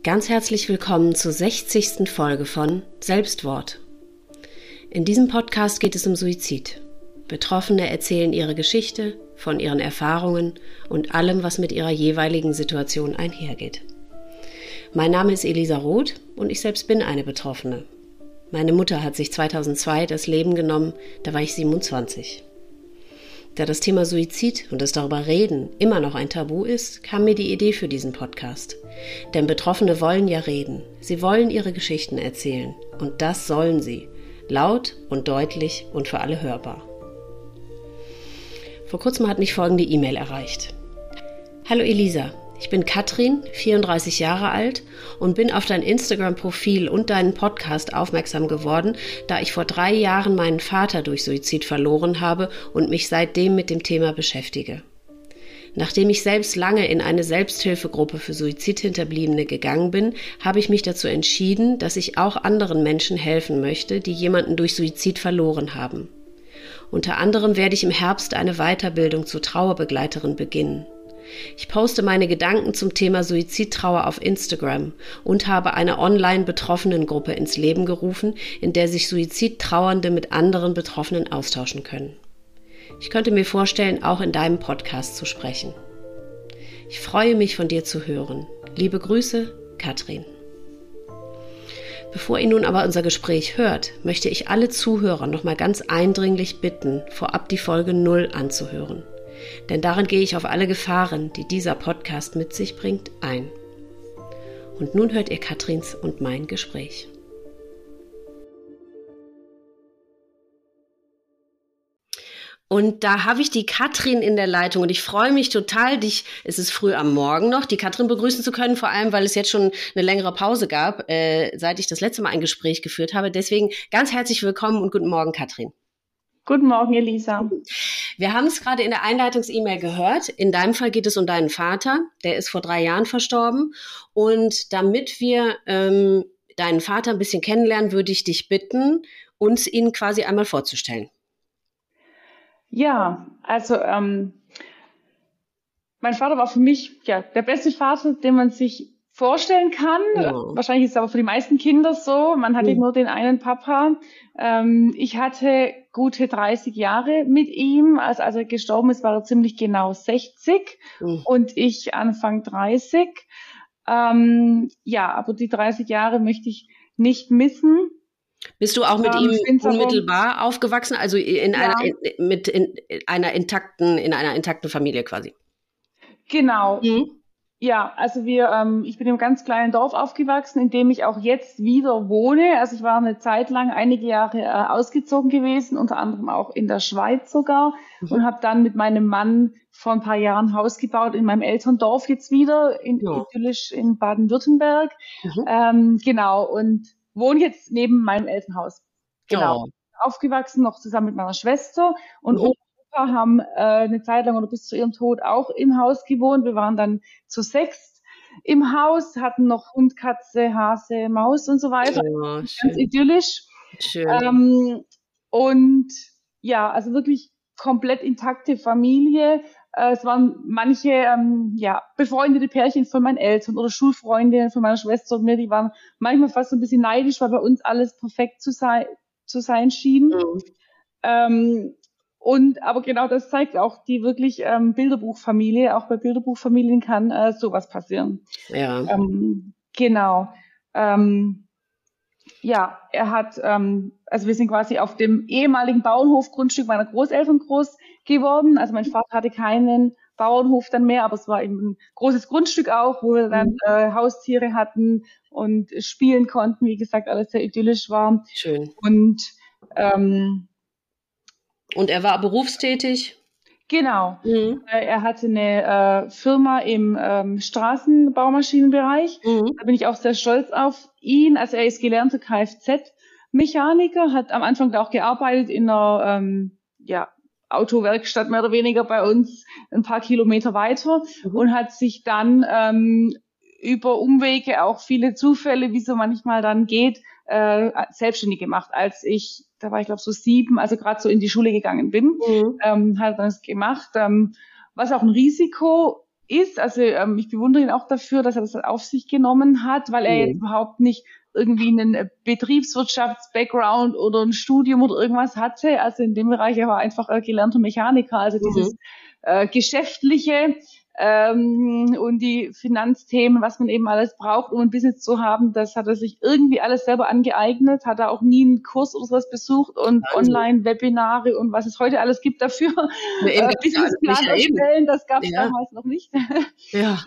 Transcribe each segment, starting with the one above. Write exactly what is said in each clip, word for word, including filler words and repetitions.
Ganz herzlich willkommen zur sechzigsten Folge von Selbstwort. In diesem Podcast geht es um Suizid. Betroffene erzählen ihre Geschichte von ihren Erfahrungen und allem, was mit ihrer jeweiligen Situation einhergeht. Mein Name ist Elisa Roth und ich selbst bin eine Betroffene. Meine Mutter hat sich zweitausendzwei das Leben genommen, da war ich siebenundzwanzig. Da das Thema Suizid und das darüber reden immer noch ein Tabu ist, kam mir die Idee für diesen Podcast. Denn Betroffene wollen ja reden. Sie wollen ihre Geschichten erzählen. Und das sollen sie. Laut und deutlich und für alle hörbar. Vor kurzem hat mich folgende E-Mail erreicht. Hallo Elisa, ich bin Katrin, vierunddreißig Jahre alt und bin auf dein Instagram-Profil und deinen Podcast aufmerksam geworden, da ich vor drei Jahren meinen Vater durch Suizid verloren habe und mich seitdem mit dem Thema beschäftige. Nachdem ich selbst lange in eine Selbsthilfegruppe für Suizidhinterbliebene gegangen bin, habe ich mich dazu entschieden, dass ich auch anderen Menschen helfen möchte, die jemanden durch Suizid verloren haben. Unter anderem werde ich im Herbst eine Weiterbildung zur Trauerbegleiterin beginnen. Ich poste meine Gedanken zum Thema Suizidtrauer auf Instagram und habe eine Online-Betroffenengruppe ins Leben gerufen, in der sich Suizidtrauernde mit anderen Betroffenen austauschen können. Ich könnte mir vorstellen, auch in deinem Podcast zu sprechen. Ich freue mich, von dir zu hören. Liebe Grüße, Katrin. Bevor ihr nun aber unser Gespräch hört, möchte ich alle Zuhörer nochmal ganz eindringlich bitten, vorab die Folge null anzuhören. Denn darin gehe ich auf alle Gefahren, die dieser Podcast mit sich bringt, ein. Und nun hört ihr Katrins und mein Gespräch. Und da habe ich die Katrin in der Leitung und ich freue mich total, dich, es ist früh am Morgen noch, die Katrin begrüßen zu können, vor allem, weil es jetzt schon eine längere Pause gab, äh, seit ich das letzte Mal ein Gespräch geführt habe. Deswegen ganz herzlich willkommen und guten Morgen, Katrin. Guten Morgen, Elisa. Wir haben es gerade in der Einleitungs-E-Mail gehört. In deinem Fall geht es um deinen Vater. Der ist vor drei Jahren verstorben. Und damit wir ähm, deinen Vater ein bisschen kennenlernen, würde ich dich bitten, uns ihn quasi einmal vorzustellen. Ja, also ähm, mein Vater war für mich ja der beste Vater, den man sich vorstellen kann. Ja. Wahrscheinlich ist es aber für die meisten Kinder so. Man hatte mhm. nur den einen Papa. Ähm, ich hatte gute dreißig Jahre mit ihm. Als, als er gestorben ist, war er ziemlich genau sechzig mhm. und ich Anfang dreißig. Ähm, ja, aber die dreißig Jahre möchte ich nicht missen. Bist du auch mit ähm, ihm unmittelbar aber, aufgewachsen, also in ja. einer in, mit in einer intakten in einer intakten Familie quasi? Genau. Mhm. Ja, also wir, ähm, ich bin in einem ganz kleinen Dorf aufgewachsen, in dem ich auch jetzt wieder wohne. Also ich war eine Zeit lang, einige Jahre äh, ausgezogen gewesen, unter anderem auch in der Schweiz sogar mhm. und habe dann mit meinem Mann vor ein paar Jahren ein Haus gebaut in meinem Elterndorf jetzt wieder, in, ja. idyllisch in Baden-Württemberg. Mhm. Ähm, genau, und wohne jetzt neben meinem Elternhaus. Genau. Oh. Aufgewachsen, noch zusammen mit meiner Schwester und mhm. haben äh, eine Zeit lang oder bis zu ihrem Tod auch im Haus gewohnt. Wir waren dann zu sechst im Haus, hatten noch Hund, Katze, Hase, Maus und so weiter. Oh, ganz schön. Idyllisch. Schön. Ähm, und ja, also wirklich komplett intakte Familie. Äh, es waren manche ähm, ja befreundete Pärchen von meinen Eltern oder Schulfreundinnen von meiner Schwester und mir, die waren manchmal fast so ein bisschen neidisch, weil bei uns alles perfekt zu sein, zu sein schien. Mhm. Ähm, Und aber genau das zeigt auch die wirklich ähm, Bilderbuchfamilie. Auch bei Bilderbuchfamilien kann äh, sowas passieren. Ja. Ähm, genau. Ähm, ja, er hat, ähm, also wir sind quasi auf dem ehemaligen Bauernhofgrundstück meiner Großeltern groß geworden. Also mein Vater hatte keinen Bauernhof dann mehr, aber es war eben ein großes Grundstück auch, wo wir dann äh, Haustiere hatten und spielen konnten. Wie gesagt, alles sehr idyllisch war. Schön. Und ähm, Und er war berufstätig? Genau. Mhm. Er hatte eine äh, Firma im ähm, Straßenbaumaschinenbereich. Mhm. Da bin ich auch sehr stolz auf ihn. Also er ist gelernter Kfz-Mechaniker, hat am Anfang da auch gearbeitet in einer ähm, ja, Autowerkstatt mehr oder weniger bei uns ein paar Kilometer weiter mhm. und hat sich dann ähm, über Umwege, auch viele Zufälle, wie so manchmal dann geht, äh, selbstständig gemacht, als ich, da war ich glaube so sieben, also gerade so in die Schule gegangen bin, mhm. ähm, hat das gemacht, ähm, was auch ein Risiko ist. Also ähm, ich bewundere ihn auch dafür, dass er das auf sich genommen hat, weil er jetzt überhaupt nicht irgendwie einen Betriebswirtschafts-Background oder ein Studium oder irgendwas hatte. Also in dem Bereich, er war einfach äh, gelernter Mechaniker. Also dieses mhm. äh, Geschäftliche ähm, und die Finanzthemen, was man eben alles braucht, um ein Business zu haben, das hat er sich irgendwie alles selber angeeignet, hat er auch nie einen Kurs oder sowas besucht und also. Online-Webinare und was es heute alles gibt dafür. Ja, äh, Businessplan erstellen, das gab es ja. damals noch nicht. Ja.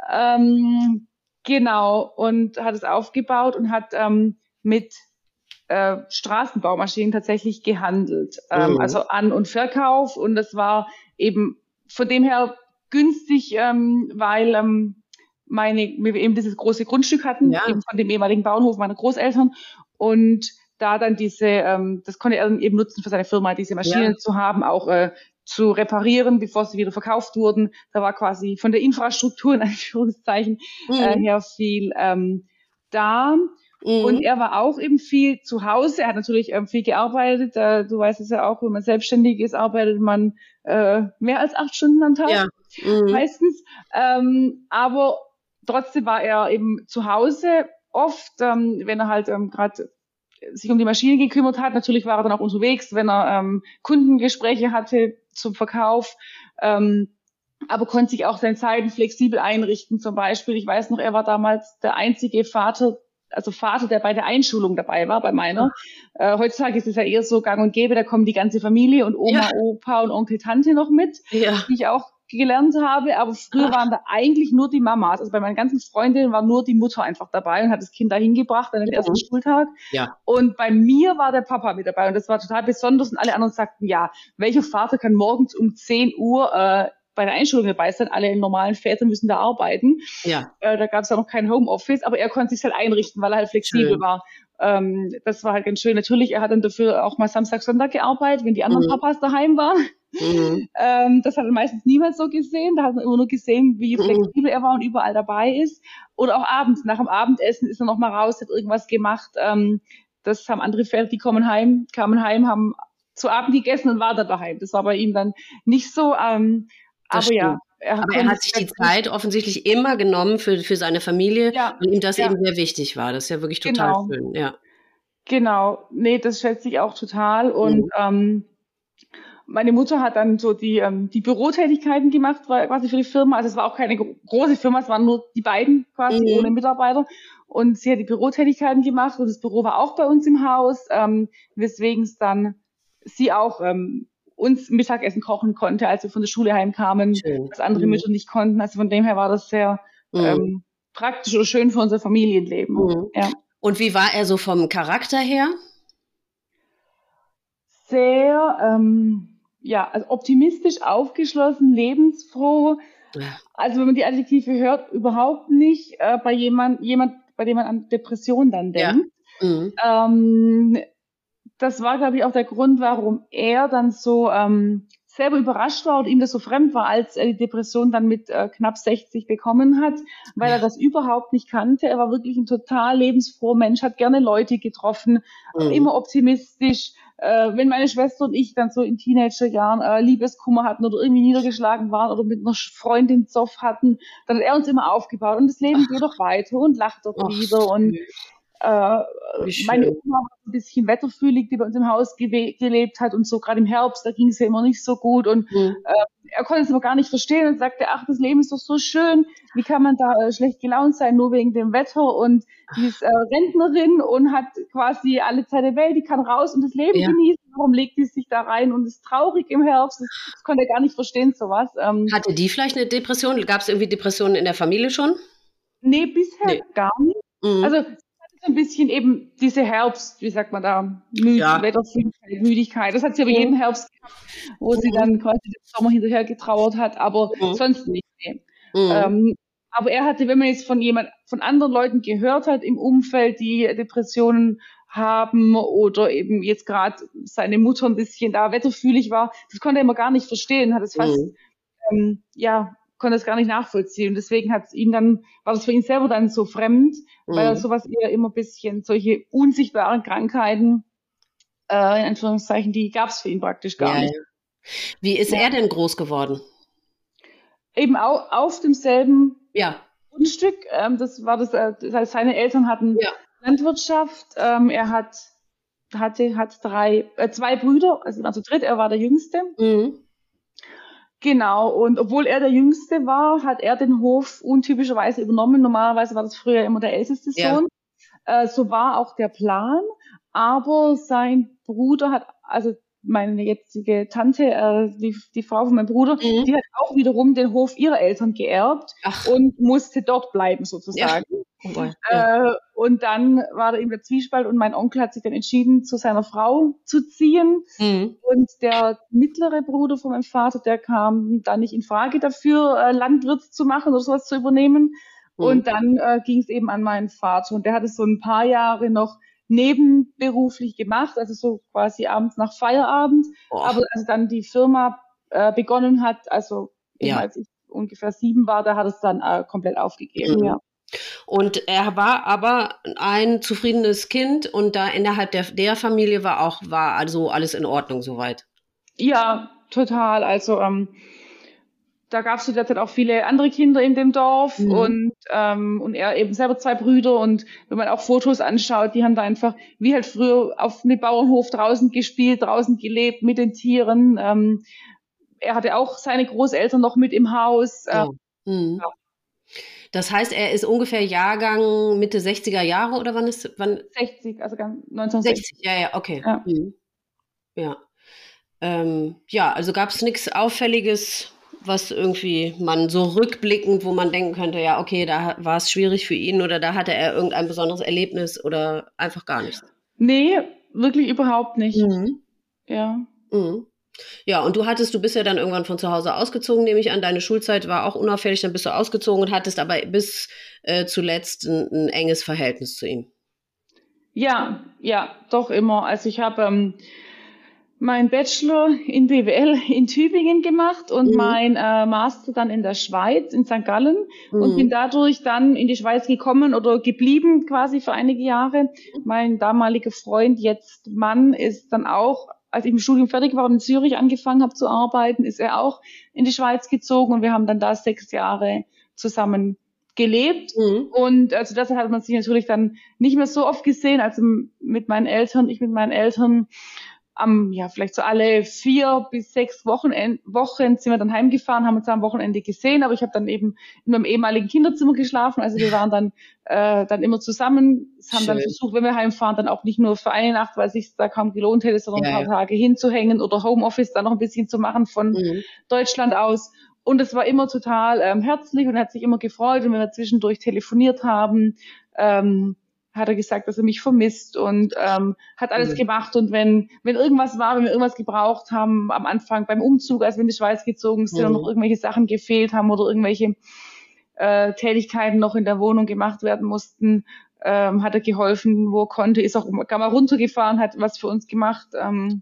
ähm, Genau, und hat es aufgebaut und hat ähm, mit äh, Straßenbaumaschinen tatsächlich gehandelt. Ähm, mhm. Also An- und Verkauf. Und das war eben von dem her günstig, ähm, weil ähm, meine, wir eben dieses große Grundstück hatten, ja. eben von dem ehemaligen Bauernhof meiner Großeltern. Und da dann diese, ähm, das konnte er dann eben nutzen für seine Firma, diese Maschinen ja. zu haben, auch äh, zu reparieren, bevor sie wieder verkauft wurden. Da war quasi von der Infrastruktur in Anführungszeichen mhm. äh, her viel ähm, da. Mhm. Und er war auch eben viel zu Hause. Er hat natürlich ähm, viel gearbeitet. Äh, du weißt es ja auch, wenn man selbstständig ist, arbeitet man äh, mehr als acht Stunden am Tag ja. mhm. meistens. Ähm, aber trotzdem war er eben zu Hause oft, ähm, wenn er halt ähm, gerade sich um die Maschine gekümmert hat. Natürlich war er dann auch unterwegs, wenn er ähm, Kundengespräche hatte zum Verkauf, ähm, aber konnte sich auch seine Zeiten flexibel einrichten. Zum Beispiel, ich weiß noch, er war damals der einzige Vater, also Vater, der bei der Einschulung dabei war, bei meiner. Äh, heutzutage ist es ja eher so gang und gäbe, da kommt die ganze Familie und Oma, ja. Opa und Onkel, Tante noch mit, ja. die ich auch gelernt habe, aber früher waren da eigentlich nur die Mamas. Also bei meinen ganzen Freundinnen war nur die Mutter einfach dabei und hat das Kind da hingebracht an den ersten mhm. Schultag. Ja. Und bei mir war der Papa mit dabei und das war total besonders und alle anderen sagten, ja, welcher Vater kann morgens um zehn Uhr äh, bei der Einschulung dabei sein? Alle normalen Väter müssen da arbeiten. Ja. Äh, da gab es ja noch kein Homeoffice, aber er konnte sich halt einrichten, weil er halt flexibel schön. war. Ähm, das war halt ganz schön. Natürlich, er hat dann dafür auch mal Samstag, Sonntag gearbeitet, wenn die anderen mhm. Papas daheim waren. Mhm. Ähm, das hat er meistens niemand so gesehen. Da hat man immer nur gesehen, wie flexibel mhm. er war und überall dabei ist. Oder auch abends. Nach dem Abendessen ist er noch mal raus, hat irgendwas gemacht. Ähm, das haben andere Väter, die kommen heim, kamen heim, haben zu Abend gegessen und waren dann daheim. Das war bei ihm dann nicht so. Ähm, aber stimmt. ja. Er aber er hat sich die Zeit offensichtlich immer genommen für, für seine Familie, ja, weil ihm das ja. eben sehr wichtig war. Das ist ja wirklich total genau. schön. Ja. Genau. Nee, das schätze ich auch total. Und mhm. ähm, meine Mutter hat dann so die, ähm, die Bürotätigkeiten gemacht, war quasi für die Firma. Also es war auch keine gro- große Firma, es waren nur die beiden quasi mhm. ohne Mitarbeiter. Und sie hat die Bürotätigkeiten gemacht und das Büro war auch bei uns im Haus, ähm, weswegen es dann sie auch ähm, uns Mittagessen kochen konnte, als wir von der Schule heimkamen, schön. Was andere mhm. Mütter nicht konnten. Also von dem her war das sehr mhm. ähm, praktisch oder schön für unser Familienleben. Mhm. Ja. Und wie war er so vom Charakter her? Sehr, ähm, ja, also optimistisch, aufgeschlossen, lebensfroh. Ja. Also wenn man die Adjektive hört, überhaupt nicht äh, bei jemand, jemand, bei dem man an Depression dann denkt. Ja. Mhm. Ähm, das war, glaube ich, auch der Grund, warum er dann so ähm, selber überrascht war und ihm das so fremd war, als er die Depression dann mit äh, knapp sechzig bekommen hat, weil ja. er das überhaupt nicht kannte. Er war wirklich ein total lebensfroher Mensch, hat gerne Leute getroffen, mhm. immer optimistisch. Äh, wenn meine Schwester und ich dann so in Teenagerjahren äh, Liebeskummer hatten oder irgendwie niedergeschlagen waren oder mit einer Freundin Zoff hatten, dann hat er uns immer aufgebaut und das Leben Ach. geht doch weiter und lacht doch Ach, wieder und Äh, meine Oma war ein bisschen wetterfühlig, die bei uns im Haus gewe- gelebt hat und so gerade im Herbst, da ging es ja immer nicht so gut und mhm. äh, er konnte es aber gar nicht verstehen und sagte, ach, das Leben ist doch so schön, wie kann man da äh, schlecht gelaunt sein, nur wegen dem Wetter und die ist äh, Rentnerin und hat quasi alle Zeit der Welt, die kann raus und das Leben ja. genießen, warum legt die sich da rein und ist traurig im Herbst, das, das konnte er gar nicht verstehen, sowas. Ähm, Hatte die vielleicht eine Depression? Gab es irgendwie Depressionen in der Familie schon? Nee, bisher nee. gar nicht. Mhm. Also ein bisschen eben diese Herbst, wie sagt man da, Müd- ja. Wetterfühligkeit, Müdigkeit. Das hat sie aber mhm. jeden Herbst gehabt, wo mhm. sie dann quasi den Sommer hinterher getrauert hat, aber mhm. sonst nicht. Nee. Mhm. Ähm, aber er hatte, wenn man jetzt von jemand, von anderen Leuten gehört hat im Umfeld, die Depressionen haben oder eben jetzt gerade seine Mutter ein bisschen da wetterfühlig war, das konnte er immer gar nicht verstehen, hat es fast, mhm. ähm, ja, konnte es gar nicht nachvollziehen. Und deswegen hat es ihn dann, war das für ihn selber dann so fremd, mhm. weil er sowas eher immer ein bisschen, solche unsichtbaren Krankheiten, äh, in Anführungszeichen, die gab es für ihn praktisch gar ja, nicht. Ja. Wie ist ja. er denn groß geworden? Eben auch auf demselben Ja. Grundstück. Ähm, das war das, äh, das heißt, seine Eltern hatten Ja. Landwirtschaft. Ähm, er hat, hatte, hat drei, äh, zwei Brüder, also also dritt, er war der Jüngste. Mhm. Genau, und obwohl er der Jüngste war, hat er den Hof untypischerweise übernommen. Normalerweise war das früher immer der älteste Ja. Sohn. Äh, so war auch der Plan. Aber sein Bruder hat, also meine jetzige Tante, äh, die, die Frau von meinem Bruder, Mhm. die hat auch wiederum den Hof ihrer Eltern geerbt Ach. und musste dort bleiben Ja. sozusagen. Oh boy. Ja. Äh, und dann war da eben der Zwiespalt und mein Onkel hat sich dann entschieden, zu seiner Frau zu ziehen. Mhm. Und der mittlere Bruder von meinem Vater, der kam da nicht in Frage dafür, äh, Landwirt zu machen oder sowas zu übernehmen. Mhm. Und dann äh, ging es eben an meinen Vater. Und der hat es so ein paar Jahre noch nebenberuflich gemacht, also so quasi abends nach Feierabend. Oh. Aber als dann die Firma äh, begonnen hat, also eben Ja. als ich ungefähr sieben war, da hat es dann äh, komplett aufgegeben, Mhm. ja. Und er war aber ein zufriedenes Kind und da innerhalb der, der Familie war auch, war also alles in Ordnung soweit. Ja, total. Also ähm, da gab es zu der Zeit auch viele andere Kinder in dem Dorf Mhm. und, ähm, und er eben selber zwei Brüder und wenn man auch Fotos anschaut, die haben da einfach wie halt früher auf einem Bauernhof draußen gespielt, draußen gelebt mit den Tieren. Ähm, er hatte auch seine Großeltern noch mit im Haus. Äh, Oh. Mhm. ja. Das heißt, er ist ungefähr Jahrgang Mitte sechziger Jahre oder wann ist, wann? sechzig, also neunzehnhundertsechzig. sechzig, ja, ja, okay. Ja. Mhm. Ja. Ähm, ja, also gab es nichts Auffälliges, was irgendwie man so rückblickend, wo man denken könnte, ja, okay, da war es schwierig für ihn oder da hatte er irgendein besonderes Erlebnis oder einfach gar nichts. Nee, wirklich überhaupt nicht. Mhm. Ja. Mhm. Ja, und du hattest, du bist ja dann irgendwann von zu Hause ausgezogen, nehme ich an. Deine Schulzeit war auch unauffällig, dann bist du ausgezogen und hattest aber bis äh, zuletzt ein, ein enges Verhältnis zu ihm. Ja, ja, doch immer. Also ich habe ähm, meinen Bachelor in B W L in Tübingen gemacht und Mhm. mein äh, Master dann in der Schweiz, in Sankt Gallen und Mhm. bin dadurch dann in die Schweiz gekommen oder geblieben quasi für einige Jahre. Mein damaliger Freund, jetzt Mann, ist dann auch, als ich im Studium fertig war und in Zürich angefangen habe zu arbeiten, ist er auch in die Schweiz gezogen und wir haben dann da sechs Jahre zusammen gelebt. Mhm. Und also deshalb hat man sich natürlich dann nicht mehr so oft gesehen, also mit meinen Eltern, ich mit meinen Eltern. Am, ja, vielleicht so alle vier bis sechs Wochenend, Wochen sind wir dann heimgefahren, haben uns am Wochenende gesehen, aber ich habe dann eben in meinem ehemaligen Kinderzimmer geschlafen, also wir waren dann äh, dann immer zusammen, haben Schön. dann versucht, wenn wir heimfahren, dann auch nicht nur für eine Nacht, weil es sich da kaum gelohnt hätte, sondern Ja, ein paar ja. Tage hinzuhängen oder Homeoffice dann noch ein bisschen zu machen von Mhm. Deutschland aus. Und es war immer total ähm, herzlich und hat sich immer gefreut, und wenn wir zwischendurch telefoniert haben, ähm, hat er gesagt, dass er mich vermisst und ähm, hat alles Mhm. gemacht. Und wenn wenn irgendwas war, wenn wir irgendwas gebraucht haben, am Anfang beim Umzug, als wir in die Schweiz gezogen sind, Mhm. und noch irgendwelche Sachen gefehlt haben oder irgendwelche äh, Tätigkeiten noch in der Wohnung gemacht werden mussten, ähm, hat er geholfen, wo er konnte, ist auch gar mal runtergefahren, hat was für uns gemacht. Ähm,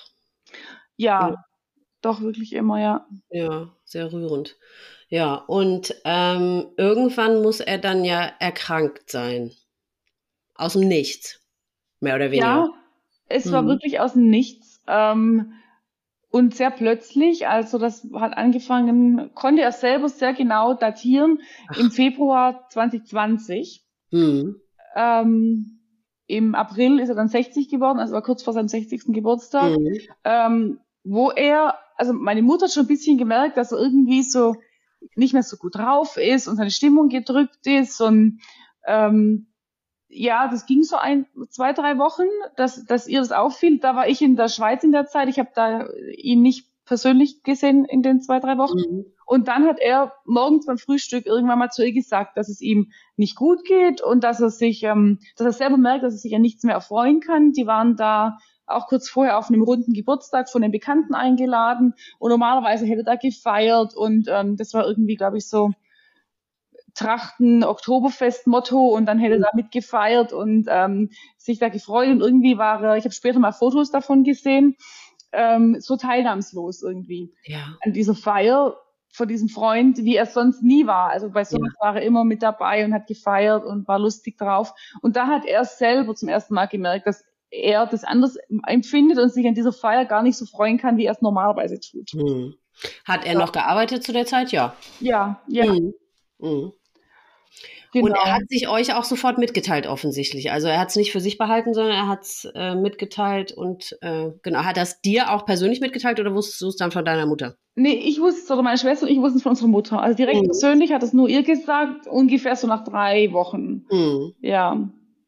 ja, Ja. doch wirklich immer, ja. Ja, sehr rührend. Ja, und ähm, irgendwann muss er dann ja erkrankt sein. Aus dem Nichts, mehr oder weniger. Ja, es war Mhm. wirklich aus dem Nichts. Ähm, Und sehr plötzlich, also das hat angefangen, konnte er selber sehr genau datieren, im Ach. Februar zwanzig zwanzig. Mhm. Ähm, Im April ist er dann sechzig geworden, also war kurz vor seinem sechzigsten Geburtstag, Mhm. ähm, wo er, also meine Mutter hat schon ein bisschen gemerkt, dass er irgendwie so nicht mehr so gut drauf ist und seine Stimmung gedrückt ist und ähm, ja, das ging so ein, zwei, drei Wochen, dass, dass ihr das auffiel. Da war ich in der Schweiz in der Zeit. Ich habe da ihn nicht persönlich gesehen in den zwei, drei Wochen. Mhm. Und dann hat er morgens beim Frühstück irgendwann mal zu ihr gesagt, dass es ihm nicht gut geht und dass er sich, ähm, dass er selber merkt, dass er sich an nichts mehr erfreuen kann. Die waren da auch kurz vorher auf einem runden Geburtstag von den Bekannten eingeladen und normalerweise hätte er da gefeiert und ähm, das war irgendwie, glaube ich, so Trachten Oktoberfest Motto und dann hätte er da mitgefeiert und ähm, sich da gefreut und irgendwie war er, ich habe später mal Fotos davon gesehen, ähm, so teilnahmslos irgendwie Ja. an dieser Feier von diesem Freund, wie er sonst nie war. Also bei sowas Ja. war er immer mit dabei und hat gefeiert und war lustig drauf. Und da hat er selber zum ersten Mal gemerkt, dass er das anders empfindet und sich an dieser Feier gar nicht so freuen kann, wie er es normalerweise tut. Mhm. Hat er ja. noch gearbeitet zu der Zeit? Ja. Ja, ja. Mhm. Mhm. Genau. Und er hat sich euch auch sofort mitgeteilt, offensichtlich. Also er hat es nicht für sich behalten, sondern er hat es äh, mitgeteilt und äh, genau, hat er es dir auch persönlich mitgeteilt oder wusstest du es dann von deiner Mutter? Nee, ich wusste es, oder meine Schwester und ich wussten es von unserer Mutter. Also direkt mhm. persönlich hat es nur ihr gesagt, ungefähr so nach drei Wochen. Mhm. Ja.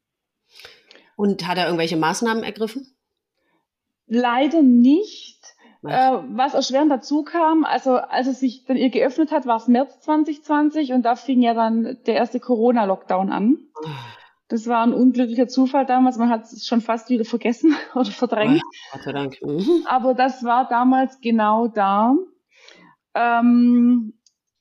Und hat er irgendwelche Maßnahmen ergriffen? Leider nicht. Äh, was erschwerend dazu kam, also als es sich dann ihr geöffnet hat, war es März zwanzig zwanzig und da fing ja dann der erste Corona-Lockdown an. Oh. Das war ein unglücklicher Zufall damals, man hat es schon fast wieder vergessen oder verdrängt. Oh, Gott sei Dank. Mhm. Aber das war damals genau da. Ähm,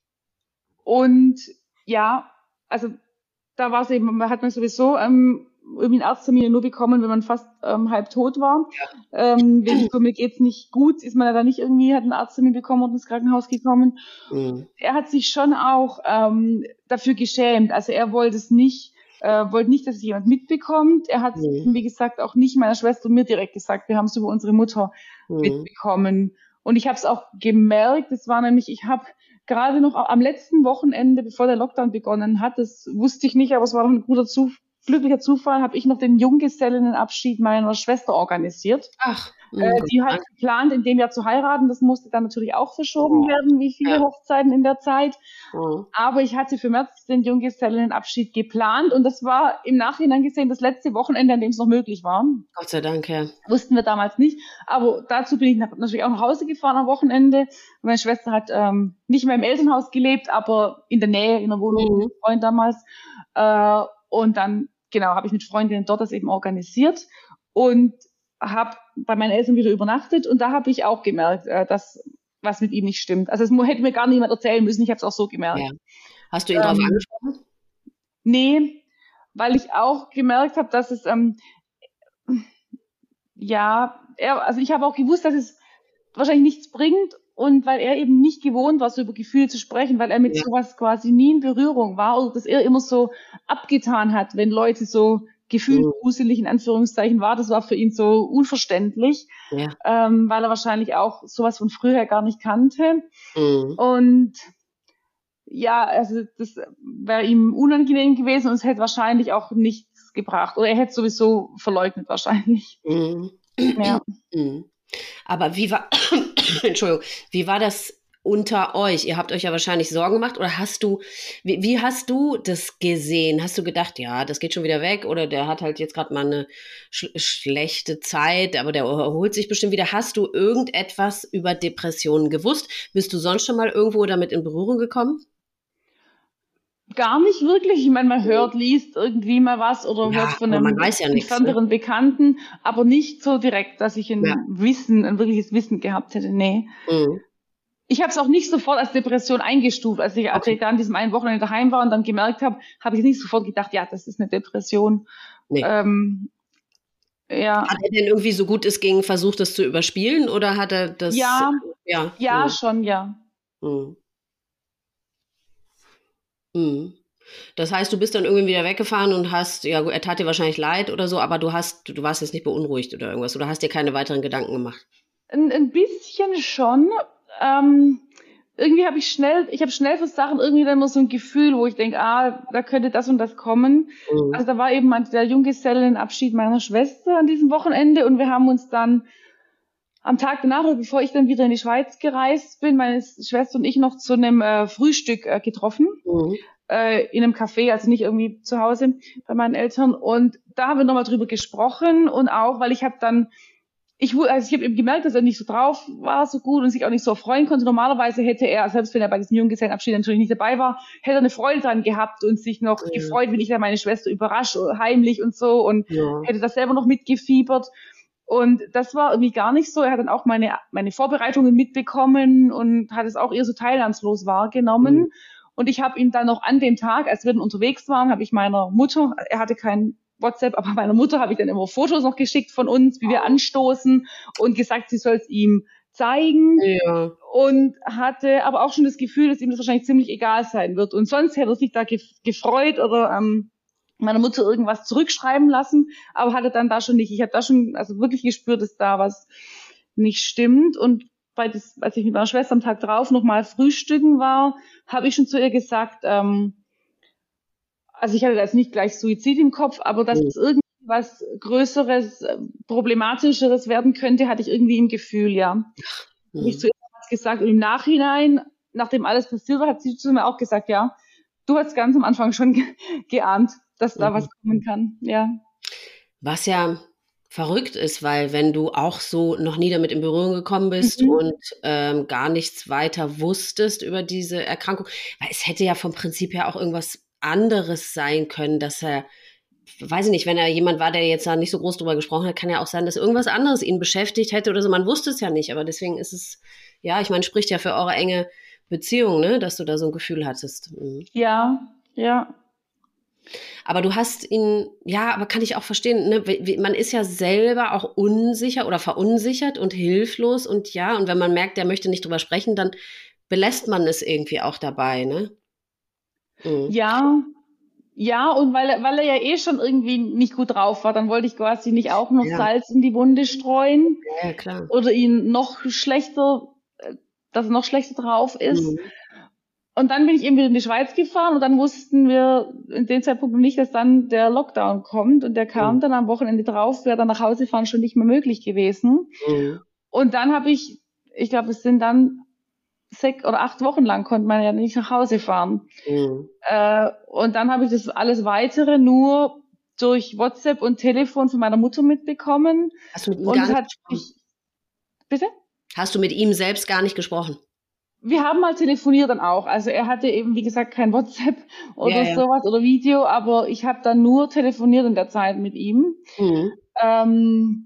und ja, also da war es eben, man hat man sowieso ähm, irgendwie einen Arzttermin nur bekommen, wenn man fast ähm, halb tot war. Ja. Ähm, wenn so, mir geht's nicht gut, ist man ja da nicht irgendwie, hat einen Arzttermin bekommen und ins Krankenhaus gekommen. Mhm. Er hat sich schon auch ähm, dafür geschämt. Also er wollte es nicht, äh, wollte nicht, dass es jemand mitbekommt. Er hat, mhm. wie gesagt, auch nicht meiner Schwester und mir direkt gesagt. Wir haben es über unsere Mutter mhm. mitbekommen. Und ich habe es auch gemerkt, das war nämlich, ich habe gerade noch am letzten Wochenende, bevor der Lockdown begonnen hat, das wusste ich nicht, aber es war noch ein guter Zufall, glücklicher Zufall, habe ich noch den Junggesellinnenabschied meiner Schwester organisiert. Ach. Äh, die hat geplant, in dem Jahr zu heiraten. Das musste dann natürlich auch verschoben oh. werden, wie viele ja. Hochzeiten in der Zeit. Oh. Aber ich hatte für März den Junggesellinnenabschied geplant und das war im Nachhinein gesehen das letzte Wochenende, an dem es noch möglich war. Gott sei Dank, ja. Wussten wir damals nicht. Aber dazu bin ich nach, natürlich auch nach Hause gefahren am Wochenende. Meine Schwester hat ähm, nicht mehr im Elternhaus gelebt, aber in der Nähe, in der Wohnung mhm. mit einem Freund damals. Äh, und dann, genau, habe ich mit Freundinnen dort das eben organisiert und habe bei meinen Eltern wieder übernachtet und da habe ich auch gemerkt, äh, dass was mit ihm nicht stimmt. Also es hätte mir gar niemand erzählen müssen, ich habe es auch so gemerkt. Ja. Hast du ihn ähm, darauf angesprochen? Nee, weil ich auch gemerkt habe, dass es, ähm, ja, er, also ich habe auch gewusst, dass es wahrscheinlich nichts bringt und weil er eben nicht gewohnt war, so über Gefühle zu sprechen, weil er mit ja. sowas quasi nie in Berührung war oder dass er immer so abgetan hat, wenn Leute so gefühlsgruselig in Anführungszeichen war, das war für ihn so unverständlich, ja. ähm, weil er wahrscheinlich auch sowas von früher gar nicht kannte. Mhm. Und ja, also das wäre ihm unangenehm gewesen und es hätte wahrscheinlich auch nichts gebracht. Oder er hätte sowieso verleugnet wahrscheinlich. Mhm. Ja. Mhm. Aber wie war, Entschuldigung, wie war das unter euch? Ihr habt euch ja wahrscheinlich Sorgen gemacht oder hast du, wie, wie hast du das gesehen? Hast du gedacht, ja, das geht schon wieder weg oder der hat halt jetzt gerade mal eine sch- schlechte Zeit, aber der erholt sich bestimmt wieder. Hast du irgendetwas über Depressionen gewusst? Bist du sonst schon mal irgendwo damit in Berührung gekommen? Gar nicht wirklich. Ich meine, man hört, liest irgendwie mal was oder ja, hört von einem ja entfernteren ne? Bekannten, aber nicht so direkt, dass ich ein ja. Wissen, ein wirkliches Wissen gehabt hätte. Nee. Mhm. Ich habe es auch nicht sofort als Depression eingestuft. Als ich, als okay. ich da an diesem einen Wochenende daheim war und dann gemerkt habe, habe ich nicht sofort gedacht, ja, das ist eine Depression. Nee. Ähm, ja. Hat er denn irgendwie so gut es ging versucht, das zu überspielen oder hat er das? Ja, ja, ja mhm. schon, ja. Mhm. Mhm. Das heißt, du bist dann irgendwie wieder weggefahren und hast, ja, er tat dir wahrscheinlich leid oder so, aber du hast, du warst jetzt nicht beunruhigt oder irgendwas oder hast dir keine weiteren Gedanken gemacht? Ein, ein bisschen schon. Ähm, irgendwie habe ich schnell, ich habe schnell für Sachen irgendwie dann immer so ein Gefühl, wo ich denke, ah, da könnte das und das kommen. Mhm. Also da war eben der Junggesellenabschied meiner Schwester an diesem Wochenende und wir haben uns dann am Tag danach, bevor ich dann wieder in die Schweiz gereist bin, meine Schwester und ich noch zu einem äh, Frühstück äh, getroffen. Mhm. Äh, in einem Café, also nicht irgendwie zu Hause bei meinen Eltern. Und da haben wir nochmal drüber gesprochen und auch, weil ich habe dann Ich, also ich habe eben gemerkt, dass er nicht so drauf war, so gut und sich auch nicht so freuen konnte. Normalerweise hätte er, selbst wenn er bei diesem Junggesellenabschied natürlich nicht dabei war, hätte er eine Freude dran gehabt und sich noch ja. gefreut, wenn ich dann meine Schwester überrasche, heimlich und so und ja. hätte das selber noch mitgefiebert. Und das war irgendwie gar nicht so. Er hat dann auch meine, meine Vorbereitungen mitbekommen und hat es auch eher so teilnahmslos wahrgenommen. Mhm. Und ich habe ihm dann noch an dem Tag, als wir dann unterwegs waren, habe ich meiner Mutter, er hatte kein WhatsApp, aber meiner Mutter habe ich dann immer Fotos noch geschickt von uns, wie wir anstoßen und gesagt, sie soll es ihm zeigen ja. und hatte aber auch schon das Gefühl, dass ihm das wahrscheinlich ziemlich egal sein wird und sonst hätte er sich da gef- gefreut oder ähm, meiner Mutter irgendwas zurückschreiben lassen, aber hatte dann da schon nicht. Ich habe da schon also wirklich gespürt, dass da was nicht stimmt und bei das, als ich mit meiner Schwester am Tag drauf nochmal frühstücken war, habe ich schon zu ihr gesagt, ähm, also ich hatte jetzt nicht gleich Suizid im Kopf, aber dass es irgendwas Größeres, Problematischeres werden könnte, hatte ich irgendwie im Gefühl, ja. Mhm. Habe ich zu ihr gesagt. Und im Nachhinein, nachdem alles passiert war, hat sie zu mir auch gesagt, ja, du hast ganz am Anfang schon ge- geahnt, dass da mhm. was kommen kann, ja. Was ja verrückt ist, weil wenn du auch so noch nie damit in Berührung gekommen bist mhm. und ähm, gar nichts weiter wusstest über diese Erkrankung, weil es hätte ja vom Prinzip her auch irgendwas anderes sein können, dass er, weiß ich nicht, wenn er jemand war, der jetzt da nicht so groß drüber gesprochen hat, kann ja auch sein, dass irgendwas anderes ihn beschäftigt hätte oder so, man wusste es ja nicht, aber deswegen ist es, ja, ich meine, spricht ja für eure enge Beziehung, ne, dass du da so ein Gefühl hattest. Mhm. Ja, ja. Aber du hast ihn, ja, aber kann ich auch verstehen, ne? Man ist ja selber auch unsicher oder verunsichert und hilflos und ja, und wenn man merkt, der möchte nicht drüber sprechen, dann belässt man es irgendwie auch dabei, ne? Mhm. Ja, ja, und weil er, weil er ja eh schon irgendwie nicht gut drauf war, dann wollte ich quasi nicht auch noch ja. Salz in die Wunde streuen. Ja, klar. Oder ihn noch schlechter, dass er noch schlechter drauf ist. Mhm. Und dann bin ich eben wieder in die Schweiz gefahren und dann wussten wir in dem Zeitpunkt noch nicht, dass dann der Lockdown kommt und der kam mhm. dann am Wochenende drauf, wäre dann nach Hause fahren schon nicht mehr möglich gewesen. Mhm. Und dann habe ich, ich glaube, es sind dann sechs oder acht Wochen lang konnte man ja nicht nach Hause fahren. Mhm. Äh, und dann habe ich das alles Weitere nur durch WhatsApp und Telefon von meiner Mutter mitbekommen. Hast du mit ihm und gar nicht hat gesprochen? Ich, bitte? Hast du mit ihm selbst gar nicht gesprochen? Wir haben mal telefoniert dann auch. Also er hatte eben, wie gesagt, kein WhatsApp oder ja, ja. sowas oder Video, aber ich habe dann nur telefoniert in der Zeit mit ihm, mhm. ähm,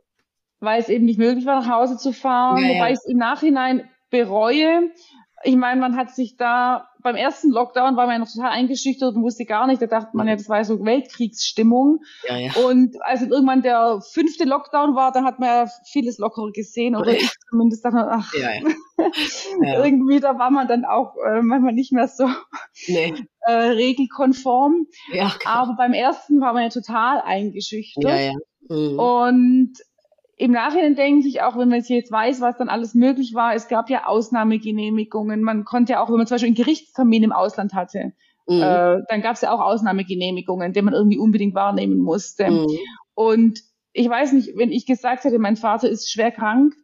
weil es eben nicht möglich war, nach Hause zu fahren, ja, wobei ja. ich es im Nachhinein bereue. Ich meine, man hat sich da, beim ersten Lockdown war man ja noch total eingeschüchtert und wusste gar nicht, da dachte man ja, das war so Weltkriegsstimmung. Ja, ja. Und als dann irgendwann der fünfte Lockdown war, da hat man ja vieles lockerer gesehen, oder ich zumindest dachte, ach, ja, ja. Ja. irgendwie, da war man dann auch äh, manchmal nicht mehr so nee. äh, regelkonform. Ja, aber beim ersten war man ja total eingeschüchtert. Ja, ja. Mhm. Und im Nachhinein denke ich auch, wenn man jetzt weiß, was dann alles möglich war, es gab ja Ausnahmegenehmigungen. Man konnte ja auch, wenn man zum Beispiel einen Gerichtstermin im Ausland hatte, mhm. äh, dann gab es ja auch Ausnahmegenehmigungen, die man irgendwie unbedingt wahrnehmen musste. Mhm. Und ich weiß nicht, wenn ich gesagt hätte, mein Vater ist schwer krank,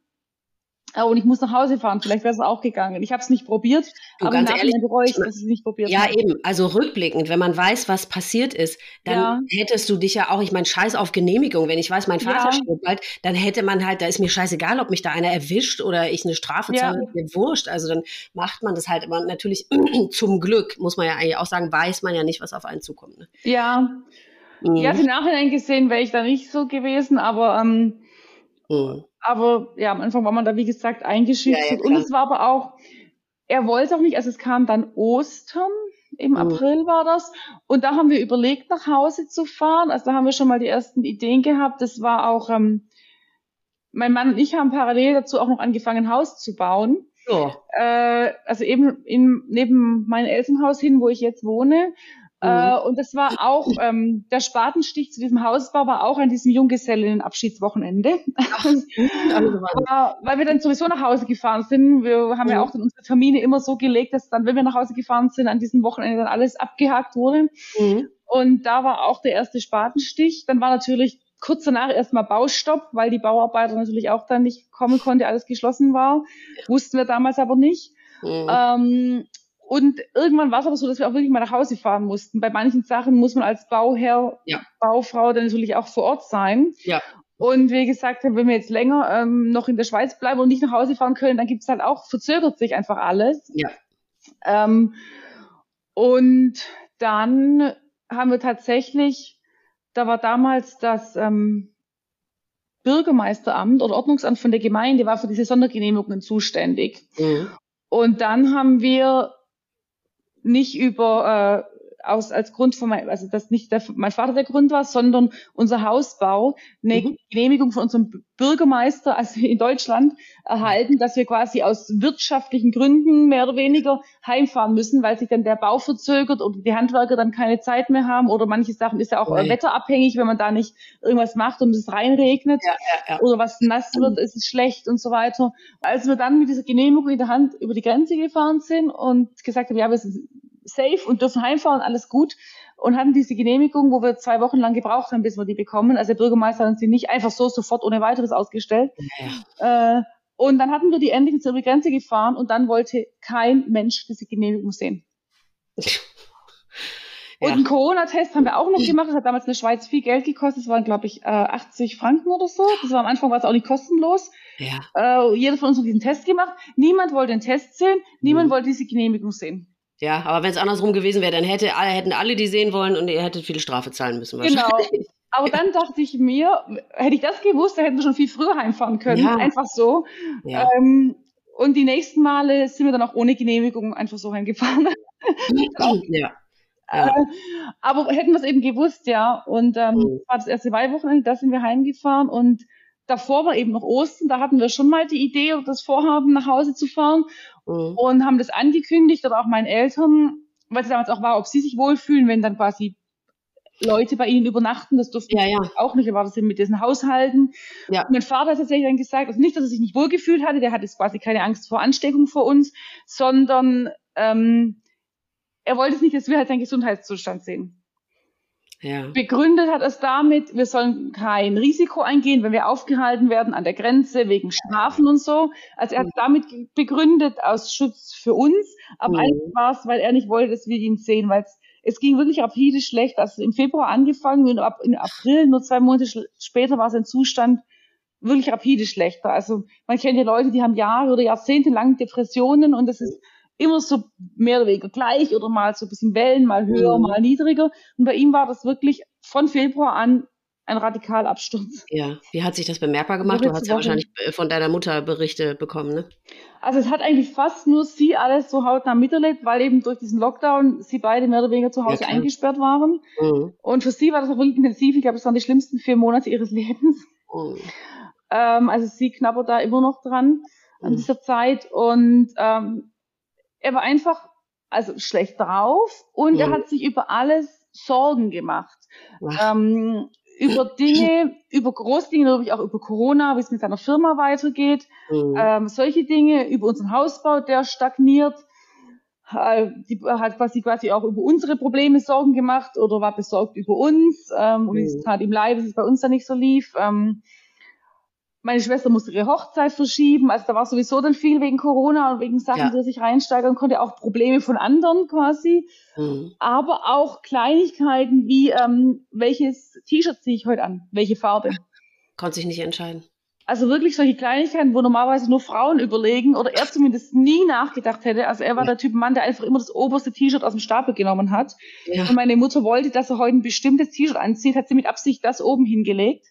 und ich muss nach Hause fahren, vielleicht wäre es auch gegangen. Ich habe es nicht probiert, du, aber ganz ehrlich, bereue ich, dass ich es nicht probiert ja, habe. Ja, eben. Also rückblickend, wenn man weiß, was passiert ist, dann ja. hättest du dich ja auch, ich meine, scheiß auf Genehmigung. Wenn ich weiß, mein Vater ja. stirbt bald, dann hätte man halt, da ist mir scheißegal, ob mich da einer erwischt oder ich eine Strafe zahle, ja. mir wurscht. Also dann macht man das halt immer. Natürlich zum Glück, muss man ja eigentlich auch sagen, weiß man ja nicht, was auf einen zukommt. Ne? Ja. Mhm. Ja, im Nachhinein gesehen wäre ich da nicht so gewesen, aber ähm, mhm. Aber ja, am Anfang war man da, wie gesagt, eingeschüchtert. Ja, ja, und es war aber auch, er wollte auch nicht, also es kam dann Ostern, im mhm. April war das. Und da haben wir überlegt, nach Hause zu fahren. Also da haben wir schon mal die ersten Ideen gehabt. Das war auch, ähm, mein Mann und ich haben parallel dazu auch noch angefangen, ein Haus zu bauen. Ja. Äh, also eben in, neben meinem Elternhaus hin, wo ich jetzt wohne. Mhm. Äh, und das war auch, ähm, der Spatenstich zu diesem Hausbau war auch an diesem Junggesellenabschiedswochenende. Ach, Aber, weil wir dann sowieso nach Hause gefahren sind. Wir haben mhm. ja auch dann unsere Termine immer so gelegt, dass dann, wenn wir nach Hause gefahren sind, an diesem Wochenende dann alles abgehakt wurde. Mhm. Und da war auch der erste Spatenstich. Dann war natürlich kurz danach erstmal Baustopp, weil die Bauarbeiter natürlich auch dann nicht kommen konnte, alles geschlossen war. Wussten wir damals aber nicht. Mhm. Ähm, Und irgendwann war es aber so, dass wir auch wirklich mal nach Hause fahren mussten. Bei manchen Sachen muss man als Bauherr, ja. Baufrau dann natürlich auch vor Ort sein. Ja. Und wie gesagt, wenn wir jetzt länger ähm, noch in der Schweiz bleiben und nicht nach Hause fahren können, dann gibt es halt auch, verzögert sich einfach alles. Ja. Ähm, und dann haben wir tatsächlich, da war damals das ähm, Bürgermeisteramt oder Ordnungsamt von der Gemeinde, war für diese Sondergenehmigungen zuständig. Mhm. Und dann haben wir nicht über aus als Grund von mein, also dass nicht der, mein Vater der Grund war, sondern unser Hausbau eine mhm. Genehmigung von unserem Bürgermeister, also in Deutschland, erhalten, dass wir quasi aus wirtschaftlichen Gründen mehr oder weniger heimfahren müssen, weil sich dann der Bau verzögert oder die Handwerker dann keine Zeit mehr haben oder manche Sachen ist ja auch nee. wetterabhängig, wenn man da nicht irgendwas macht und es reinregnet ja, ja, ja. oder was nass wird, ist es schlecht und so weiter. Als wir dann mit dieser Genehmigung in der Hand über die Grenze gefahren sind und gesagt haben, ja, wir sind safe und dürfen heimfahren, alles gut, und hatten diese Genehmigung, wo wir zwei Wochen lang gebraucht haben, bis wir die bekommen. Also der Bürgermeister hat uns die nicht einfach so sofort ohne weiteres ausgestellt. Ja. Äh, und dann hatten wir die endlich zur Grenze gefahren und dann wollte kein Mensch diese Genehmigung sehen. Ja. Und einen Corona-Test haben wir auch noch gemacht. Das hat damals in der Schweiz viel Geld gekostet. Das waren, glaube ich, achtzig Franken oder so. Das war am Anfang war es auch nicht kostenlos. Ja. Äh, jeder von uns hat diesen Test gemacht. Niemand wollte den Test sehen. Niemand mhm. wollte diese Genehmigung sehen. Ja, aber wenn es andersrum gewesen wäre, dann hätte alle, hätten alle die sehen wollen und ihr hättet viele Strafe zahlen müssen. Genau. Aber dann dachte ich mir, hätte ich das gewusst, dann hätten wir schon viel früher heimfahren können. Ja. Einfach so. Ja. Ähm, und die nächsten Male sind wir dann auch ohne Genehmigung einfach so heimgefahren. Ja. Ja. Äh, aber hätten wir es eben gewusst, ja. Und ähm, mhm. war das erste Weihwochenende, da sind wir heimgefahren und davor war eben noch Ostern, da hatten wir schon mal die Idee oder das Vorhaben, nach Hause zu fahren mhm. und haben das angekündigt oder auch meinen Eltern, weil es damals auch war, ob sie sich wohlfühlen, wenn dann quasi Leute bei ihnen übernachten, das durften ja, ja. auch nicht, aber das sind mit diesen Haushalten. Ja. Und mein Vater hat tatsächlich dann gesagt, also nicht, dass er sich nicht wohlgefühlt hatte, der hat jetzt quasi keine Angst vor Ansteckung vor uns, sondern ähm, er wollte es nicht, dass wir halt seinen Gesundheitszustand sehen. Ja. Begründet hat es damit, wir sollen kein Risiko eingehen, wenn wir aufgehalten werden an der Grenze wegen Strafen und so. Also er hat damit begründet aus Schutz für uns, aber mhm. eigentlich war es, weil er nicht wollte, dass wir ihn sehen, weil es, es ging wirklich rapide schlecht. Also im Februar angefangen und ab in April, nur zwei Monate später war sein Zustand wirklich rapide schlechter. Also man kennt ja Leute, die haben Jahre oder Jahrzehnte lang Depressionen und das ist immer so mehr oder weniger gleich oder mal so ein bisschen Wellen, mal höher, mhm. mal niedriger. Und bei ihm war das wirklich von Februar an ein Radikalabsturz. Ja, wie hat sich das bemerkbar gemacht? Du hast ja wahrscheinlich von deiner Mutter Berichte bekommen, ne? Also es hat eigentlich fast nur sie alles so hautnah miterlebt, weil eben durch diesen Lockdown sie beide mehr oder weniger zu Hause ja, eingesperrt waren. Mhm. Und für sie war das auch wirklich intensiv. Ich glaube, das waren die schlimmsten vier Monate ihres Lebens. Mhm. Ähm, also sie knabbert da immer noch dran mhm. an dieser Zeit. Und ähm, er war einfach also schlecht drauf und mhm. er hat sich über alles Sorgen gemacht. Ähm, über Dinge, über Großdinge, natürlich auch über Corona, wie es mit seiner Firma weitergeht, mhm. ähm, solche Dinge, über unseren Hausbau, der stagniert. Äh, die hat quasi quasi auch über unsere Probleme Sorgen gemacht oder war besorgt über uns. Ähm, mhm. Und es tat ihm leid, dass es bei uns dann nicht so lief. Ähm, Meine Schwester musste ihre Hochzeit verschieben, also da war sowieso dann viel wegen Corona und wegen Sachen, ja. die er sich reinsteigern konnte, auch Probleme von anderen quasi, mhm. aber auch Kleinigkeiten wie, ähm, welches T-Shirt ziehe ich heute an, welche Farbe. Konnte sich nicht entscheiden. Also wirklich solche Kleinigkeiten, wo normalerweise nur Frauen überlegen oder er zumindest nie nachgedacht hätte. Also er war ja. der Typ Mann, der einfach immer das oberste T-Shirt aus dem Stapel genommen hat. Ja. Und meine Mutter wollte, dass er heute ein bestimmtes T-Shirt anzieht, hat sie mit Absicht das oben hingelegt.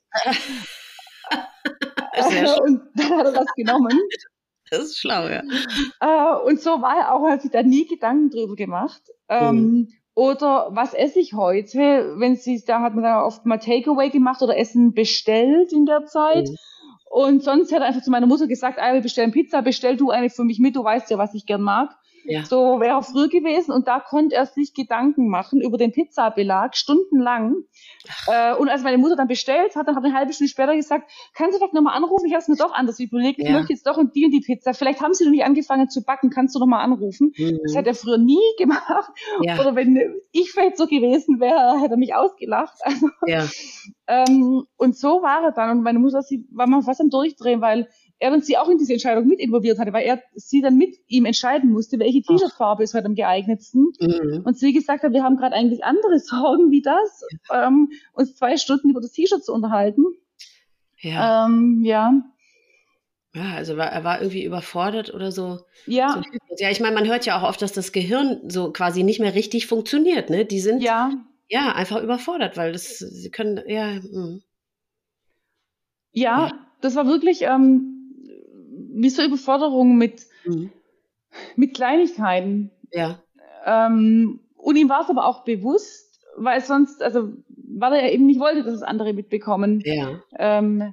Und dann hat er das genommen. Das ist schlau, ja. Äh, und so war er auch, hat sich da nie Gedanken drüber gemacht. Ähm, mhm. Oder was esse ich heute? Wenn sie, da hat man dann oft mal Takeaway gemacht oder Essen bestellt in der Zeit. Mhm. Und sonst hat er einfach zu meiner Mutter gesagt, ah, wir bestellen Pizza, bestell du eine für mich mit, du weißt ja, was ich gern mag. Ja. So wäre er früher gewesen und da konnte er sich Gedanken machen über den Pizzabelag stundenlang. Äh, und als meine Mutter dann bestellt hat, dann hat er eine halbe Stunde später gesagt, kannst du doch nochmal anrufen, ich habe es mir doch anders überlegt, ja. ich möchte jetzt doch und die und die Pizza, vielleicht haben sie noch nicht angefangen zu backen, kannst du nochmal anrufen. Mhm. Das hat er früher nie gemacht. Ja. Oder wenn ich vielleicht so gewesen wäre, hätte er mich ausgelacht. Also, ja. ähm, und so war er dann und meine Mutter, sie war mal fast am Durchdrehen, weil er und sie auch in diese Entscheidung mit involviert hatte, weil er sie dann mit ihm entscheiden musste, welche T-Shirt-Farbe ist heute am geeignetsten. Mhm. Und sie gesagt hat, wir haben gerade eigentlich andere Sorgen wie das, ähm, uns zwei Stunden über das T-Shirt zu unterhalten. Ja. Ähm, ja. Ja, also war, er war irgendwie überfordert oder so. Ja. So, ja, ich meine, man hört ja auch oft, dass das Gehirn so quasi nicht mehr richtig funktioniert, ne? Die sind ja, ja einfach überfordert, weil das, sie können, ja. Mh. Ja, ja, das war wirklich, ähm, wie so Überforderung mit, mhm. mit Kleinigkeiten. Ja. Ähm, und ihm war es aber auch bewusst, weil sonst, also, weil er eben nicht wollte, dass es andere mitbekommen. Ja. Ähm,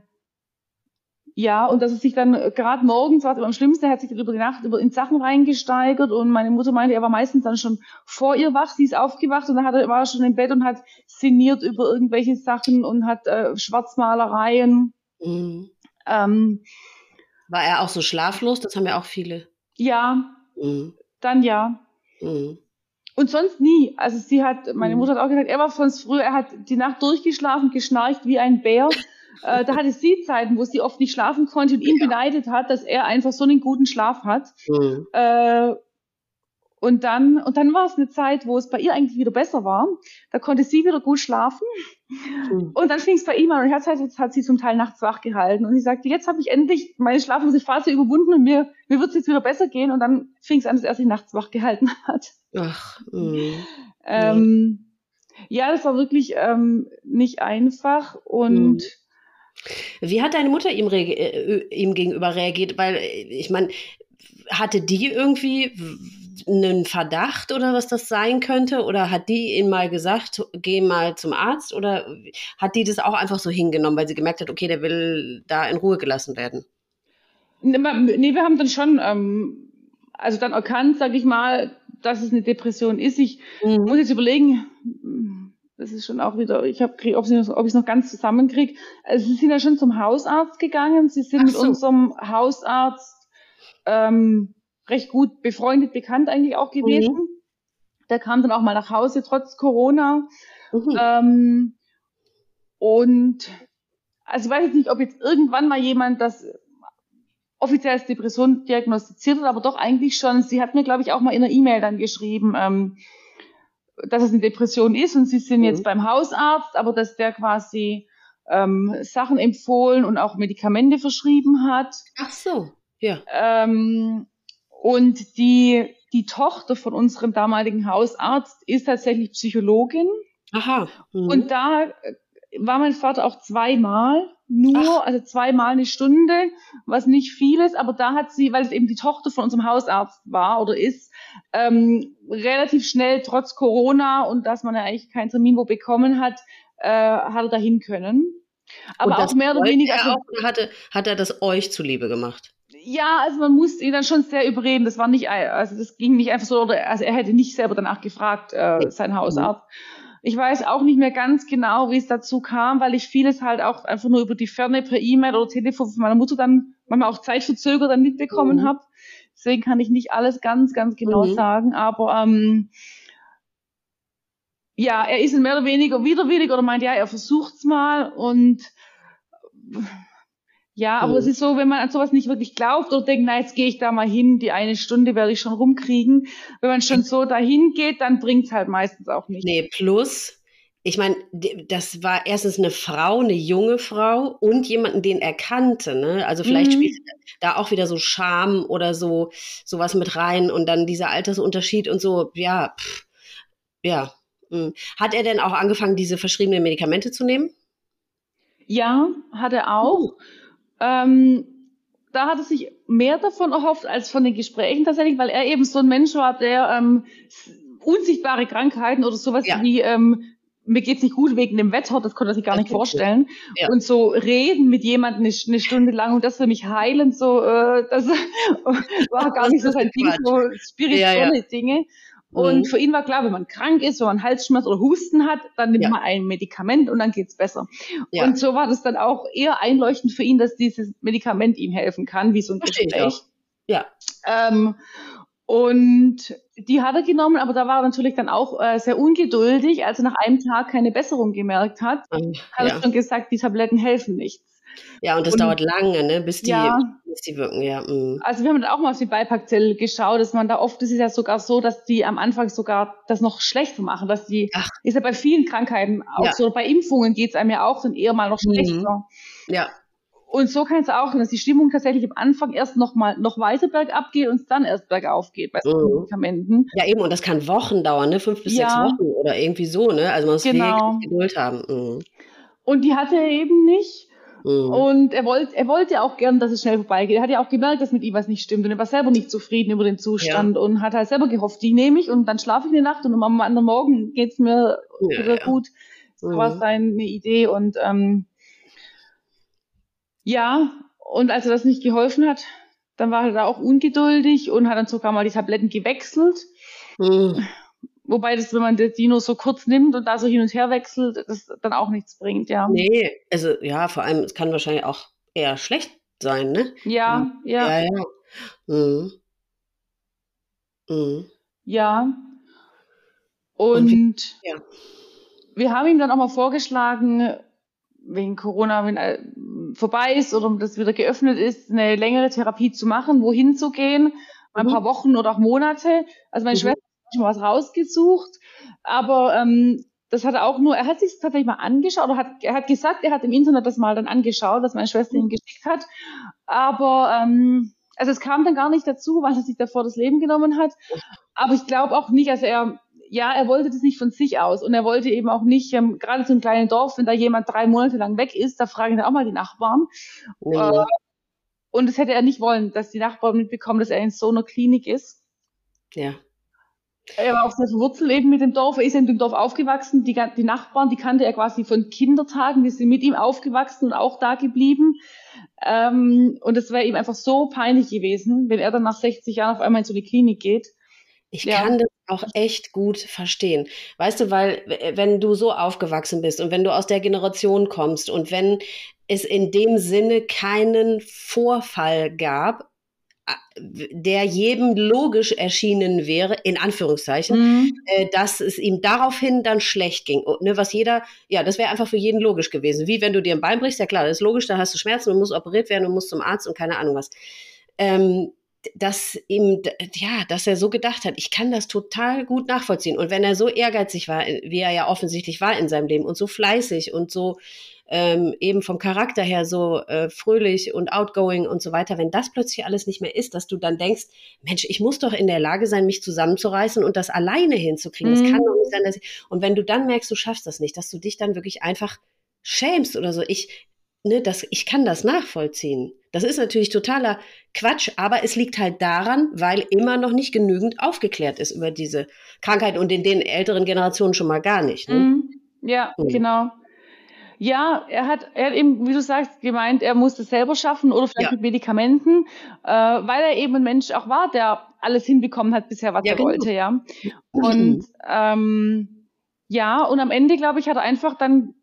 ja, und dass es sich dann gerade morgens, war es am schlimmsten, er hat sich dann über die Nacht über in Sachen reingesteigert und meine Mutter meinte, er war meistens dann schon vor ihr wach, sie ist aufgewacht und dann hat er, war er schon im Bett und hat sinniert über irgendwelche Sachen und hat äh, Schwarzmalereien. Mhm. Ähm, War er auch so schlaflos? Das haben ja auch viele. Ja, Mhm. dann ja. Mhm. Und sonst nie. Also sie hat, meine Mhm. Mutter hat auch gesagt, er war sonst früher, er hat die Nacht durchgeschlafen, geschnarcht wie ein Bär. Äh, da hatte sie Zeiten, wo sie oft nicht schlafen konnte und ihn Ja. beneidet hat, dass er einfach so einen guten Schlaf hat. Mhm. Äh, und dann, und dann war es eine Zeit, wo es bei ihr eigentlich wieder besser war. Da konnte sie wieder gut schlafen. Mhm. Und dann fing es bei ihm an und hat, hat, hat sie zum Teil nachts wach gehalten. Und sie sagte, jetzt habe ich endlich meine schlaflose Phase überwunden und mir, mir wird es jetzt wieder besser gehen. Und dann fing es an, dass er sich nachts wach gehalten hat. Ach, mhm. Ähm, ja, das war wirklich ähm, nicht einfach. Und Mhm. Wie hat deine Mutter ihm, re- äh, ihm gegenüber reagiert? Weil, äh, ich meine, hatte die irgendwie einen Verdacht oder was das sein könnte? Oder hat die ihm mal gesagt, geh mal zum Arzt? Oder hat die das auch einfach so hingenommen, weil sie gemerkt hat, okay, der will da in Ruhe gelassen werden? nee, wir haben dann schon, ähm, also dann erkannt, sag ich mal, dass es eine Depression ist. Ich Mhm. muss jetzt überlegen, das ist schon auch wieder, ich habe, ob ich es noch ganz zusammenkriege. Also sie sind ja schon zum Hausarzt gegangen. Sie sind Ach mit so. unserem Hausarzt ähm, recht gut befreundet, bekannt eigentlich auch gewesen. Mhm. Der kam dann auch mal nach Hause trotz Corona. Mhm. Ähm, und also ich weiß jetzt nicht, ob jetzt irgendwann mal jemand das offiziell als Depression diagnostiziert hat, aber doch eigentlich schon. Sie hat mir, glaube ich, auch mal in einer E-Mail dann geschrieben, ähm, dass es eine Depression ist und sie sind Mhm. jetzt beim Hausarzt, aber dass der quasi ähm, Sachen empfohlen und auch Medikamente verschrieben hat. Ach so, ja. Ähm, und die, die Tochter von unserem damaligen Hausarzt ist tatsächlich Psychologin. Aha. Mhm. Und da war mein Vater auch zweimal nur, Ach. also zweimal eine Stunde, was nicht viel ist, aber da hat sie, weil es eben die Tochter von unserem Hausarzt war oder ist, ähm, relativ schnell, trotz Corona und dass man ja eigentlich keinen Termin wo bekommen hat, äh, hat er dahin können. Aber Und das auch mehr oder wollte weniger, er also, auch, oder hatte, hat er das euch zuliebe gemacht? ja, also man musste ihn dann schon sehr überreden. Das war nicht, also das ging nicht einfach so, oder, also er hätte nicht selber danach gefragt, äh, Nee. sein Hausarzt. Ich weiß auch nicht mehr ganz genau, wie es dazu kam, weil ich vieles halt auch einfach nur über die Ferne per E-Mail oder Telefon von meiner Mutter dann manchmal auch zeitverzögert dann mitbekommen Mhm. habe. Deswegen kann ich nicht alles ganz, ganz genau Mhm. sagen. Aber ähm, ja, er ist mehr oder weniger widerwillig oder meint, ja, er versucht's mal und ja, aber Mhm. es ist so, wenn man an sowas nicht wirklich glaubt oder denkt, na, jetzt gehe ich da mal hin, die eine Stunde werde ich schon rumkriegen. Wenn man schon so dahin geht, dann bringt's halt meistens auch nicht. Nee, plus, ich meine, das war erstens eine Frau, eine junge Frau und jemanden, den er kannte, ne? Also vielleicht Mhm. spielt da auch wieder so Scham oder so sowas mit rein und dann dieser Altersunterschied und so, ja, pff, ja. Mh. Hat er denn auch angefangen, diese verschriebenen Medikamente zu nehmen? Ja, hat er auch. Mhm. Ähm, da hat er sich mehr davon erhofft als von den Gesprächen tatsächlich, weil er eben so ein Mensch war, der ähm, unsichtbare Krankheiten oder sowas Ja. wie ähm, mir geht's nicht gut wegen dem Wetter, das konnte er sich gar Das nicht gibt's nicht. vorstellen. Ja. Und so reden mit jemandem eine, eine Stunde lang und das für mich heilen, so äh, das war gar Was nicht so ist sein das Ding, Quatsch? so spirituelle Ja, ja. Dinge. Und Mhm. für ihn war klar, wenn man krank ist, wenn man Halsschmerz oder Husten hat, dann nimmt Ja. man ein Medikament und dann geht's besser. Ja. Und so war das dann auch eher einleuchtend für ihn, dass dieses Medikament ihm helfen kann, wie so ein Verstehe ich Gespräch. auch. Ja. Ähm, und die hat er genommen, aber da war er natürlich dann auch äh, sehr ungeduldig. Als er nach einem Tag keine Besserung gemerkt hat, Ähm, hat ja. er schon gesagt, die Tabletten helfen nichts. Ja, und das Und dauert lange, ne, bis die, ja, bis die wirken, ja. Mhm. also wir haben dann auch mal auf die Beipackzettel geschaut, dass man da oft, ist es ja sogar so, dass die am Anfang sogar das noch schlechter machen, dass die, Ach. ist ja bei vielen Krankheiten auch Ja. so, bei Impfungen geht's einem ja auch dann eher mal noch Mhm. schlechter. Ja. Und so kann es auch sein, dass die Stimmung tatsächlich am Anfang erst noch mal noch weiter bergab geht und es dann erst bergauf geht bei solchen Mhm. Medikamenten. Ja, eben, und das kann Wochen dauern, ne? Fünf bis sechs Ja, Wochen oder irgendwie so, ne? Also man muss genau. wirklich Geduld haben. Mhm. Und die hatte er eben nicht. Mhm. Und er wollte, er wollte auch gern, dass es schnell vorbeigeht. Er hat ja auch gemerkt, dass mit ihm was nicht stimmt und er war selber nicht zufrieden über den Zustand Ja. und hat halt selber gehofft, die nehme ich und dann schlafe ich eine Nacht und am anderen Morgen geht's mir Ja, wieder ja. gut. So Mhm. war seine Idee und ähm, ja, und als er das nicht geholfen hat, dann war er da auch ungeduldig und hat dann sogar mal die Tabletten gewechselt. Mhm. Wobei das, wenn man die nur so kurz nimmt und da so hin und her wechselt, das dann auch nichts bringt, ja. Nee, also ja, vor allem, es kann wahrscheinlich auch eher schlecht sein, ne? Ja, ja. Ja, ja. Mhm. Mhm. Ja. Und wie, Und ja. wir haben ihm dann auch mal vorgeschlagen, wegen Corona, wenn er vorbei ist oder das wieder geöffnet ist, eine längere Therapie zu machen, wohin zu gehen, ein Mhm. paar Wochen oder auch Monate. Also meine Mhm. Schwester hat schon was rausgesucht, aber ähm, das hat er auch nur, er hat sich tatsächlich mal angeschaut, oder hat, er hat gesagt, er hat im Internet das mal dann angeschaut, dass meine Schwester ihm geschickt hat, aber ähm, also es kam dann gar nicht dazu, weil er sich davor das Leben genommen hat, aber ich glaube auch nicht, also er, ja, er wollte das nicht von sich aus und er wollte eben auch nicht, ähm, gerade so ein kleines Dorf, wenn da jemand drei Monate lang weg ist, da fragen dann auch mal die Nachbarn. Äh, Nee. und das hätte er nicht wollen, dass die Nachbarn mitbekommen, dass er in so einer Klinik ist. Ja. Er war auch sehr verwurzelt eben mit dem Dorf. Er ist in dem Dorf aufgewachsen. Die, die Nachbarn, die kannte er quasi von Kindertagen. Die sind mit ihm aufgewachsen und auch da geblieben. Ähm, und es wäre ihm einfach so peinlich gewesen, wenn er dann nach sechzig Jahren auf einmal in so eine Klinik geht. Ich Ja. kann das auch echt gut verstehen. Weißt du, weil w- wenn du so aufgewachsen bist und wenn du aus der Generation kommst und wenn es in dem Sinne keinen Vorfall gab, a- der jedem logisch erschienen wäre, in Anführungszeichen, Mhm. äh, dass es ihm daraufhin dann schlecht ging. Und, ne, was jeder, ja, das wäre einfach für jeden logisch gewesen. Wie wenn du dir ein Bein brichst, ja klar, das ist logisch, da hast du Schmerzen und musst operiert werden und musst zum Arzt und keine Ahnung was. Ähm, dass ihm, d- ja, dass er so gedacht hat, ich kann das total gut nachvollziehen. Und wenn er so ehrgeizig war, wie er ja offensichtlich war in seinem Leben und so fleißig und so ähm, eben vom Charakter her so äh, fröhlich und outgoing und so weiter, wenn das plötzlich alles nicht mehr ist, dass du dann denkst, Mensch, ich muss doch in der Lage sein, mich zusammenzureißen und das alleine hinzukriegen. Das kann Mhm. doch nicht sein, dass ich, und wenn du dann merkst, du schaffst das nicht, dass du dich dann wirklich einfach schämst oder so. Ich, ne, das, ich kann das nachvollziehen. Das ist natürlich totaler Quatsch, aber es liegt halt daran, weil immer noch nicht genügend aufgeklärt ist über diese Krankheit und in den älteren Generationen schon mal gar nicht. Ne? Mhm. Ja, Mhm. genau. Ja, er hat, er hat eben, wie du sagst, gemeint, er musste es selber schaffen oder vielleicht Ja. mit Medikamenten, äh, weil er eben ein Mensch auch war, der alles hinbekommen hat bisher, was Ja, er genau. wollte, ja. Und ähm, ja, und am Ende, glaube ich, hat er einfach dann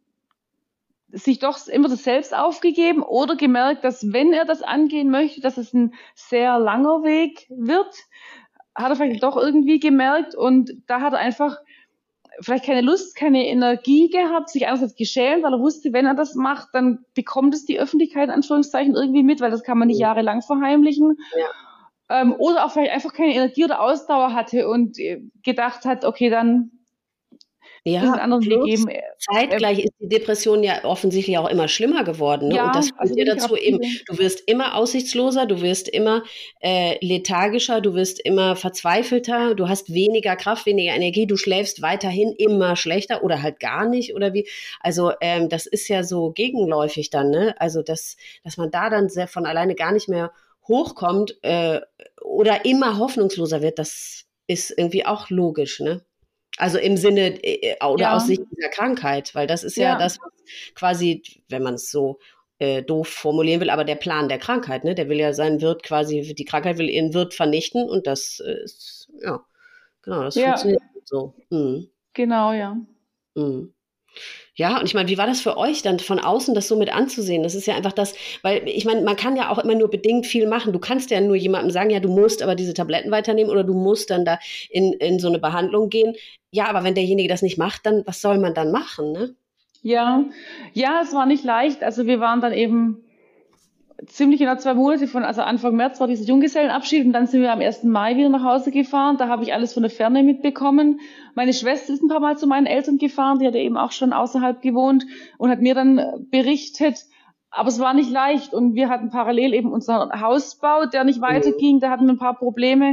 sich doch immer das selbst aufgegeben oder gemerkt, dass wenn er das angehen möchte, dass es ein sehr langer Weg wird, hat er vielleicht doch irgendwie gemerkt und da hat er einfach vielleicht keine Lust, keine Energie gehabt, sich einerseits geschämt, weil er wusste, wenn er das macht, dann bekommt es die Öffentlichkeit in Anführungszeichen irgendwie mit, weil das kann man nicht jahrelang verheimlichen. Ja. Ähm, oder auch vielleicht einfach keine Energie oder Ausdauer hatte und äh, gedacht hat, okay, dann Ja, muss es einen anderen Weg plus geben. zeitgleich ist die Depression ja offensichtlich auch immer schlimmer geworden. Ne? Ja, Und das also führt dir wirklich dazu eben, rapide. du wirst immer aussichtsloser, du wirst immer äh, lethargischer, du wirst immer verzweifelter, du hast weniger Kraft, weniger Energie, du schläfst weiterhin immer schlechter oder halt gar nicht oder wie. Also ähm, das ist ja so gegenläufig dann, ne? Also dass, dass man da dann sehr von alleine gar nicht mehr hochkommt äh, oder immer hoffnungsloser wird, das ist irgendwie auch logisch, ne? Also im Sinne äh, oder Ja. aus Sicht dieser Krankheit, weil das ist ja, Ja. das, was quasi, wenn man es so äh, doof formulieren will, aber der Plan der Krankheit, ne? Der will ja seinen Wirt quasi, die Krankheit will ihren Wirt vernichten und das ist, ja, genau, das Ja. funktioniert so. Mhm. Genau, ja. Mhm. Ja, und ich meine, wie war das für euch dann von außen, das so mit anzusehen? Das ist ja einfach das, weil ich meine, man kann ja auch immer nur bedingt viel machen. Du kannst ja nur jemandem sagen, ja, du musst aber diese Tabletten weiternehmen oder du musst dann da in, in so eine Behandlung gehen. Ja, aber wenn derjenige das nicht macht, dann was soll man dann machen, ne? Ja, ja, es war nicht leicht. Also wir waren dann eben ziemlich genau zwei Monate von, also Anfang März war dieser Junggesellenabschied und dann sind wir am ersten Mai wieder nach Hause gefahren. Da habe ich alles von der Ferne mitbekommen. Meine Schwester ist ein paar Mal zu meinen Eltern gefahren, die hat eben auch schon außerhalb gewohnt und hat mir dann berichtet, aber es war nicht leicht und wir hatten parallel eben unseren Hausbau, der nicht weiterging, da hatten wir ein paar Probleme.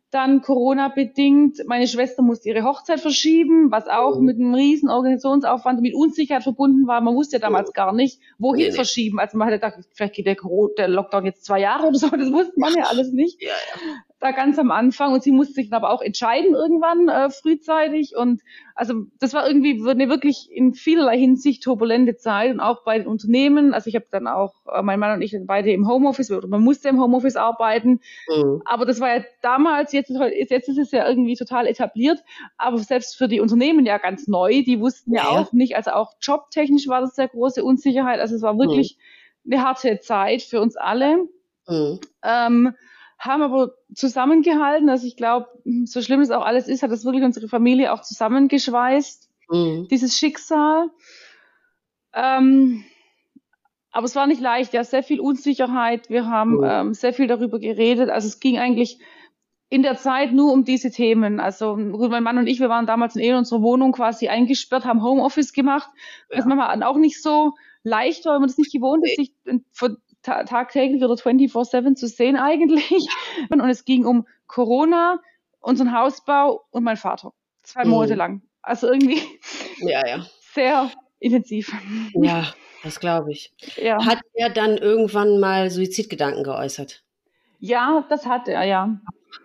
Dann Corona-bedingt, meine Schwester musste ihre Hochzeit verschieben, was auch mhm. mit einem riesen Organisationsaufwand und mit Unsicherheit verbunden war. Man wusste ja damals mhm. gar nicht, wohin nee, verschieben. Also man hatte gedacht, vielleicht geht der, Corona, der Lockdown jetzt zwei Jahre oder so, das wusste man ja alles nicht. Ja, ja. Da ganz am Anfang. Und sie musste sich dann aber auch entscheiden irgendwann äh, frühzeitig. Und also das war irgendwie eine wirklich in vielerlei Hinsicht turbulente Zeit und auch bei den Unternehmen. Also ich habe dann auch, äh, mein Mann und ich beide im Homeoffice, oder man musste im Homeoffice arbeiten. Mhm. Aber das war ja damals, jetzt ist, jetzt ist es ja irgendwie total etabliert, aber selbst für die Unternehmen ja ganz neu. Die wussten ja, ja. auch nicht, also auch jobtechnisch war das sehr große Unsicherheit. Also es war wirklich mhm. eine harte Zeit für uns alle. Mhm. Ähm, haben aber zusammengehalten. Also ich glaube, so schlimm es auch alles ist, hat das wirklich unsere Familie auch zusammengeschweißt, mhm. dieses Schicksal. Ähm, aber es war nicht leicht, ja, sehr viel Unsicherheit. Wir haben mhm. ähm, sehr viel darüber geredet. Also es ging eigentlich in der Zeit nur um diese Themen. Also gut, mein Mann und ich, wir waren damals in unserer Wohnung quasi eingesperrt, haben Homeoffice gemacht. Ja. Das manchmal auch nicht so leicht war, wenn man das nicht gewohnt ist, sich von tagtäglich oder vierundzwanzig sieben zu sehen eigentlich. Und es ging um Corona, unseren Hausbau und mein Vater. Zwei Monate mhm. lang. Also irgendwie ja, ja. sehr intensiv. Ja, das glaube ich. Ja. Hat er dann irgendwann mal Suizidgedanken geäußert? Ja, das hat er, ja.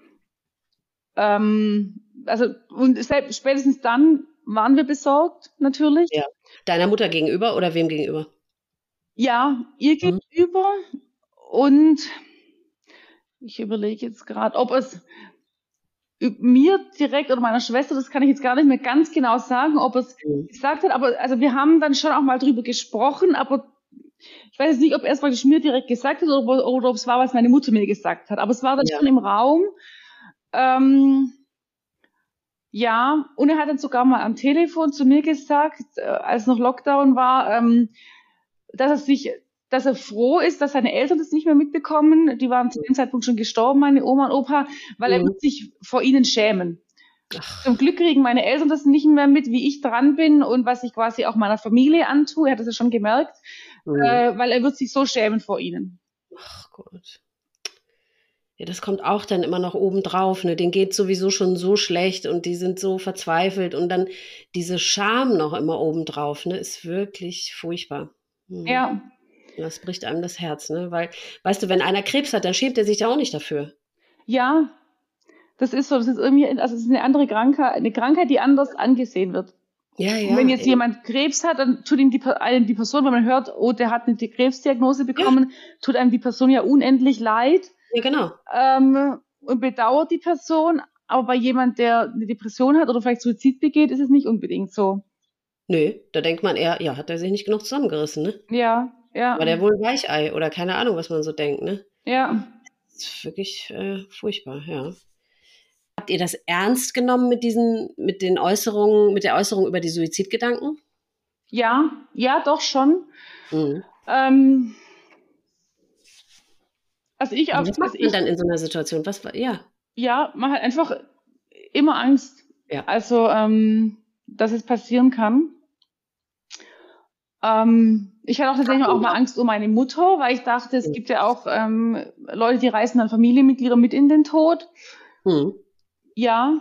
Ähm, also und selbst, spätestens dann waren wir besorgt, natürlich. Ja. Deiner Mutter gegenüber oder wem gegenüber? Ja, ihr gegenüber mhm. und ich überlege jetzt gerade, ob es mir direkt oder meiner Schwester, das kann ich jetzt gar nicht mehr ganz genau sagen, ob es mhm. gesagt hat, aber also wir haben dann schon auch mal drüber gesprochen, aber ich weiß jetzt nicht, ob er es praktisch mir direkt gesagt hat oder, oder ob es war, was meine Mutter mir gesagt hat, aber es war dann ja. schon im Raum. Ähm, ja, und er hat dann sogar mal am Telefon zu mir gesagt, äh, als noch Lockdown war, ähm, dass er sich, dass er froh ist, dass seine Eltern das nicht mehr mitbekommen. Die waren zu dem Zeitpunkt schon gestorben, meine Oma und Opa, weil mhm. er wird sich vor ihnen schämen. Ach. Zum Glück kriegen meine Eltern das nicht mehr mit, wie ich dran bin und was ich quasi auch meiner Familie antue. Er hat das ja schon gemerkt, mhm. äh, weil er wird sich so schämen vor ihnen. Ach Gott. Ja, das kommt auch dann immer noch oben drauf, ne? Denen geht sowieso schon so schlecht und die sind so verzweifelt und dann diese Scham noch immer oben drauf, ne? Ist wirklich furchtbar. Hm. Ja. Das bricht einem das Herz, ne? Weil, weißt du, wenn einer Krebs hat, dann schämt er sich da auch nicht dafür. Ja, das ist so. Das ist irgendwie, also es ist eine andere Krankheit, eine Krankheit, die anders angesehen wird. Ja, ja. Und wenn jetzt ey. jemand Krebs hat, dann tut ihm die, einem die Person, wenn man hört, oh, der hat eine Krebsdiagnose bekommen, ja. tut einem die Person ja unendlich leid. Ja, genau. Ähm, und bedauert die Person. Aber bei jemand, der eine Depression hat oder vielleicht Suizid begeht, ist es nicht unbedingt so. Nö, da denkt man eher, ja, hat er sich nicht genug zusammengerissen, ne? Ja, ja. War der wohl Weichei oder keine Ahnung, was man so denkt, ne? Ja. Das ist wirklich äh, furchtbar, ja. Habt ihr das ernst genommen mit diesen, mit den Äußerungen, mit der Äußerung über die Suizidgedanken? Ja, ja, doch schon. Mhm. Ähm, also ich auch. Was macht man dann in so einer Situation? Was war, ja. Ja, man hat einfach immer Angst. Ja. Also, ähm, dass es passieren kann. Ähm, ich hatte auch tatsächlich auch mal Angst um meine Mutter, weil ich dachte, es mhm. gibt ja auch ähm, Leute, die reißen dann Familienmitglieder mit in den Tod. Mhm. Ja.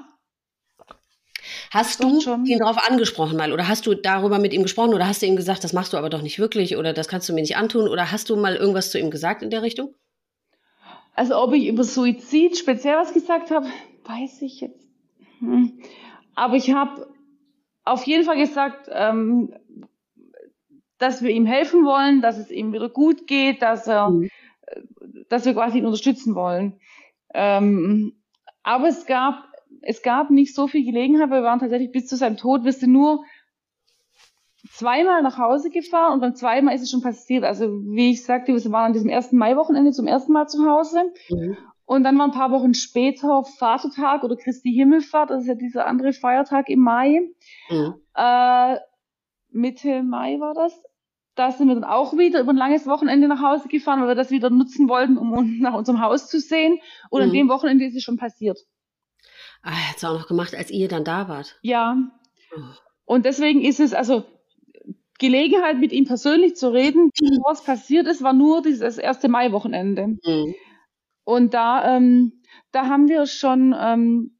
Hast du schon ihn darauf angesprochen mal oder hast du darüber mit ihm gesprochen oder hast du ihm gesagt, das machst du aber doch nicht wirklich oder das kannst du mir nicht antun oder hast du mal irgendwas zu ihm gesagt in der Richtung? Also ob ich über Suizid speziell was gesagt habe, weiß ich jetzt. Hm. Aber ich habe auf jeden Fall gesagt, ähm, dass wir ihm helfen wollen, dass es ihm wieder gut geht, dass er, mhm. dass wir quasi ihn unterstützen wollen. Ähm, aber es gab, es gab nicht so viel Gelegenheit, weil wir waren tatsächlich bis zu seinem Tod, wir sind nur zweimal nach Hause gefahren und beim zweiten Mal ist es schon passiert. Also wie ich sagte, wir waren an diesem ersten Mai-Wochenende zum ersten Mal zu Hause. Mhm. Und dann war ein paar Wochen später Vatertag oder Christi Himmelfahrt, das ist ja dieser andere Feiertag im Mai. Mhm. Äh, Mitte Mai war das. Da sind wir dann auch wieder über ein langes Wochenende nach Hause gefahren, weil wir das wieder nutzen wollten, um nach unserem Haus zu sehen. Und mhm. an dem Wochenende ist es schon passiert. Ah, er hat es auch noch gemacht, als ihr dann da wart. Ja. Oh. Und deswegen ist es, also Gelegenheit, mit ihm persönlich zu reden, bevor es passiert ist, war nur dieses erste Mai-Wochenende. Mhm. Und da, ähm, Da haben wir schon, ähm,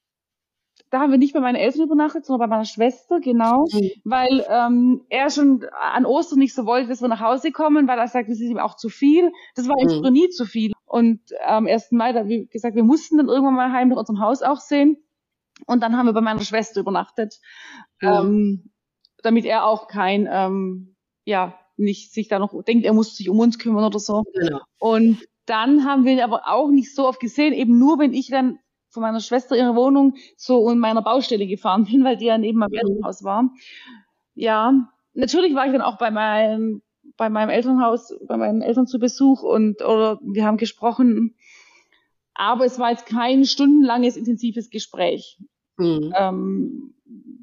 da haben wir nicht bei meinen Eltern übernachtet, sondern bei meiner Schwester, genau, mhm. weil ähm, er schon an Ostern nicht so wollte, dass wir nach Hause kommen, weil er sagt, das ist ihm auch zu viel. Das war ihm mhm. nie zu viel. Und am ersten Mai, da wie gesagt, wir mussten dann irgendwann mal heim nach unserem Haus auch sehen. Und dann haben wir bei meiner Schwester übernachtet, mhm. ähm, damit er auch kein, ähm, ja, nicht sich da noch denkt, er muss sich um uns kümmern oder so. Genau. Und dann haben wir ihn aber auch nicht so oft gesehen, eben nur, wenn ich dann von meiner Schwester ihre Wohnung so in meiner Baustelle gefahren bin, weil die ja neben meinem Elternhaus war. Ja, natürlich war ich dann auch bei meinem, bei meinem Elternhaus, bei meinen Eltern zu Besuch und, oder wir haben gesprochen. Aber es war jetzt kein stundenlanges, intensives Gespräch. Mhm. Ähm,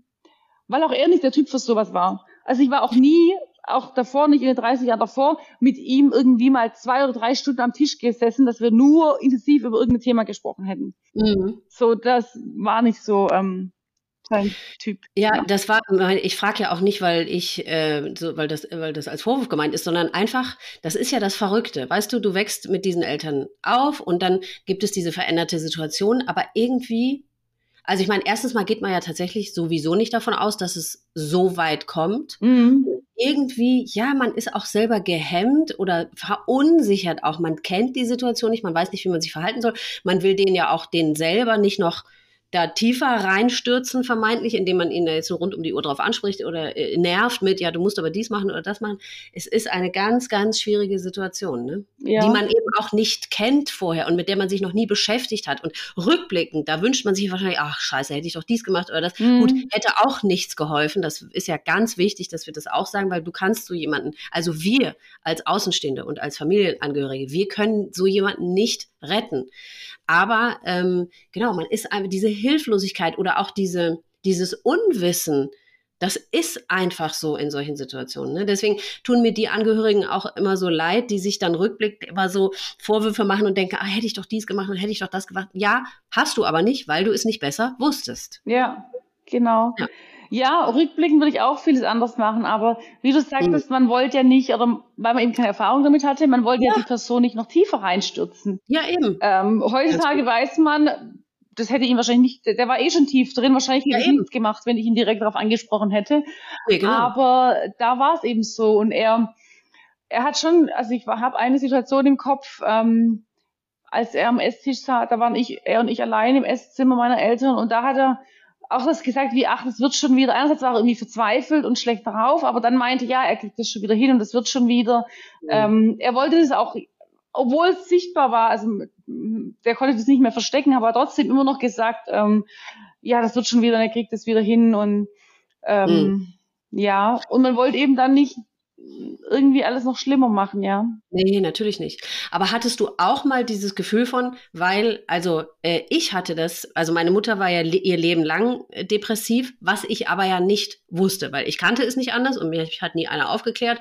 weil auch er nicht der Typ für sowas war. Also ich war auch nie, auch davor, nicht in den dreißig Jahren davor, mit ihm irgendwie mal zwei oder drei Stunden am Tisch gesessen, dass wir nur intensiv über irgendein Thema gesprochen hätten. Mhm. So, das war nicht so ähm, sein Typ. Ja, ja, das war, ich frage ja auch nicht, weil ich, äh, so, weil das, weil das als Vorwurf gemeint ist, sondern einfach, das ist ja das Verrückte. Weißt du, du wächst mit diesen Eltern auf und dann gibt es diese veränderte Situation, aber irgendwie, also ich meine, erstens mal geht man ja tatsächlich sowieso nicht davon aus, dass es so weit kommt. Mhm. Irgendwie, ja, man ist auch selber gehemmt oder verunsichert auch. Man kennt die Situation nicht, man weiß nicht, wie man sich verhalten soll. Man will den ja auch, den selber nicht noch da tiefer reinstürzen, vermeintlich, indem man ihn da jetzt so rund um die Uhr drauf anspricht oder äh, nervt mit, ja, du musst aber dies machen oder das machen. Es ist eine ganz, ganz schwierige Situation, ne? Ja. Die man eben auch nicht kennt vorher und mit der man sich noch nie beschäftigt hat. Und rückblickend, da wünscht man sich wahrscheinlich, ach scheiße, hätte ich doch dies gemacht oder das. Mhm. Gut, hätte auch nichts geholfen. Das ist ja ganz wichtig, dass wir das auch sagen, weil du kannst so jemanden, also wir als Außenstehende und als Familienangehörige, wir können so jemanden nicht retten. Aber ähm, genau, man ist einfach diese Hilflosigkeit oder auch diese dieses Unwissen, das ist einfach so in solchen Situationen. Ne? Deswegen tun mir die Angehörigen auch immer so leid, die sich dann rückblickend immer so Vorwürfe machen und denken, ah, hätte ich doch dies gemacht und hätte ich doch das gemacht. Ja, hast du aber nicht, weil du es nicht besser wusstest. Ja, genau. Ja. Ja, rückblickend würde ich auch vieles anders machen, aber wie du sagtest, mhm. man wollte ja nicht, oder weil man eben keine Erfahrung damit hatte, man wollte ja, ja die Person nicht noch tiefer reinstürzen. Ja, eben. Ähm, heutzutage weiß man, das hätte ihn wahrscheinlich nicht, der war eh schon tief drin, wahrscheinlich hätte ja, ich eben. nichts gemacht, wenn ich ihn direkt darauf angesprochen hätte. Ja, genau. Aber da war es eben so und er, er hat schon, also ich habe eine Situation im Kopf, ähm, als er am Esstisch saß, da waren ich, er und ich allein im Esszimmer meiner Eltern und da hat er auch das gesagt, wie, ach, das wird schon wieder, einerseits war er irgendwie verzweifelt und schlecht darauf, aber dann meinte, ja, er kriegt das schon wieder hin und das wird schon wieder. Mhm. Ähm, er wollte das auch, obwohl es sichtbar war, also der konnte das nicht mehr verstecken, aber trotzdem immer noch gesagt, ähm, ja, das wird schon wieder, und er kriegt das wieder hin und ähm, mhm. ja, und man wollte eben dann nicht irgendwie alles noch schlimmer machen, ja. Nee, natürlich nicht. Aber hattest du auch mal dieses Gefühl von, weil, also äh, ich hatte das, also meine Mutter war ja le- ihr Leben lang äh, depressiv, was ich aber ja nicht wusste, weil ich kannte es nicht anders und mich hat nie einer aufgeklärt,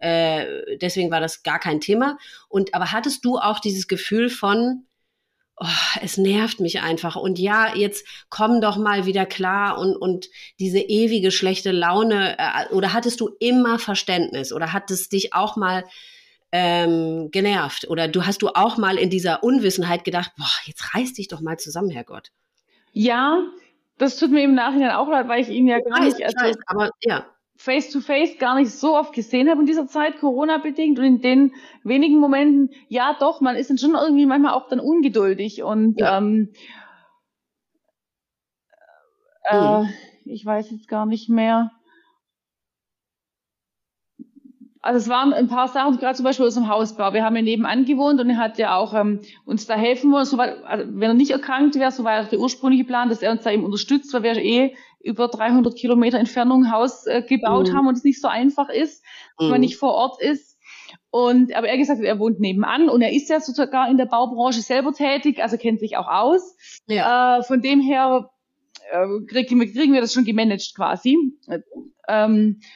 äh, deswegen war das gar kein Thema. Und aber hattest du auch dieses Gefühl von, oh, es nervt mich einfach und ja, jetzt komm doch mal wieder klar und und diese ewige schlechte Laune, äh, oder hattest du immer Verständnis oder hat es dich auch mal ähm, genervt oder du hast du auch mal in dieser Unwissenheit gedacht, boah, jetzt reiß dich doch mal zusammen, Herrgott. Ja, das tut mir im Nachhinein auch leid, weil ich ihn ja gar ich weiß, nicht, also ich weiß, aber ja. Face-to-face gar nicht so oft gesehen habe in dieser Zeit, Corona-bedingt. Und in den wenigen Momenten, ja doch, man ist dann schon irgendwie manchmal auch dann ungeduldig. Und ja. ähm, äh, mhm. ich weiß jetzt gar nicht mehr. Also es waren ein paar Sachen, gerade zum Beispiel aus dem Hausbau. Wir haben ja nebenan gewohnt und er hat ja auch ähm, uns da helfen wollen. So war, also wenn er nicht erkrankt wäre, so war auch der ursprüngliche Plan, dass er uns da eben unterstützt, weil wir eh über dreihundert Kilometer Entfernung ein Haus äh, gebaut mhm. haben und es nicht so einfach ist, wenn mhm. man nicht vor Ort ist. Und aber er gesagt hat, er wohnt nebenan und er ist ja sogar in der Baubranche selber tätig, also kennt sich auch aus. Ja. Äh, von dem her äh, kriegen, wir, kriegen wir das schon gemanagt quasi. Ähm,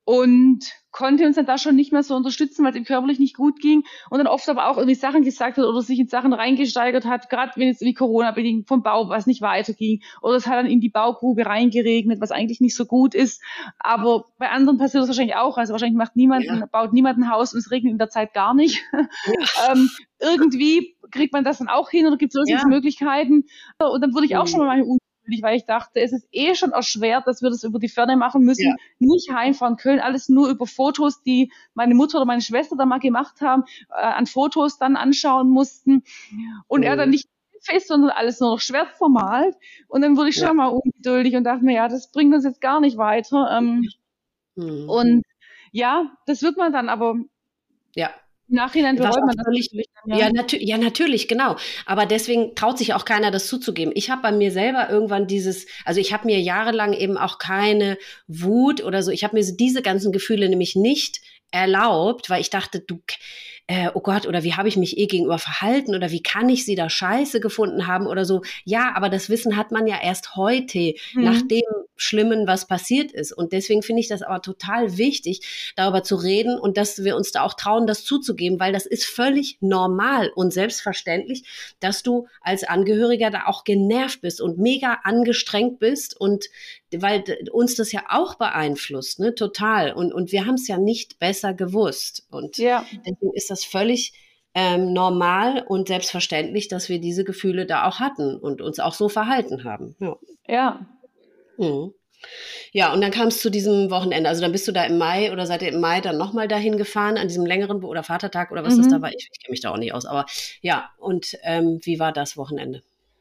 und konnte uns dann da schon nicht mehr so unterstützen, weil es ihm körperlich nicht gut ging und dann oft aber auch irgendwie Sachen gesagt hat oder sich in Sachen reingesteigert hat, gerade wenn jetzt irgendwie Corona-bedingt vom Bau was nicht weiterging oder es hat dann in die Baugrube reingeregnet, was eigentlich nicht so gut ist, aber bei anderen passiert das wahrscheinlich auch, also wahrscheinlich macht niemand, ja. baut niemand ein Haus und es regnet in der Zeit gar nicht. Ja. ähm, irgendwie kriegt man das dann auch hin oder gibt es ja. Möglichkeiten und dann würde ich auch mhm. schon mal meine weil ich dachte, es ist eh schon erschwert, dass wir das über die Ferne machen müssen, ja. nicht heimfahren können, alles nur über Fotos, die meine Mutter oder meine Schwester da mal gemacht haben, äh, an Fotos dann anschauen mussten und mhm. er dann nicht fest, sondern alles nur noch schwer vermalt und dann wurde ich schon ja. mal ungeduldig und dachte mir, ja, das bringt uns jetzt gar nicht weiter ähm, mhm. und ja, das wird man dann aber ja. im Nachhinein bereut man das völlig, ja. Ja, natu- ja, natürlich, genau. Aber deswegen traut sich auch keiner, das zuzugeben. Ich habe bei mir selber irgendwann dieses, also ich habe mir jahrelang eben auch keine Wut oder so, ich habe mir so diese ganzen Gefühle nämlich nicht erlaubt, weil ich dachte, du, äh, oh Gott, oder wie habe ich mich eh gegenüber verhalten oder wie kann ich sie da scheiße gefunden haben oder so. Ja, aber das Wissen hat man ja erst heute, mhm. nach dem Schlimmen, was passiert ist. Und deswegen finde ich das aber total wichtig, darüber zu reden und dass wir uns da auch trauen, das zuzugeben, weil das ist völlig normal und selbstverständlich, dass du als Angehöriger da auch genervt bist und mega angestrengt bist und weil uns das ja auch beeinflusst, ne, total. Und, und wir haben es ja nicht besser gewusst. Und ja. deswegen ist das völlig ähm, normal und selbstverständlich, dass wir diese Gefühle da auch hatten und uns auch so verhalten haben. Ja. Ja. Mhm. Ja, und dann kam es zu diesem Wochenende. Also dann bist du da im Mai oder seid ihr im Mai dann nochmal dahin gefahren, an diesem längeren oder Vatertag oder was mhm. das da war? Ich, ich kenne mich da auch nicht aus. Aber ja, und ähm, wie war das Wochenende?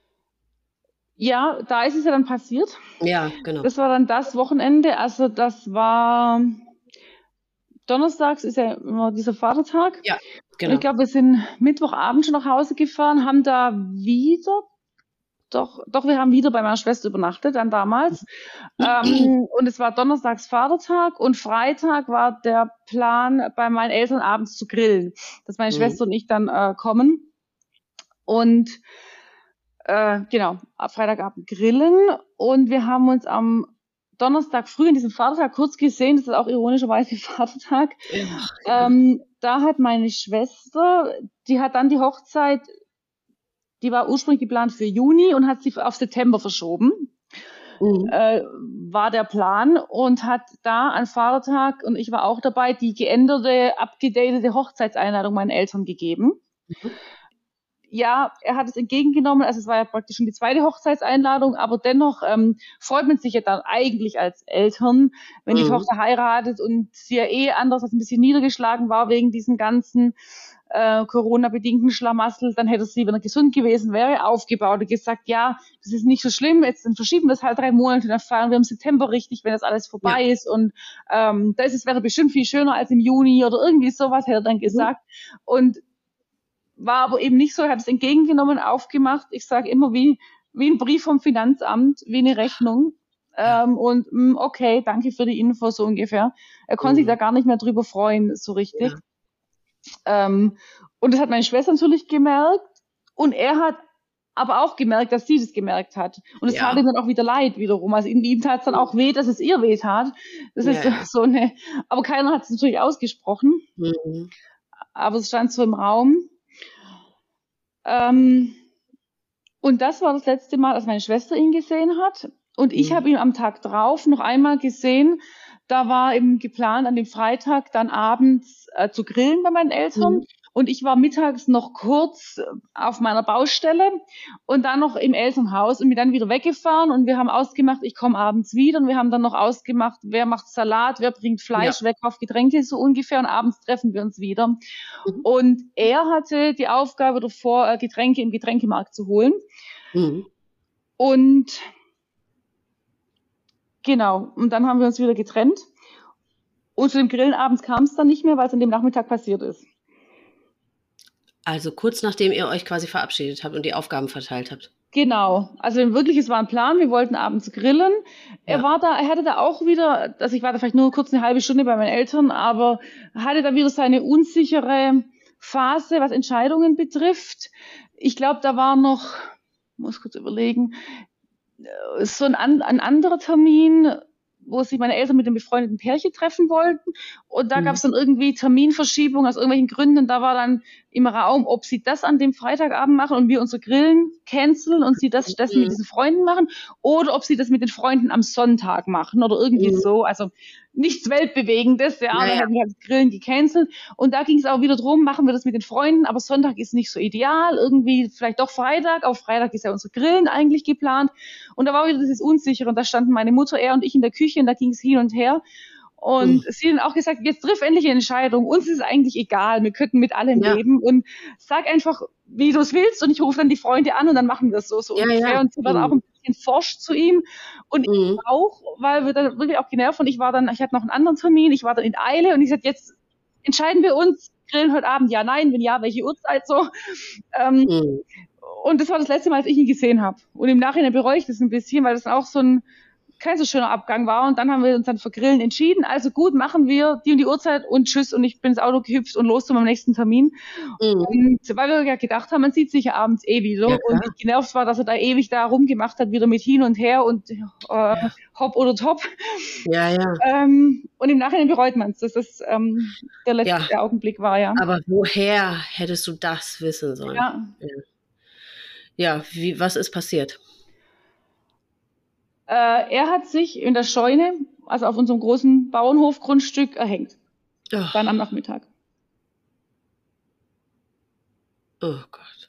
Ja, da ist es ja dann passiert. Ja, genau. Das war dann das Wochenende. Also das war donnerstags ist ja immer dieser Vatertag. Ja, genau. Und ich glaube, wir sind Mittwochabend schon nach Hause gefahren, haben da wieder Doch, doch, wir haben wieder bei meiner Schwester übernachtet, dann damals. ähm, und es war donnerstags Vatertag und Freitag war der Plan, bei meinen Eltern abends zu grillen, dass meine mhm. Schwester und ich dann äh, kommen. Und äh, genau, ab Freitagabend grillen. Und wir haben uns am Donnerstag früh in diesem Vatertag kurz gesehen, das ist auch ironischerweise Vatertag. Ja. Ähm, da hat meine Schwester, die hat dann die Hochzeit, die war ursprünglich geplant für Juni und hat sie auf September verschoben, mhm. äh, war der Plan und hat da an Vatertag, und ich war auch dabei, die geänderte, abgedatete Hochzeitseinladung meinen Eltern gegeben. Mhm. Ja, er hat es entgegengenommen, also es war ja praktisch schon die zweite Hochzeitseinladung, aber dennoch ähm, freut man sich ja dann eigentlich als Eltern, wenn mhm. die Tochter heiratet und sie ja eh anders als ein bisschen niedergeschlagen war wegen diesem ganzen äh, Corona-bedingten Schlamassel, dann hätte sie, wenn er gesund gewesen wäre, aufgebaut und gesagt, ja, das ist nicht so schlimm, jetzt dann verschieben wir es halt drei Monate, dann feiern wir im September richtig, wenn das alles vorbei ja. ist und ähm, da ist es wäre bestimmt viel schöner als im Juni oder irgendwie sowas, hätte er dann gesagt. Mhm. Und war aber eben nicht so, er hat es entgegengenommen, aufgemacht, ich sage immer wie, wie ein Brief vom Finanzamt, wie eine Rechnung. Ähm, und mh, okay, danke für die Info, so ungefähr. Er konnte mhm. sich da gar nicht mehr drüber freuen, so richtig. Ja. Ähm, und das hat meine Schwester natürlich gemerkt und er hat aber auch gemerkt, dass sie das gemerkt hat. Und es ja. tat ihm dann auch wieder leid wiederum. Also ihm, ihm tat es dann auch weh, dass es ihr weh tat. Das ja. ist so eine, aber keiner hat es natürlich ausgesprochen. Mhm. Aber es stand so im Raum. Ähm, und das war das letzte Mal, als meine Schwester ihn gesehen hat. Und ich mhm. habe ihn am Tag drauf noch einmal gesehen. Da war eben geplant, an dem Freitag dann abends äh, zu grillen bei meinen Eltern. Mhm. Und ich war mittags noch kurz auf meiner Baustelle und dann noch im Elternhaus und bin dann wieder weggefahren. Und wir haben ausgemacht, ich komme abends wieder. Und wir haben dann noch ausgemacht, wer macht Salat, wer bringt Fleisch, ja. wer kauft Getränke, so ungefähr. Und abends treffen wir uns wieder. Mhm. Und er hatte die Aufgabe davor, Getränke im Getränkemarkt zu holen. Mhm. Und genau, und dann haben wir uns wieder getrennt. Und zu dem Grillen abends kam es dann nicht mehr, weil es an dem Nachmittag passiert ist. Also kurz nachdem ihr euch quasi verabschiedet habt und die Aufgaben verteilt habt. Genau. Also wirklich, es war ein Plan. Wir wollten abends grillen. Er ja. war da, er hatte da auch wieder, also ich war da vielleicht nur kurz eine halbe Stunde bei meinen Eltern, aber hatte da wieder seine unsichere Phase, was Entscheidungen betrifft. Ich glaube, da war noch, muss kurz überlegen, so ein, ein anderer Termin, wo sich meine Eltern mit einem befreundeten Pärchen treffen wollten. Und da Mhm. gab es dann irgendwie Terminverschiebung aus irgendwelchen Gründen. Und da war dann im Raum, ob sie das an dem Freitagabend machen und wir unsere Grillen canceln und sie das stattdessen mit Mhm. diesen Freunden machen, oder ob sie das mit den Freunden am Sonntag machen oder irgendwie Mhm. so. Also nichts Weltbewegendes, ja, Ja, da ja. hätten wir halt Grillen gecancelt. Und da ging es auch wieder drum, machen wir das mit den Freunden, aber Sonntag ist nicht so ideal, irgendwie vielleicht doch Freitag. Auf Freitag ist ja unsere Grillen eigentlich geplant. Und da war wieder dieses Unsichere und da standen meine Mutter, er und ich in der Küche und da ging es hin und her. Und Mhm. sie hat dann auch gesagt, jetzt triff endlich eine Entscheidung. Uns ist eigentlich egal, wir könnten mit allem Ja. leben und sag einfach, wie du es willst und ich rufe dann die Freunde an und dann machen wir es so, so Ja, ungefähr. ja. Und sie war dann Mhm. auch ein bisschen forsch zu ihm und ich Mhm. auch, weil wir dann wirklich auch genervt und ich war dann, ich hatte noch einen anderen Termin, ich war dann in Eile und ich sagte, jetzt entscheiden wir uns, grillen heute Abend, ja, nein, wenn ja, welche Uhrzeit so. Ähm, Mhm. und das war das letzte Mal, als ich ihn gesehen habe. Und im Nachhinein bereue ich das ein bisschen, weil das dann auch so ein kein so schöner Abgang war. Und dann haben wir uns dann für Grillen entschieden. Also gut, machen wir die und die Uhrzeit und tschüss. Und ich bin ins Auto gehüpft und los zu meinem nächsten Termin. Mhm. Und weil wir ja gedacht haben, man sieht sich ja abends eh wieder. Ja, und klar. ich genervt war, dass er da ewig da rumgemacht hat, wieder mit hin und her und äh, Ja. hopp oder top. Ja, ja. Ähm, und im Nachhinein bereut man es, dass das ähm, der letzte Ja. Augenblick war, ja. Aber woher hättest du das wissen sollen? Ja. Ja, ja wie, was ist passiert? Äh, er hat sich in der Scheune, also auf unserem großen Bauernhofgrundstück, erhängt. Oh, Dann am Nachmittag. oh Gott.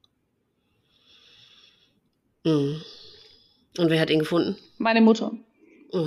Mhm. Und wer hat ihn gefunden? Meine Mutter. Oh.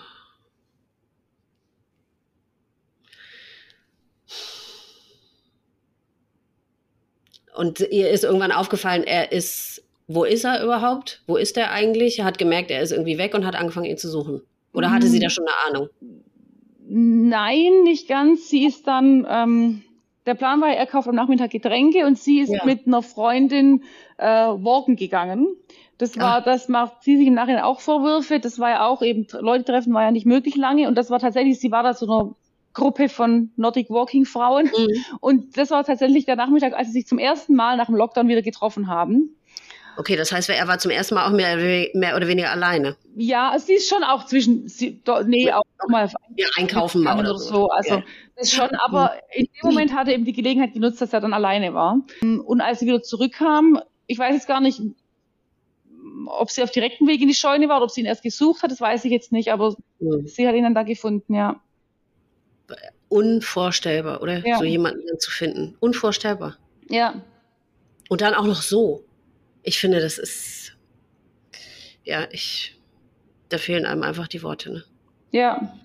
Und ihr ist irgendwann aufgefallen, er ist, wo ist er überhaupt? Wo ist er eigentlich? Er hat gemerkt, er ist irgendwie weg und hat angefangen, ihn zu suchen. Oder hatte sie da schon eine Ahnung? Nein, nicht ganz. Sie ist dann, ähm, der Plan war, er kauft am Nachmittag Getränke und sie ist Ja. mit einer Freundin äh, walken gegangen. Das war, Ah. das macht sie sich im Nachhinein auch Vorwürfe. Das war ja auch eben, Leute treffen war ja nicht möglich lange und das war tatsächlich, sie war da so einer Gruppe von Nordic Walking Frauen Mhm. und das war tatsächlich der Nachmittag, als sie sich zum ersten Mal nach dem Lockdown wieder getroffen haben. Okay, das heißt, er war zum ersten Mal auch mehr, mehr oder weniger alleine. Ja, also sie ist schon auch zwischen, sie, do, nee, auch mal Ja, einkaufen mal oder, oder so. Also Ja. das schon, aber in dem Moment hat er eben die Gelegenheit genutzt, dass er dann alleine war. Und als sie wieder zurückkam, ich weiß jetzt gar nicht, ob sie auf direktem Weg in die Scheune war oder ob sie ihn erst gesucht hat, das weiß ich jetzt nicht, aber Mhm. sie hat ihn dann da gefunden, ja. Unvorstellbar, oder? Ja. So jemanden dann zu finden. Unvorstellbar. Ja, Und dann auch noch so. Ich finde, das ist, ja, ich, da fehlen einem einfach die Worte, ne? ja.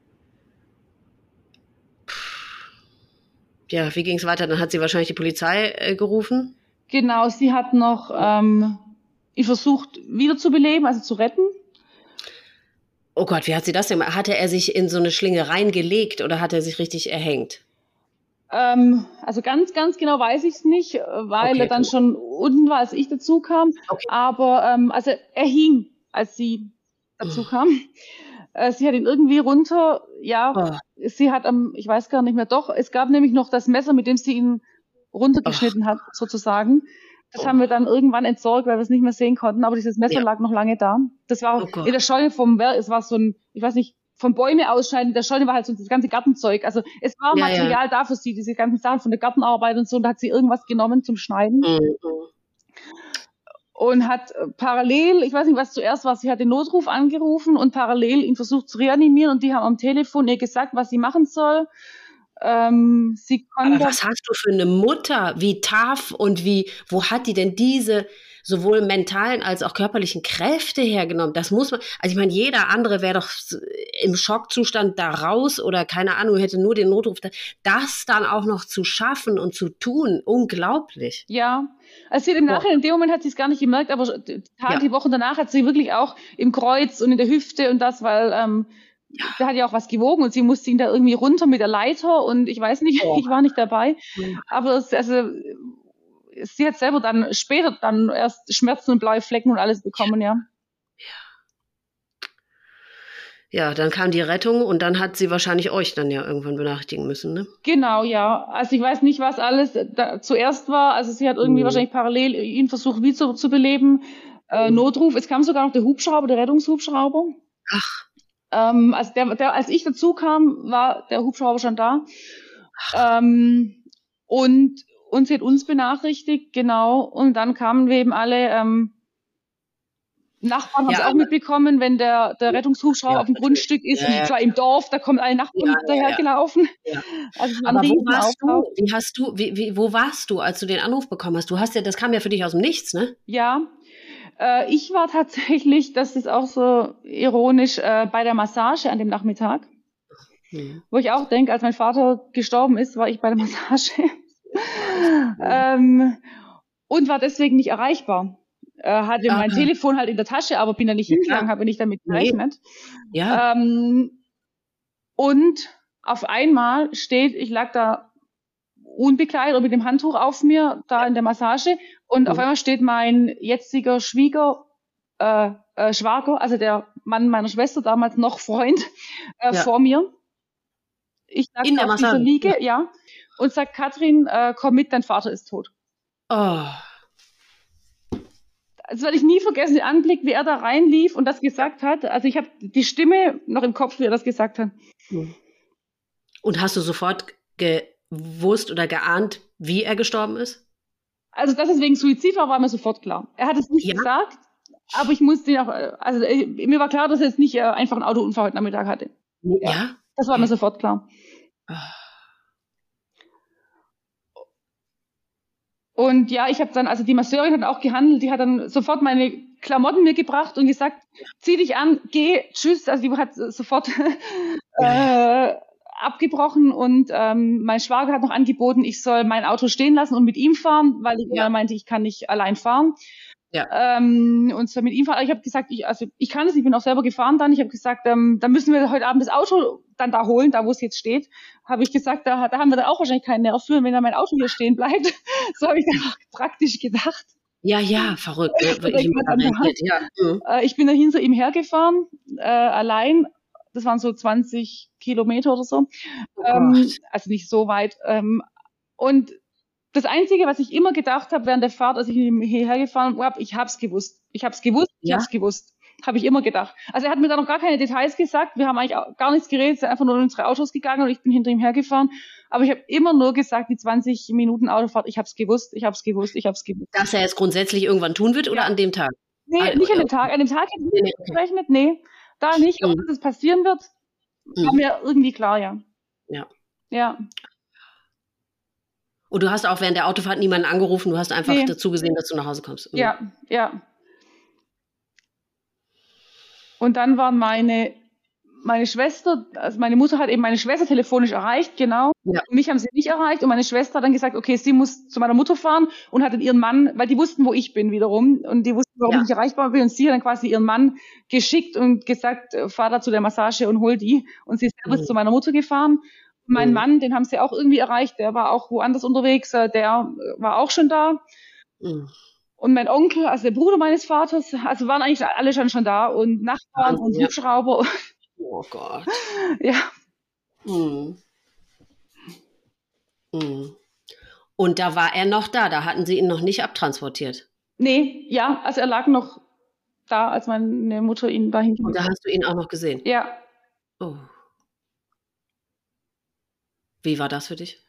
Ja, wie ging es weiter? Dann hat sie wahrscheinlich die Polizei äh, gerufen. Genau, sie hat noch ähm, ihn versucht wiederzubeleben, also zu retten. Oh Gott, wie hat sie das denn gemacht? Hatte er sich in so eine Schlinge reingelegt oder hat er sich richtig erhängt? Ähm, also ganz, ganz genau weiß ich es nicht, äh, weil Okay, er dann gut. schon unten war, als ich dazu kam. Okay. Aber ähm, also er hing, als sie dazu Oh. kam. Äh, sie hat ihn irgendwie runter, ja, Oh. sie hat am, ich weiß gar nicht mehr, doch, es gab nämlich noch das Messer, mit dem sie ihn runtergeschnitten hat, sozusagen. Das Oh. haben wir dann irgendwann entsorgt, weil wir es nicht mehr sehen konnten, aber dieses Messer Ja. lag noch lange da. Das war Oh Gott. in der Scheune vom Werk, es war so ein, ich weiß nicht, von Bäume ausschneiden, in der Scheune war halt so das ganze Gartenzeug. Also es war Ja, Material ja. da für sie, diese ganzen Sachen von der Gartenarbeit und so, und da hat sie irgendwas genommen zum Schneiden. Mhm. Und hat äh, parallel, ich weiß nicht, was zuerst war, sie hat den Notruf angerufen und parallel ihn versucht zu reanimieren und die haben am Telefon ihr gesagt, was sie machen soll. Ähm, sie Aber konnte, was hast du für eine Mutter? Wie tough und wie, wo hat die denn diese sowohl mentalen als auch körperlichen Kräfte hergenommen? Das muss man, also ich meine, jeder andere wäre doch im Schockzustand da raus oder keine Ahnung, hätte nur den Notruf. Das dann auch noch zu schaffen und zu tun, unglaublich. ja, also sie hat im Boah. Nachhinein, in dem Moment hat sie es gar nicht gemerkt, aber die Tage, Ja. die Wochen danach hat sie wirklich auch im Kreuz und in der Hüfte und das, weil ähm, Ja. da hat ja auch was gewogen und sie musste ihn da irgendwie runter mit der Leiter und ich weiß nicht, Boah. ich war nicht dabei, Mhm. aber es, also sie hat selber dann später dann erst Schmerzen und blaue Flecken und alles bekommen, ja. Ja, dann kam die Rettung und dann hat sie wahrscheinlich euch dann ja irgendwann benachrichtigen müssen, ne? Genau, ja. Also ich weiß nicht, was alles da zuerst war. Also sie hat irgendwie Mhm. wahrscheinlich parallel ihn versucht, wie zu, zu beleben. Äh, Mhm. Notruf. Es kam sogar noch der Hubschrauber, der Rettungshubschrauber. Ach. Ähm, also der, der, als ich dazu kam, war der Hubschrauber schon da. Ähm, und, und sie hat uns benachrichtigt, genau. Und dann kamen wir eben alle, ähm, Nachbarn haben es Ja, auch mitbekommen, wenn der, der Rettungshubschrauber ja, auf dem Grundstück ist, ja, und ja, zwar im Dorf, da kommen alle Nachbarn ja, hinterher ja, gelaufen. ja. Also es war ein Aber wo warst Riesenauflauf. du? Wie hast du, wie, wie, wo warst du, als du den Anruf bekommen hast? Du hast ja, das kam ja für dich aus dem Nichts, ne? Ja, äh, ich war tatsächlich, das ist auch so ironisch, äh, bei der Massage an dem Nachmittag, Hm. wo ich auch denke, als mein Vater gestorben ist, war ich bei der Massage. Hm. ähm, und war deswegen nicht erreichbar. Äh, hatte Ah, mein Telefon halt in der Tasche, aber bin da nicht ja, hingegangen, habe nicht damit nee, gerechnet. ja, Ähm, und auf einmal steht, ich lag da unbekleidet oder mit dem Handtuch auf mir, da in der Massage, und auf hm. einmal steht mein jetziger Schwieger, äh, äh, Schwager, also der Mann meiner Schwester, damals noch Freund, äh, Ja, vor mir. Ich lag in da der auf dieser Massage. Ja. Liege, ja, und sagt, Katrin, äh, komm mit, dein Vater ist tot. Oh, Das werde ich nie vergessen, den Anblick, wie er da reinlief und das gesagt hat. Also ich habe die Stimme noch im Kopf, wie er das gesagt hat. hm. Und hast du sofort gewusst oder geahnt, wie er gestorben ist? Also, dass es wegen Suizid war, war mir sofort klar. Er hat es nicht Ja. gesagt, aber ich musste ihn auch, äh, also äh, mir war klar, dass er jetzt nicht äh, einfach einen Autounfall heute Nachmittag hatte. Ja? Ja. Das war mir sofort klar. Ah. Und ja, ich habe dann, also die Masseurin hat auch gehandelt, die hat dann sofort meine Klamotten mir gebracht und gesagt, zieh dich an, geh, tschüss. Also die hat sofort Ja. äh, abgebrochen und ähm, mein Schwager hat noch angeboten, ich soll mein Auto stehen lassen und mit ihm fahren, weil ich Ja. immer meinte, ich kann nicht allein fahren. Ja. Ähm, und zwar mit ihm fahren. Ich habe gesagt, ich, also ich kann es, ich bin auch selber gefahren dann. Ich habe gesagt, ähm, dann müssen wir heute Abend das Auto dann da holen, da wo es jetzt steht. Habe ich gesagt, da, da haben wir dann auch wahrscheinlich keinen Nerv für, wenn dann mein Auto hier stehen bleibt. So habe ich dann auch praktisch gedacht. Ja, ja, verrückt. Ne? Oder Wie man da jemand reagiert. Ja. Mhm. Äh, ich bin da hinter ihm hergefahren, äh, allein. Das waren so zwanzig Kilometer oder so. Oh Ähm, Gott. also nicht so weit. Ähm, und das Einzige, was ich immer gedacht habe während der Fahrt, als ich hierher gefahren bin, ich hab's gewusst. Ich hab's gewusst, ich Ja? hab's gewusst. Habe ich immer gedacht. Also er hat mir da noch gar keine Details gesagt. Wir haben eigentlich auch gar nichts geredet, sind einfach nur in unsere Autos gegangen und ich bin hinter ihm hergefahren. Aber ich habe immer nur gesagt, die zwanzig Minuten Autofahrt, ich hab's gewusst, ich hab's gewusst, ich hab's gewusst. Dass er es grundsätzlich irgendwann tun wird oder Ja. an dem Tag? Nee, Ah, nicht an äh, dem Tag. An dem Tag hätte ich nee, nee, nicht okay. gerechnet, nee. Da nicht, aber Mhm. dass es passieren wird, war Mhm. mir irgendwie klar, ja. Ja. Ja. Und du hast auch während der Autofahrt niemanden angerufen, du hast einfach Nee. dazu gesehen, dass du nach Hause kommst. Mhm. Ja, ja. Und dann waren meine, meine Schwester, also meine Mutter hat eben meine Schwester telefonisch erreicht, genau. Ja. Mich haben sie nicht erreicht und meine Schwester hat dann gesagt, okay, sie muss zu meiner Mutter fahren und hat dann ihren Mann, weil die wussten, wo ich bin wiederum und die wussten, warum Ja. ich nicht erreichbar bin und sie hat dann quasi ihren Mann geschickt und gesagt, äh, fahr da zu der Massage und hol die und sie ist selber Mhm. zu meiner Mutter gefahren. Mein Mhm. Mann, den haben sie auch irgendwie erreicht, der war auch woanders unterwegs, äh, der äh, war auch schon da. Mhm. Und mein Onkel, also der Bruder meines Vaters, also waren eigentlich alle schon schon da und Nachbarn Wahnsinn, und ja. Hubschrauber. Oh Gott. Ja, Mhm. Mhm. Und da war er noch da, da hatten sie ihn noch nicht abtransportiert. nee, ja, also er lag noch da, als meine Mutter ihn dahin Und da ging. hast du ihn auch noch gesehen. Ja, Oh. Wie war das für dich?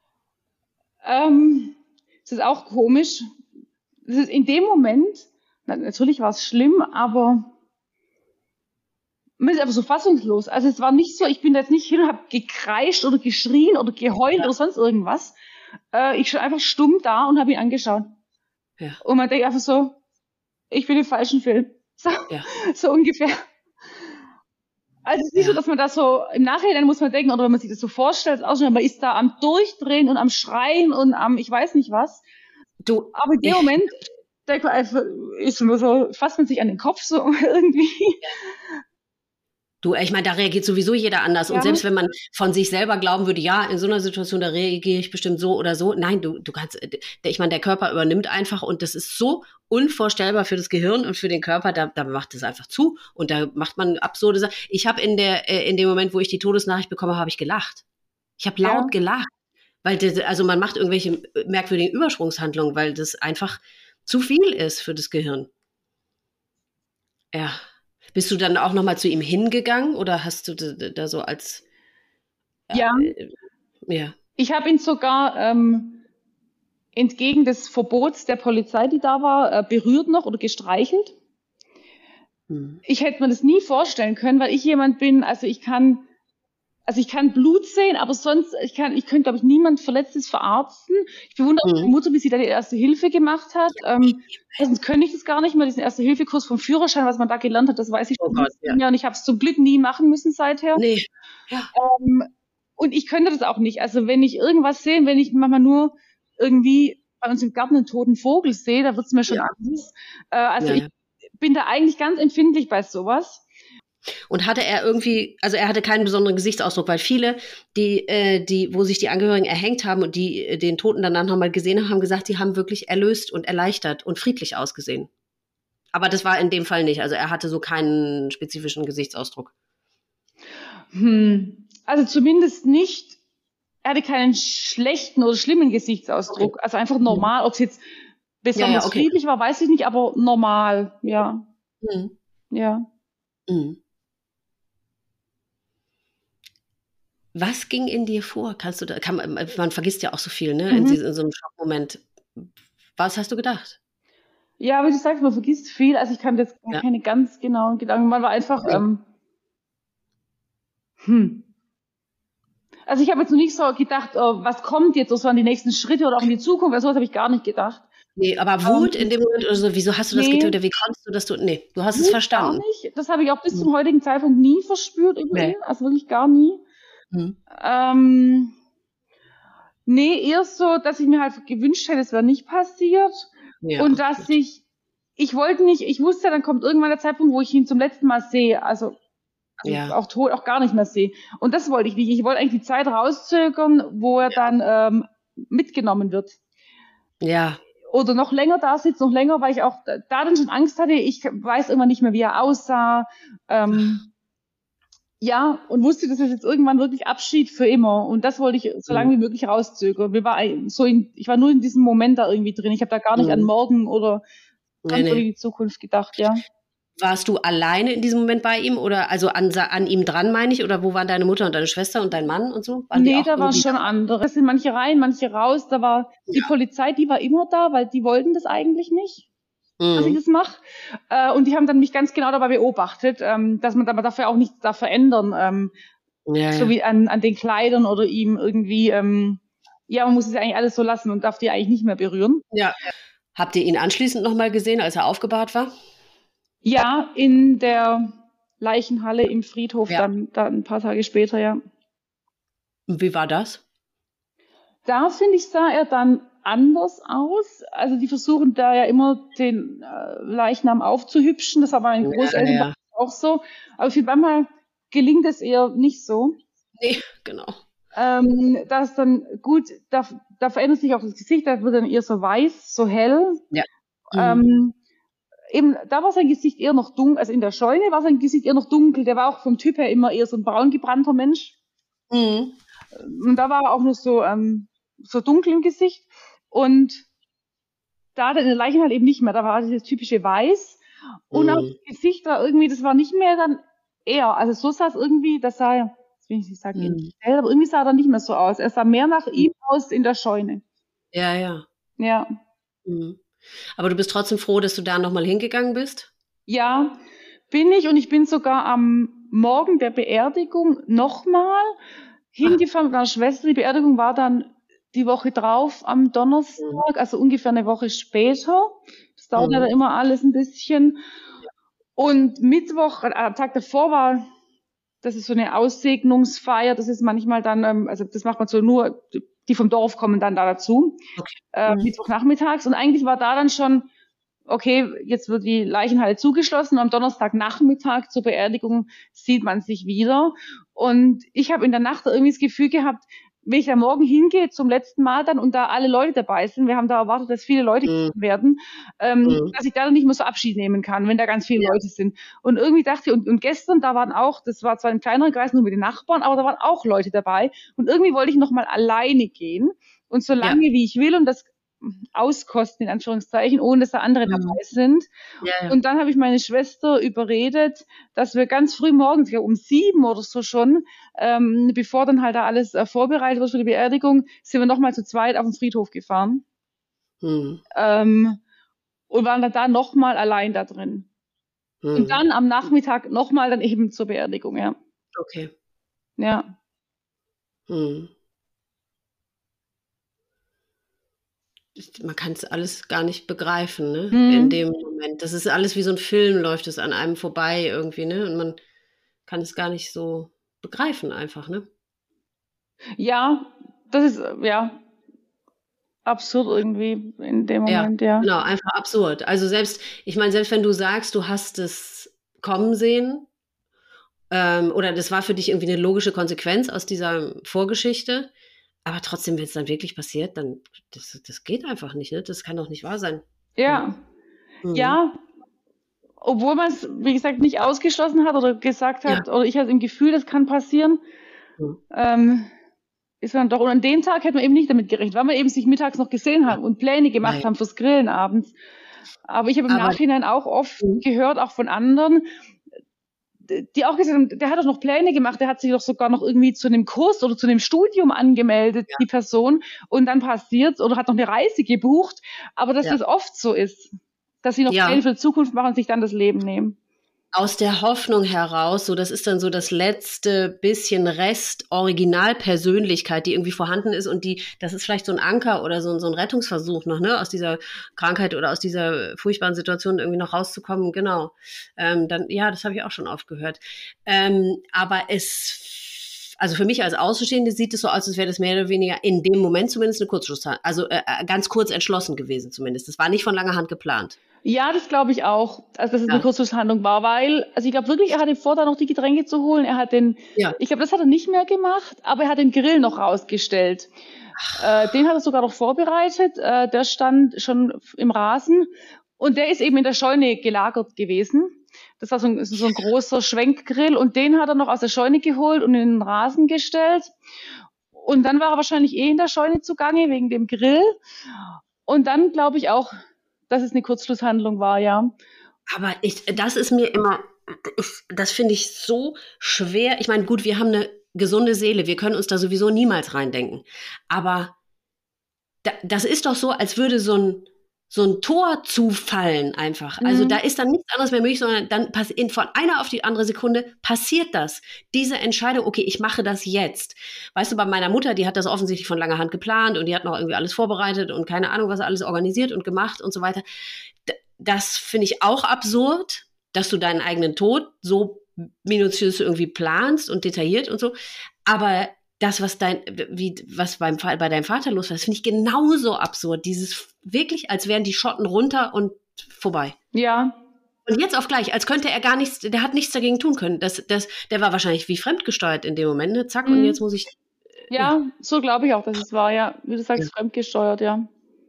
ähm, es ist auch komisch. Es ist in dem Moment, na, natürlich war es schlimm, aber man ist einfach so fassungslos. Also es war nicht so, ich bin da jetzt nicht hin und habe gekreischt oder geschrien oder geheult Ja. oder sonst irgendwas. Äh, ich stand einfach stumm da und habe ihn angeschaut. Ja. Und man denkt einfach so, ich bin im falschen Film. So, Ja. so ungefähr. Also es ist nicht Ja. so, dass man das so, im Nachhinein muss man denken, oder wenn man sich das so vorstellt, auch schon, man ist da am Durchdrehen und am Schreien und am, ich weiß nicht was. Du, Aber in dem ich, Moment denkt man einfach, ist nur so, fasst man sich an den Kopf so irgendwie. du, ich meine, da reagiert sowieso jeder anders. Und Ja. selbst wenn man von sich selber glauben würde, ja, in so einer Situation, da reagiere ich bestimmt so oder so. Nein, du, du kannst, ich meine, der Körper übernimmt einfach und das ist so unvorstellbar für das Gehirn und für den Körper, da, da macht es einfach zu und da macht man absurde Sachen. Ich habe in der, in dem Moment, wo ich die Todesnachricht bekomme, habe ich gelacht. Ich habe laut Ja. gelacht. Weil das, also man macht irgendwelche merkwürdigen Übersprungshandlungen, weil das einfach zu viel ist für das Gehirn. Ja. Bist du dann auch nochmal zu ihm hingegangen oder hast du da, da so als... Ja. Äh, ja. Ich habe ihn sogar ähm, entgegen des Verbots der Polizei, die da war, äh, berührt noch oder gestreichelt. Hm. Ich hätte mir das nie vorstellen können, weil ich jemand bin, also ich kann... Also ich kann Blut sehen, aber sonst, ich kann, ich könnte, glaube ich, niemand Verletztes verarzten. Ich bewundere auch mhm. meine Mutter, wie sie da die erste Hilfe gemacht hat. Ähm, sonst könnte ich das gar nicht mehr, diesen Erste-Hilfe-Kurs vom Führerschein, was man da gelernt hat, das weiß ich schon. Oh Gott, ja. Und ich habe es zum Glück nie machen müssen seither. Nee. Ja. Ähm, und ich könnte das auch nicht. Also wenn ich irgendwas sehe, wenn ich manchmal nur irgendwie bei uns im Garten einen toten Vogel sehe, da wird es mir schon ja. Angst. Äh, also ja, ja. ich bin da eigentlich ganz empfindlich bei sowas. Und hatte er irgendwie, also er hatte keinen besonderen Gesichtsausdruck, weil viele, die, äh, die, wo sich die Angehörigen erhängt haben und die äh, den Toten danach nochmal gesehen haben, haben gesagt, die haben wirklich erlöst und erleichtert und friedlich ausgesehen. Aber das war in dem Fall nicht. Also er hatte so keinen spezifischen Gesichtsausdruck. Hm. Also zumindest nicht, er hatte keinen schlechten oder schlimmen Gesichtsausdruck. Okay. Also einfach normal. Ob es jetzt besonders ja, ja, okay. friedlich war, weiß ich nicht, aber normal, ja. Hm. Ja. Hm. Was ging in dir vor? Kannst du da, kann man, man vergisst ja auch so viel, ne, mhm. in, diesem, in so einem Schockmoment. Was hast du gedacht? Ja, wie du sagst, man vergisst viel. Also ich kann jetzt ja. keine ganz genauen Gedanken. Man war einfach, okay. ähm, hm. Also ich habe jetzt noch nicht so gedacht, oh, was kommt jetzt, was waren die nächsten Schritte oder auch in die Zukunft. Also sowas habe ich gar nicht gedacht. Nee, aber Wut um, in dem Moment oder so, wieso hast du das nee. getötet oder wie konntest du das tun? Nee, du hast Wut es verstanden. Gar nicht. Das habe ich auch bis hm. zum heutigen Zeitpunkt nie verspürt über ihn. Nee. Also wirklich gar nie. Hm. Ähm, nee, eher so, dass ich mir halt gewünscht hätte, es wäre nicht passiert. Ja, und dass gut. ich, ich wollte nicht, ich wusste, dann kommt irgendwann der Zeitpunkt, wo ich ihn zum letzten Mal sehe. Also, also ja. auch tot, auch gar nicht mehr sehe. Und das wollte ich nicht. Ich wollte eigentlich die Zeit rauszögern, wo er ja. dann ähm, mitgenommen wird. Ja. Oder noch länger da sitzt, noch länger, weil ich auch da dann schon Angst hatte. Ich weiß immer nicht mehr, wie er aussah. Ähm, Ja, und wusste, dass es jetzt irgendwann wirklich Abschied für immer. Und das wollte ich so lange wie möglich rauszögern. Wir war so in, ich war nur in diesem Moment da irgendwie drin. Ich habe da gar nicht mhm. an morgen oder nee, nee. die Zukunft gedacht, ja. Warst du alleine in diesem Moment bei ihm oder also an, an ihm dran, meine ich? Oder wo waren deine Mutter und deine Schwester und dein Mann und so? Waren nee, da waren schon andere. Es sind manche rein, manche raus. Da war ja. die Polizei, die war immer da, weil die wollten das eigentlich nicht. Dass ich das mache. Äh, und die haben dann mich ganz genau dabei beobachtet, ähm, dass man, man darf ja auch nichts da verändern. Ähm, ja, so ja. wie an, an den Kleidern oder ihm irgendwie, ähm, ja, man muss es ja eigentlich alles so lassen und darf die eigentlich nicht mehr berühren. Ja. Habt ihr ihn anschließend nochmal gesehen, als er aufgebahrt war? Ja, in der Leichenhalle im Friedhof, ja. dann, dann ein paar Tage später, ja. Und wie war das? Da, finde ich, sah er dann anders aus. Also die versuchen da ja immer den äh, Leichnam aufzuhübschen. Das war bei meinen Großeltern ja, ja. auch so. Aber ich finde, manchmal gelingt es eher nicht so. Nee, genau. Ähm, da ist dann gut, da, da verändert sich auch das Gesicht, da wird dann eher so weiß, so hell. Ja. Mhm. Ähm, eben, da war sein Gesicht eher noch dunkel, also in der Scheune war sein Gesicht eher noch dunkel. Der war auch vom Typ her immer eher so ein braun gebrannter Mensch. Mhm. Und da war er auch noch so, ähm, so dunkel im Gesicht. Und da in der Leiche halt eben nicht mehr. Da war dieses typische Weiß. Und mm. auch das Gesicht war irgendwie, das war nicht mehr dann er. Also so sah es irgendwie, das sah, das will ich nicht sagen, mm. aber irgendwie sah er dann nicht mehr so aus. Er sah mehr nach mm. ihm aus in der Scheune. Ja, ja. Ja. Mm. Aber du bist trotzdem froh, dass du da nochmal hingegangen bist? Ja, bin ich. Und ich bin sogar am Morgen der Beerdigung nochmal hingefahren mit meiner Schwester. Die Beerdigung war dann die Woche drauf am Donnerstag, also ungefähr eine Woche später. Das dauert ja mhm. immer alles ein bisschen. Und Mittwoch, am Tag davor war, das ist so eine Aussegnungsfeier, das ist manchmal dann, also das macht man so nur, die vom Dorf kommen dann da dazu, okay. äh, mhm. Mittwochnachmittags. Und eigentlich war da dann schon, okay, jetzt wird die Leichenhalle zugeschlossen. Am Donnerstagnachmittag zur Beerdigung sieht man sich wieder. Und ich habe in der Nacht irgendwie das Gefühl gehabt, wenn ich da morgen hingehe zum letzten Mal dann und da alle Leute dabei sind, wir haben da erwartet, dass viele Leute kommen mm. werden, ähm, mm. dass ich da dann nicht mehr so Abschied nehmen kann, wenn da ganz viele ja. Leute sind. Und irgendwie dachte ich, und, und gestern, da waren auch, das war zwar ein kleinerer Kreis, nur mit den Nachbarn, aber da waren auch Leute dabei. Und irgendwie wollte ich noch mal alleine gehen und so lange, ja. wie ich will. Und das auskosten, in Anführungszeichen, ohne dass da andere Mhm. dabei sind. Ja, ja. Und dann habe ich meine Schwester überredet, dass wir ganz früh morgens, ich glaube um sieben oder so schon, ähm, bevor dann halt da alles äh, vorbereitet wird für die Beerdigung, sind wir nochmal zu zweit auf den Friedhof gefahren. Mhm. Ähm, und waren dann da nochmal allein da drin. Mhm. Und dann am Nachmittag nochmal dann eben zur Beerdigung, ja. Okay. Ja. Mhm. Man kann es alles gar nicht begreifen, ne? Mhm. In dem Moment. Das ist alles wie so ein Film, läuft es an einem vorbei irgendwie, ne? Und man kann es gar nicht so begreifen einfach, ne? Ja, das ist, äh, ja, absurd irgendwie in dem Ja, Moment, ja. genau, einfach absurd. Also selbst, ich meine, selbst wenn du sagst, du hast es kommen sehen, ähm, oder das war für dich irgendwie eine logische Konsequenz aus dieser Vorgeschichte, aber trotzdem, wenn es dann wirklich passiert, dann das, das geht einfach nicht, ne? Das kann doch nicht wahr sein. Ja. Mhm. Ja, obwohl man es, wie gesagt, nicht ausgeschlossen hat oder gesagt Ja. hat, oder ich hatte im Gefühl, das kann passieren, Mhm. ähm, ist dann doch, und an dem Tag hätten wir eben nicht damit gerechnet, weil wir eben sich mittags noch gesehen haben und Pläne gemacht Nein. haben fürs Grillen abends. Aber ich habe im Aber- Nachhinein auch oft Mhm. gehört, auch von anderen, die auch gesagt haben, der hat doch noch Pläne gemacht, der hat sich doch sogar noch irgendwie zu einem Kurs oder zu einem Studium angemeldet, Ja. die Person, und dann passiert's oder hat noch eine Reise gebucht, aber dass Ja. das oft so ist, dass sie noch Ja. Pläne für die Zukunft machen und sich dann das Leben nehmen. Aus der Hoffnung heraus, so das ist dann so das letzte bisschen Rest Originalpersönlichkeit, die irgendwie vorhanden ist, und die, das ist vielleicht so ein Anker oder so, so ein Rettungsversuch noch, ne, aus dieser Krankheit oder aus dieser furchtbaren Situation irgendwie noch rauszukommen, genau. Ähm, dann, ja, das habe ich auch schon oft gehört. Ähm, aber es, also für mich als Außenstehende sieht es so aus, als wäre das mehr oder weniger in dem Moment zumindest eine Kurzschlusshandlung, also äh, ganz kurz entschlossen gewesen zumindest. Das war nicht von langer Hand geplant. Ja, das glaube ich auch, also dass es Ja. eine Kurzschlusshandlung war, weil, also ich glaube wirklich, er hatte vor, da noch die Getränke zu holen. Er hat den, Ja. ich glaube, das hat er nicht mehr gemacht, aber er hat den Grill noch rausgestellt. Äh, den hat er sogar noch vorbereitet. Äh, der stand schon im Rasen und der ist eben in der Scheune gelagert gewesen. Das war so ein, so ein großer Schwenkgrill und den hat er noch aus der Scheune geholt und in den Rasen gestellt. Und dann war er wahrscheinlich eh in der Scheune zugange wegen dem Grill. Und dann glaube ich auch, dass es eine Kurzschlusshandlung war, ja. Aber ich, das ist mir immer, ich, das finde ich so schwer. Ich meine, gut, wir haben eine gesunde Seele, wir können uns da sowieso niemals reindenken. Aber da, das ist doch so, als würde so ein, so ein Tor zufallen einfach. Also Mhm. da ist dann nichts anderes mehr möglich, sondern dann pass- in, von einer auf die andere Sekunde passiert das. Diese Entscheidung, okay, ich mache das jetzt. Weißt du, bei meiner Mutter, die hat das offensichtlich von langer Hand geplant und die hat noch irgendwie alles vorbereitet und keine Ahnung, was alles organisiert und gemacht und so weiter. D- Das finde ich auch absurd, dass du deinen eigenen Tod so minutiös irgendwie planst und detailliert und so. Aber das, was dein, wie, was beim, bei deinem Vater los war, das finde ich genauso absurd. Dieses wirklich, als wären die Schotten runter und vorbei. Ja. Und jetzt auf gleich, als könnte er gar nichts, der hat nichts dagegen tun können. Das, das, der war wahrscheinlich wie fremdgesteuert in dem Moment, ne? Zack, Mhm. und jetzt muss ich. Ja, so glaube ich auch, dass es war, ja. Wie du sagst, Ja. fremdgesteuert, ja.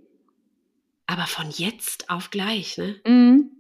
Aber von jetzt auf gleich, ne? Mhm.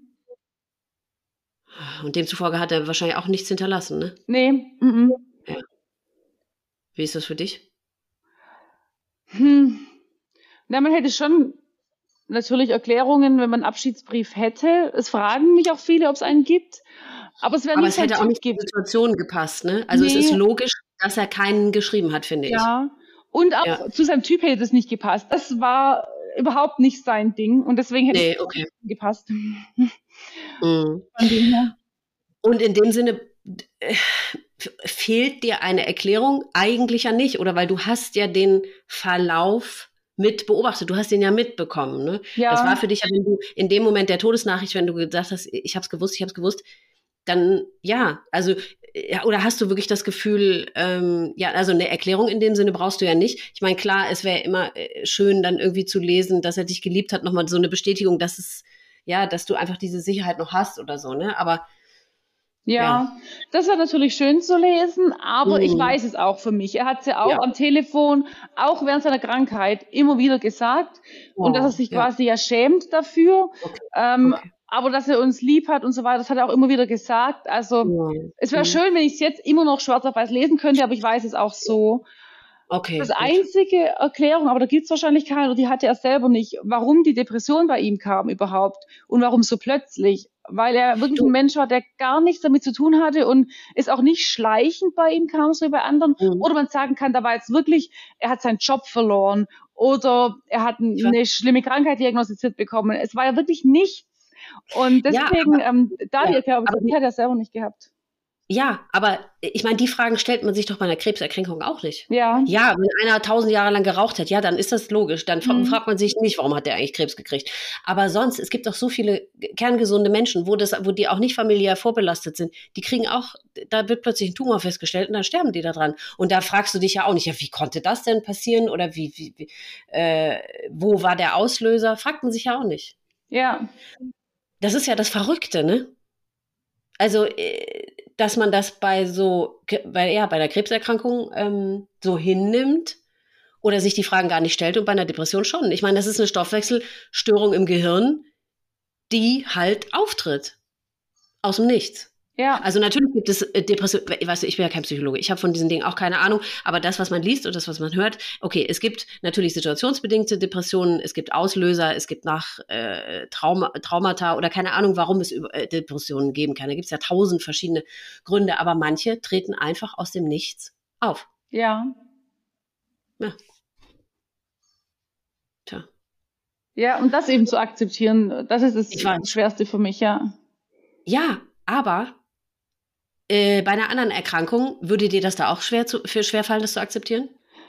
Und demzufolge hat er wahrscheinlich auch nichts hinterlassen, ne? Nee. Mhm. Wie ist das für dich? Hm. Na, man hätte schon natürlich Erklärungen, wenn man einen Abschiedsbrief hätte. Es fragen mich auch viele, ob es einen gibt. Aber es wäre Aber nicht es sein hätte auch Typ nicht in die gewesen. Situation gepasst, ne? Also es ist Nee. logisch, dass er keinen geschrieben hat, finde ich. Ja. Und auch Ja. zu seinem Typ hätte es nicht gepasst. Das war überhaupt nicht sein Ding. Und deswegen hätte Nee, es okay. nicht gepasst. Mhm. Von dem her. Und in dem Sinne äh, fehlt dir eine Erklärung? Eigentlich ja nicht, oder? Weil du hast ja den Verlauf mit beobachtet. Du hast den ja mitbekommen, ne? Ja. Das war für dich ja, wenn du in dem Moment der Todesnachricht, wenn du gesagt hast, ich habe es gewusst, ich habe es gewusst, dann ja, also ja, oder hast du wirklich das Gefühl, ähm, ja, also eine Erklärung in dem Sinne brauchst du ja nicht. Ich meine, klar, es wäre immer äh, schön, dann irgendwie zu lesen, dass er dich geliebt hat, nochmal so eine Bestätigung, dass es, ja, dass du einfach diese Sicherheit noch hast oder so, ne? Aber Ja, Ja. das war natürlich schön zu lesen, aber ich Mhm. weiß es auch für mich. Er hat es ja auch Ja. am Telefon, auch während seiner Krankheit, immer wieder gesagt. Und dass er sich ja. quasi ja schämt dafür. Okay. Ähm, Okay. Aber dass er uns lieb hat und so weiter, das hat er auch immer wieder gesagt. Also Ja. es wäre Mhm. schön, wenn ich es jetzt immer noch schwarz auf weiß lesen könnte, aber ich weiß es auch so. Okay. Das einzige Erklärung, aber da gibt es wahrscheinlich keine, oder die hatte er selber nicht, warum die Depression bei ihm kam überhaupt und warum so plötzlich. Weil er wirklich Du- ein Mensch war, der gar nichts damit zu tun hatte und es auch nicht schleichend bei ihm kam, so wie bei anderen. Mhm. Oder man sagen kann, da war jetzt wirklich, er hat seinen Job verloren oder er hat Ich weiß. eine schlimme Krankheit diagnostiziert bekommen. Es war ja wirklich nichts. Und Ja, deswegen, aber- ähm, da die ja, Erklärung, aber die hat er selber nicht gehabt. Ja, aber ich meine, die Fragen stellt man sich doch bei einer Krebserkrankung auch nicht. Ja. Ja, wenn einer tausend Jahre lang geraucht hat, ja, dann ist das logisch. Dann fra- Mhm. fragt man sich nicht, warum hat der eigentlich Krebs gekriegt. Aber sonst, es gibt doch so viele kerngesunde Menschen, wo das, wo die auch nicht familiär vorbelastet sind. Die kriegen auch, da wird plötzlich ein Tumor festgestellt und dann sterben die da dran. Und da fragst du dich ja auch nicht, ja, wie konnte das denn passieren? Oder wie, wie, wie äh, wo war der Auslöser? Fragt man sich ja auch nicht. Ja. Das ist ja das Verrückte, ne? Also, äh, dass man das bei so, bei, ja, bei der Krebserkrankung ähm, so hinnimmt oder sich die Fragen gar nicht stellt und bei einer Depression schon. Ich meine, das ist eine Stoffwechselstörung im Gehirn, die halt auftritt. Aus dem Nichts. Ja. Also natürlich gibt es äh, Depression, weißt du, ich bin ja kein Psychologe, ich habe von diesen Dingen auch keine Ahnung, aber das, was man liest und das, was man hört, okay, es gibt natürlich situationsbedingte Depressionen, es gibt Auslöser, es gibt nach äh, Trauma, Traumata oder keine Ahnung, warum es äh, Depressionen geben kann. Da gibt es ja tausend verschiedene Gründe, aber manche treten einfach aus dem Nichts auf. Ja. Ja. Tja. Ja, und das eben zu akzeptieren, das ist das Ich weiß. Schwerste für mich, ja. Ja, aber äh, bei einer anderen Erkrankung würde dir das da auch schwer zu, für schwerfallen, das zu akzeptieren?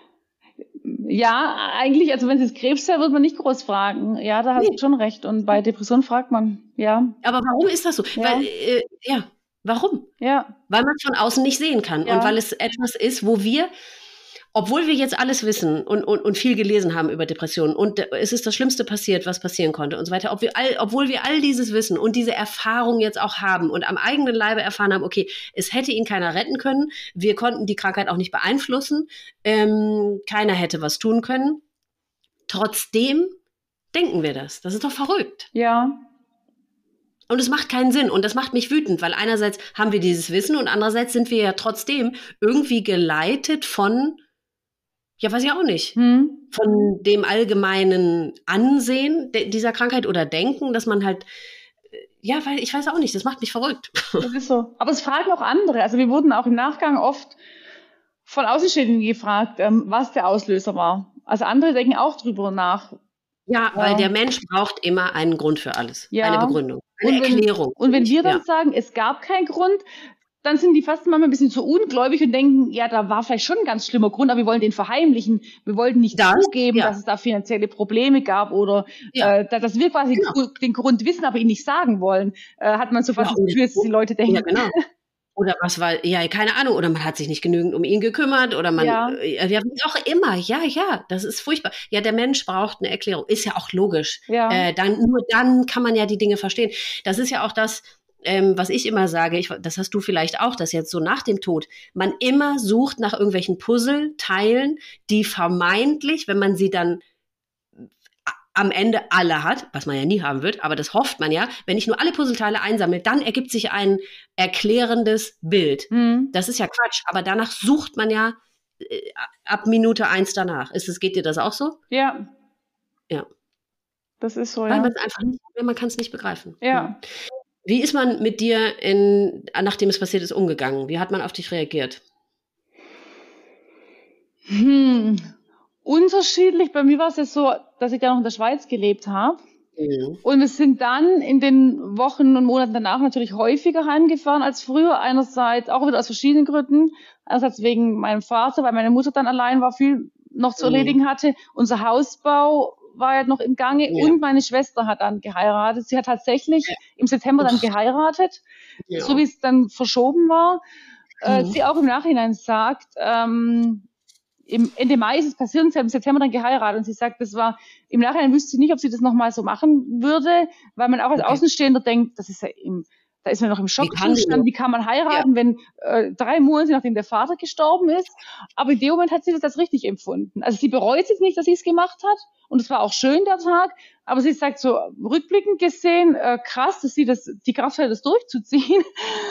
Ja, eigentlich, also wenn es jetzt Krebs wäre, würde man nicht groß fragen. Ja, da hast Nee. du schon recht. Und bei Depression fragt man, ja. Aber warum ist das so? Ja. Weil, äh, ja, warum? Ja, Weil man es von außen nicht sehen kann Ja. und weil es etwas ist, wo wir, obwohl wir jetzt alles wissen und, und, und viel gelesen haben über Depressionen und äh, es ist das Schlimmste passiert, was passieren konnte und so weiter, ob wir all, obwohl wir all dieses wissen und diese Erfahrung jetzt auch haben und am eigenen Leibe erfahren haben, okay, es hätte ihn keiner retten können, wir konnten die Krankheit auch nicht beeinflussen, ähm, keiner hätte was tun können. Trotzdem denken wir das. Das ist doch verrückt. ja, Und es macht keinen Sinn. Und das macht mich wütend, weil einerseits haben wir dieses Wissen und andererseits sind wir ja trotzdem irgendwie geleitet von, ja, weiß ich auch nicht, hm. von dem allgemeinen Ansehen de- dieser Krankheit oder Denken, dass man halt, äh, ja, weil ich weiß auch nicht, das macht mich verrückt. Das ist so. Aber es fragen auch andere. Also wir wurden auch im Nachgang oft von Außenstehenden gefragt, ähm, was der Auslöser war. Also andere denken auch drüber nach. Ja, Ja. weil der Mensch braucht immer einen Grund für alles, Ja. eine Begründung, eine Und wenn- Erklärung. Und wenn wir dann Ja. sagen, es gab keinen Grund, dann sind die fast manchmal ein bisschen zu ungläubig und denken, ja, da war vielleicht schon ein ganz schlimmer Grund, aber wir wollen den verheimlichen. Wir wollten nicht Das, zugeben, ja. dass es da finanzielle Probleme gab oder Ja. äh, dass wir quasi Genau. den, den Grund wissen, aber ihn nicht sagen wollen. Äh, hat man so fast Ja, das Gefühl, dass die Leute denken. Ja, genau. Oder was war, ja, keine Ahnung, oder man hat sich nicht genügend um ihn gekümmert, oder man, Ja. äh, ja, wie auch immer, ja, ja, das ist furchtbar. Ja, der Mensch braucht eine Erklärung, ist ja auch logisch. Ja. Äh, dann, nur dann kann man ja die Dinge verstehen. Das ist ja auch das, ähm, was ich immer sage, ich, das hast du vielleicht auch, dass jetzt so nach dem Tod man immer sucht nach irgendwelchen Puzzleteilen, die vermeintlich, wenn man sie dann am Ende alle hat, was man ja nie haben wird, aber das hofft man ja, wenn ich nur alle Puzzleteile einsammle, dann ergibt sich ein erklärendes Bild. Hm. Das ist ja Quatsch, aber danach sucht man ja äh, ab Minute eins danach. Ist es, geht dir das auch so? Ja. Ja. Das ist so, Weil ja. man es einfach nicht, man kann es nicht begreifen. Ja. Wie ist man mit dir, in, nachdem es passiert ist, umgegangen? Wie hat man auf dich reagiert? Hm. Unterschiedlich. Bei mir war es ja so, dass ich ja noch in der Schweiz gelebt habe. Mhm. Und wir sind dann in den Wochen und Monaten danach natürlich häufiger heimgefahren als früher. Einerseits auch wieder aus verschiedenen Gründen. Einerseits wegen meinem Vater, weil meine Mutter dann allein war, viel noch zu Mhm. erledigen hatte. Unser Hausbau war ja noch im Gange Ja. und meine Schwester hat dann geheiratet. Sie hat tatsächlich im September dann Uff. geheiratet, Ja. so wie es dann verschoben war. Äh, Mhm. sie auch im Nachhinein sagt, ähm, im Ende Mai ist es passiert und sie hat im September dann geheiratet und sie sagt, das war, im Nachhinein wüsste sie nicht, ob sie das nochmal so machen würde, weil man auch als Okay. Außenstehender denkt, das ist ja im Da ist man noch im Wie kann die Schockzustand. nur? Wie kann man heiraten, wenn äh, drei Monate nachdem der Vater gestorben ist? Aber in dem Moment hat sie das als richtig empfunden. Also sie bereut jetzt nicht, dass sie es gemacht hat. Und es war auch schön, der Tag. Aber sie sagt so, rückblickend gesehen, äh, krass, dass sie das, die Kraft hat, das durchzuziehen.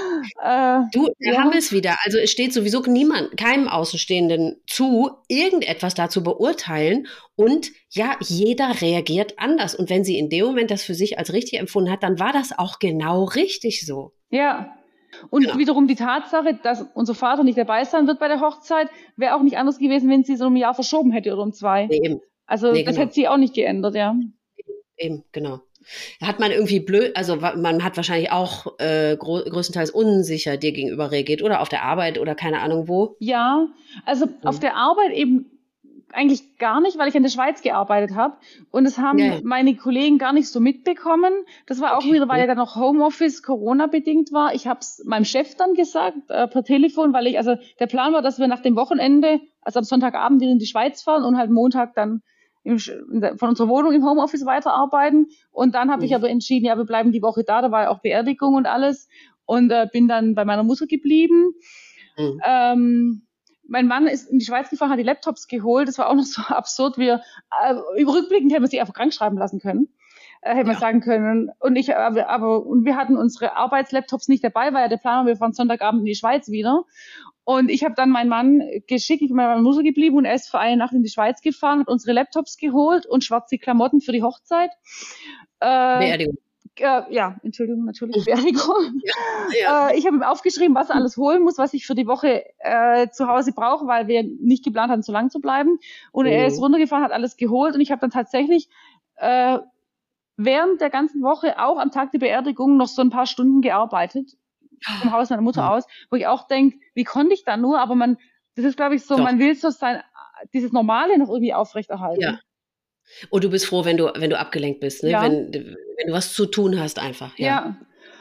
äh, du, da ja. haben wir es wieder. Also es steht sowieso niemand, keinem Außenstehenden zu, irgendetwas da zu beurteilen. Und ja, jeder reagiert anders. Und wenn sie in dem Moment das für sich als richtig empfunden hat, dann war das auch genau richtig so. Ja. Und genau. wiederum die Tatsache, dass unser Vater nicht dabei sein wird bei der Hochzeit, wäre auch nicht anders gewesen, wenn sie so um ein Jahr verschoben hätte oder um zwei. Nee, eben. Also nee, das genau. hätte sie auch nicht geändert, ja. Eben, genau. Hat man irgendwie blöd, also man hat wahrscheinlich auch äh, gro- größtenteils unsicher dir gegenüber reagiert oder auf der Arbeit oder keine Ahnung wo? Ja, also mhm. auf der Arbeit eben eigentlich gar nicht, weil ich in der Schweiz gearbeitet habe und das haben ja. meine Kollegen gar nicht so mitbekommen. Das war auch okay. wieder, weil ja dann noch Homeoffice Corona-bedingt war. Ich habe es meinem Chef dann gesagt, äh, per Telefon, weil ich, also der Plan war, dass wir nach dem Wochenende, also am Sonntagabend wieder in die Schweiz fahren und halt Montag dann im, von unserer Wohnung im Homeoffice weiterarbeiten. Und dann habe mhm. ich aber entschieden, ja, wir bleiben die Woche da, da war ja auch Beerdigung und alles und äh, bin dann bei meiner Mutter geblieben. Mhm. Ähm, Mein Mann ist in die Schweiz gefahren, hat die Laptops geholt. Das war auch noch so absurd. Wir, äh, rückblickend hätten wir sie einfach krank schreiben lassen können. Äh, hätte ja. man sagen können. Und ich, aber, aber, und wir hatten unsere Arbeitslaptops nicht dabei, weil ja der Plan war, wir fahren Sonntagabend in die Schweiz wieder. Und ich habe dann meinen Mann geschickt, ich bin bei meiner Mutter geblieben und er ist für eine Nacht in die Schweiz gefahren, hat unsere Laptops geholt und schwarze Klamotten für die Hochzeit. Äh, Beerdigung. Äh, ja, Entschuldigung, natürlich Beerdigung. Ja, ja. Äh, ich habe ihm aufgeschrieben, was er alles holen muss, was ich für die Woche äh, zu Hause brauche, weil wir nicht geplant hatten, so lange zu bleiben. Und mhm. er ist runtergefahren, hat alles geholt und ich habe dann tatsächlich äh, während der ganzen Woche, auch am Tag der Beerdigung, noch so ein paar Stunden gearbeitet vom Haus meiner Mutter mhm. aus, wo ich auch denke, wie konnte ich da nur? Aber man, das ist, glaube ich, so, Doch. man will so sein, dieses Normale noch irgendwie aufrechterhalten. Ja. Und du bist froh, wenn du, wenn du abgelenkt bist, ne? Ja. Wenn, wenn du was zu tun hast einfach. Ja. ja.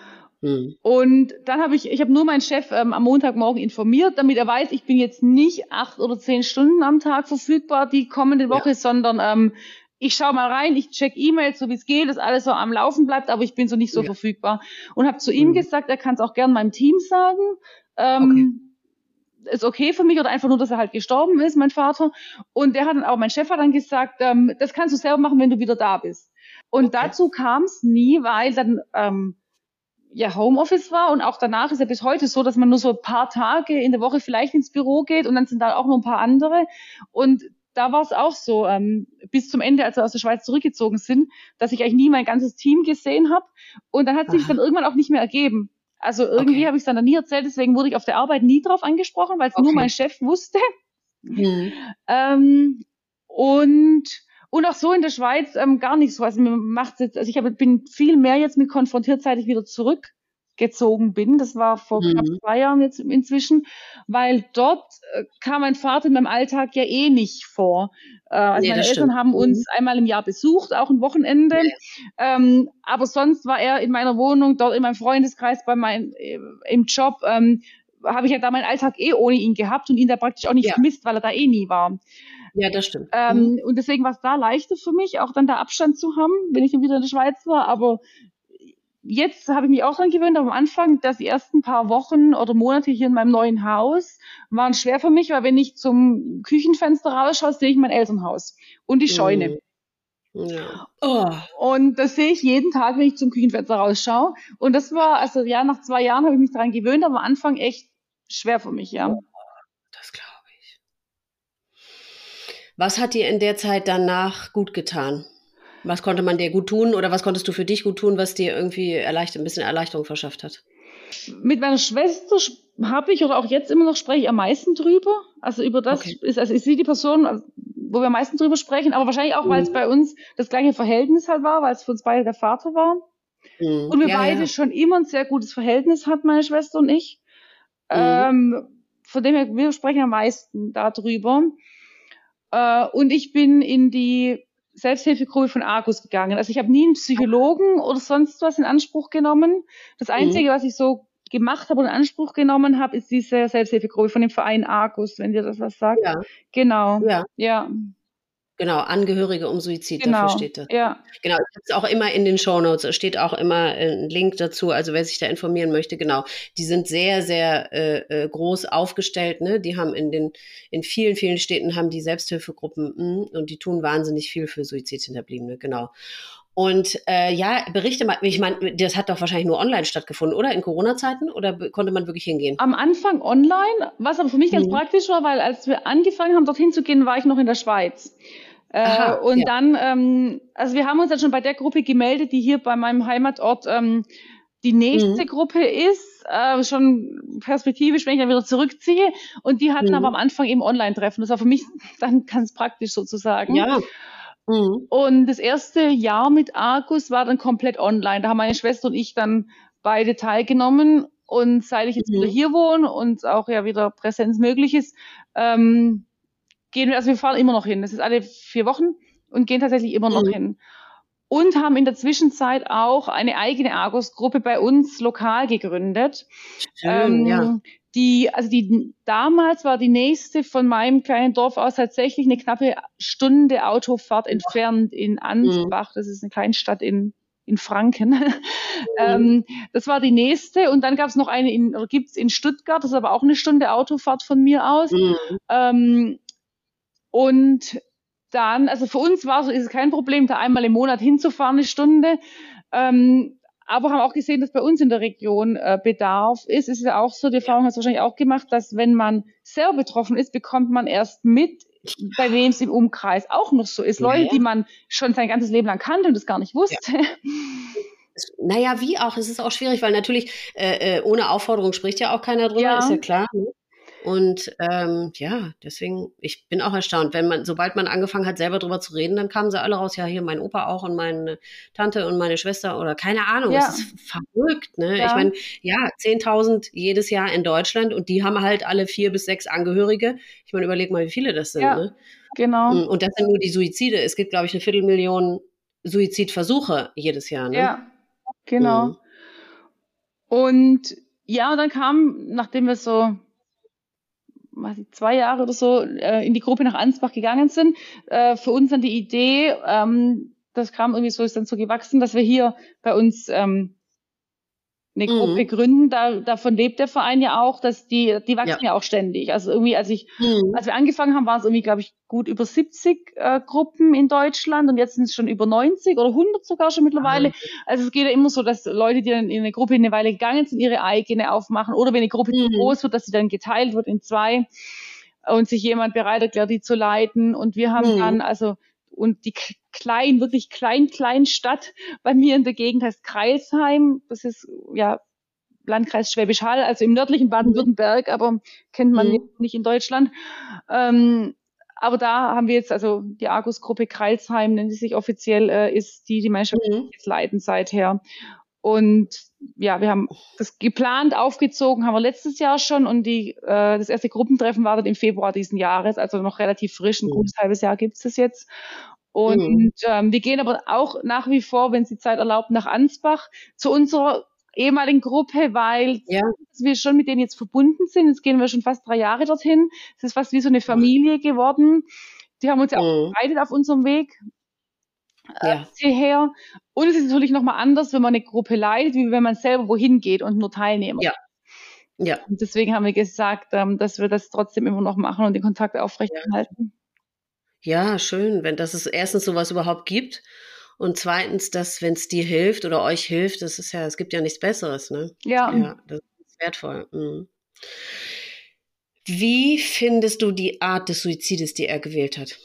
Hm. Und dann habe ich, ich habe nur meinen Chef ähm, am Montagmorgen informiert, damit er weiß, ich bin jetzt nicht acht oder zehn Stunden am Tag verfügbar die kommende Woche, ja. sondern ähm, ich schaue mal rein, ich check E-Mails, so wie es geht, dass alles so am Laufen bleibt, aber ich bin so nicht so ja. verfügbar. Und habe zu ihm hm. gesagt, er kann es auch gern meinem Team sagen. Ähm, okay. Ist okay für mich oder einfach nur, dass er halt gestorben ist, mein Vater. Und der hat dann auch, mein Chef hat dann gesagt, ähm, das kannst du selber machen, wenn du wieder da bist. Und okay. dazu kam es nie, weil dann ähm, ja Homeoffice war und auch danach ist ja bis heute so, dass man nur so ein paar Tage in der Woche vielleicht ins Büro geht und dann sind da auch noch ein paar andere. Und da war es auch so, ähm, bis zum Ende, als wir aus der Schweiz zurückgezogen sind, dass ich eigentlich nie mein ganzes Team gesehen habe. Und dann hat sich dann irgendwann auch nicht mehr ergeben. Also irgendwie okay. habe ich es dann nie erzählt, deswegen wurde ich auf der Arbeit nie drauf angesprochen, weil es okay. nur mein Chef wusste. Mhm. ähm, und und auch so in der Schweiz ähm, gar nicht so. Also mir macht's jetzt, also ich hab, bin viel mehr jetzt mit konfrontiert, seit ich wieder zurückgezogen bin. Das war vor mhm. knapp zwei Jahren jetzt inzwischen, weil dort äh, kam mein Vater in meinem Alltag ja eh nicht vor. Äh, also nee, meine Eltern stimmt. haben uns mhm. einmal im Jahr besucht, auch ein Wochenende. Ja. Ähm, aber sonst war er in meiner Wohnung, dort in meinem Freundeskreis, bei meinem äh, im Job. Ähm, habe ich ja da meinen Alltag eh ohne ihn gehabt und ihn da praktisch auch nicht ja. vermisst, weil er da eh nie war. Ja, das stimmt. Ähm, mhm. Und deswegen war es da leichter für mich, auch dann da Abstand zu haben, wenn ich dann wieder in der Schweiz war. Aber jetzt habe ich mich auch dran gewöhnt, aber am Anfang, dass die ersten paar Wochen oder Monate hier in meinem neuen Haus waren schwer für mich, weil wenn ich zum Küchenfenster rausschaue, sehe ich mein Elternhaus und die Scheune. Mhm. Ja. Oh. Und das sehe ich jeden Tag, wenn ich zum Küchenfenster rausschaue. Und das war, also ja, nach zwei Jahren habe ich mich daran gewöhnt, aber am Anfang echt schwer für mich, ja. Oh, das glaube ich. Was hat dir in der Zeit danach gut getan? Was konnte man dir gut tun oder was konntest du für dich gut tun, was dir irgendwie erleichtert, ein bisschen Erleichterung verschafft hat? Mit meiner Schwester habe ich oder auch jetzt immer noch spreche ich am meisten drüber. Also über das okay. ist, also ist sie die Person, wo wir am meisten drüber sprechen, aber wahrscheinlich auch, mhm. weil es bei uns das gleiche Verhältnis halt war, weil es für uns beide der Vater war. Mhm. Und wir ja, beide ja. schon immer ein sehr gutes Verhältnis hatten, meine Schwester und ich. Mhm. Ähm, von dem her, wir sprechen am meisten darüber. Äh, und ich bin in die Selbsthilfegruppe von Argus gegangen. Also ich habe nie einen Psychologen oder sonst was in Anspruch genommen. Das Einzige, mhm. was ich so gemacht habe und in Anspruch genommen habe, ist diese Selbsthilfegruppe von dem Verein Argus, wenn dir das was sagt. Ja. Genau. Ja. ja. Genau, Angehörige um Suizid, Genau, dafür steht das. ja. Genau, das ist auch immer in den Shownotes, da steht auch immer ein Link dazu, also wer sich da informieren möchte, genau. Die sind sehr, sehr äh, groß aufgestellt, ne? Die haben in den, in vielen, vielen Städten haben die Selbsthilfegruppen mh, und die tun wahnsinnig viel für Suizidhinterbliebene, genau. Und äh, ja, berichte mal, ich meine, das hat doch wahrscheinlich nur online stattgefunden, oder? In Corona-Zeiten? Oder b- konnte man wirklich hingehen? Am Anfang online, was aber für mich ganz Mhm. praktisch war, weil als wir angefangen haben, dorthin zu gehen, war ich noch in der Schweiz. Äh, Aha, und ja. dann, ähm, also wir haben uns dann schon bei der Gruppe gemeldet, die hier bei meinem Heimatort ähm, die nächste Mhm. Gruppe ist, äh, schon perspektivisch, wenn ich dann wieder zurückziehe. Und die hatten Mhm. aber am Anfang eben Online-Treffen. Das war für mich dann ganz praktisch sozusagen. Ja. Mhm. Und das erste Jahr mit Argus war dann komplett online. Da haben meine Schwester und ich dann beide teilgenommen. Und seit ich jetzt wieder Mhm. hier wohne und auch ja wieder Präsenz möglich ist, ähm, gehen wir, also wir fahren immer noch hin. Das ist alle vier Wochen und gehen tatsächlich immer noch Mhm. hin. Und haben in der Zwischenzeit auch eine eigene Argus-Gruppe bei uns lokal gegründet. Schön, ähm, ja. Die, also die, damals war die nächste von meinem kleinen Dorf aus tatsächlich eine knappe Stunde Autofahrt entfernt in Mhm. Ansbach. Das ist eine Kleinstadt in, in Franken. Mhm. ähm, das war die nächste. Und dann gab es noch eine in, oder gibt's in Stuttgart. Das ist aber auch eine Stunde Autofahrt von mir aus. Mhm. Ähm, und dann, also für uns war es, ist es kein Problem, da einmal im Monat hinzufahren, eine Stunde. Ähm, aber haben auch gesehen, dass bei uns in der Region äh, Bedarf ist. Es ist ja auch so, die Erfahrung hast du wahrscheinlich auch gemacht, dass wenn man selber betroffen ist, bekommt man erst mit, bei wem es im Umkreis auch noch so ist. Ja, Leute, ja. die man schon sein ganzes Leben lang kannte und das gar nicht Ja. wusste. Es- Naja, wie auch, es ist auch schwierig, weil natürlich äh, äh, ohne Aufforderung spricht ja auch keiner drüber, ist Ja, ja klar. Ne? Und ähm, ja, deswegen, ich bin auch erstaunt, wenn man, sobald man angefangen hat, selber drüber zu reden, dann kamen sie alle raus, ja, hier mein Opa auch und meine Tante und meine Schwester oder keine Ahnung, es ja, ist verrückt, ne? Ich ja, meine, ja, zehntausend jedes Jahr in Deutschland und die haben halt alle vier bis sechs Angehörige. Ich meine, überleg mal, wie viele das sind, ja, ne? genau, Und das sind nur die Suizide. Es gibt, glaube ich, eine Viertelmillion Suizidversuche jedes Jahr, ne? ja, genau. Mhm. Und ja, und dann kam, nachdem wir so weiß ich, zwei Jahre oder so äh, in die Gruppe nach Ansbach gegangen sind, äh, für uns dann die Idee, ähm, das kam irgendwie so, ist dann so gewachsen, dass wir hier bei uns ähm, eine Gruppe Mhm. gründen. Da, davon lebt der Verein ja auch, dass die, die Ja. wachsen ja auch ständig. Also irgendwie, als ich, Mhm. als wir angefangen haben, waren es irgendwie, glaube ich, gut über siebzig äh, Gruppen in Deutschland und jetzt sind es schon über neunzig oder hundert sogar schon mittlerweile. Also es geht ja immer so, dass Leute, die dann in eine Gruppe eine Weile gegangen sind, ihre eigene aufmachen oder wenn eine Gruppe zu Mhm. groß wird, dass sie dann geteilt wird in zwei und sich jemand bereit erklärt, die zu leiten. Und wir haben Mhm. dann also und die klein, wirklich klein, klein Stadt bei mir in der Gegend heißt Kreilsheim. Das ist ja Landkreis Schwäbisch Hall, also im nördlichen Baden-Württemberg, aber kennt man Mhm. nicht in Deutschland. Ähm, aber da haben wir jetzt, also die Argus-Gruppe Kreilsheim, nennt sie sich offiziell, äh, ist die, die Mannschaft Mhm. jetzt leiten seither. Und ja, wir haben das geplant aufgezogen, haben wir letztes Jahr schon und die, äh, das erste Gruppentreffen war dann im Februar diesen Jahres, also noch relativ frisch, ein Mhm. gutes halbes Jahr gibt es das jetzt. Und Mhm. ähm, wir gehen aber auch nach wie vor, wenn es die Zeit erlaubt, nach Ansbach zu unserer ehemaligen Gruppe, weil Ja. wir schon mit denen jetzt verbunden sind. Jetzt gehen wir schon fast drei Jahre dorthin. Es ist fast wie so eine Familie geworden. Die haben uns ja auch Mhm. begleitet auf unserem Weg Ja. hierher. Und es ist natürlich nochmal anders, wenn man eine Gruppe leitet, wie wenn man selber wohin geht und nur Teilnehmer. Ja. Ja. Und deswegen haben wir gesagt, ähm, dass wir das trotzdem immer noch machen und den Kontakt aufrechterhalten. Ja, schön, wenn dass es erstens sowas überhaupt gibt und zweitens, dass, wenn es dir hilft oder euch hilft, das ist ja, es gibt ja nichts Besseres, ne? Ja, Ja, das ist wertvoll. Mhm. Wie findest du die Art des Suizides, die er gewählt hat?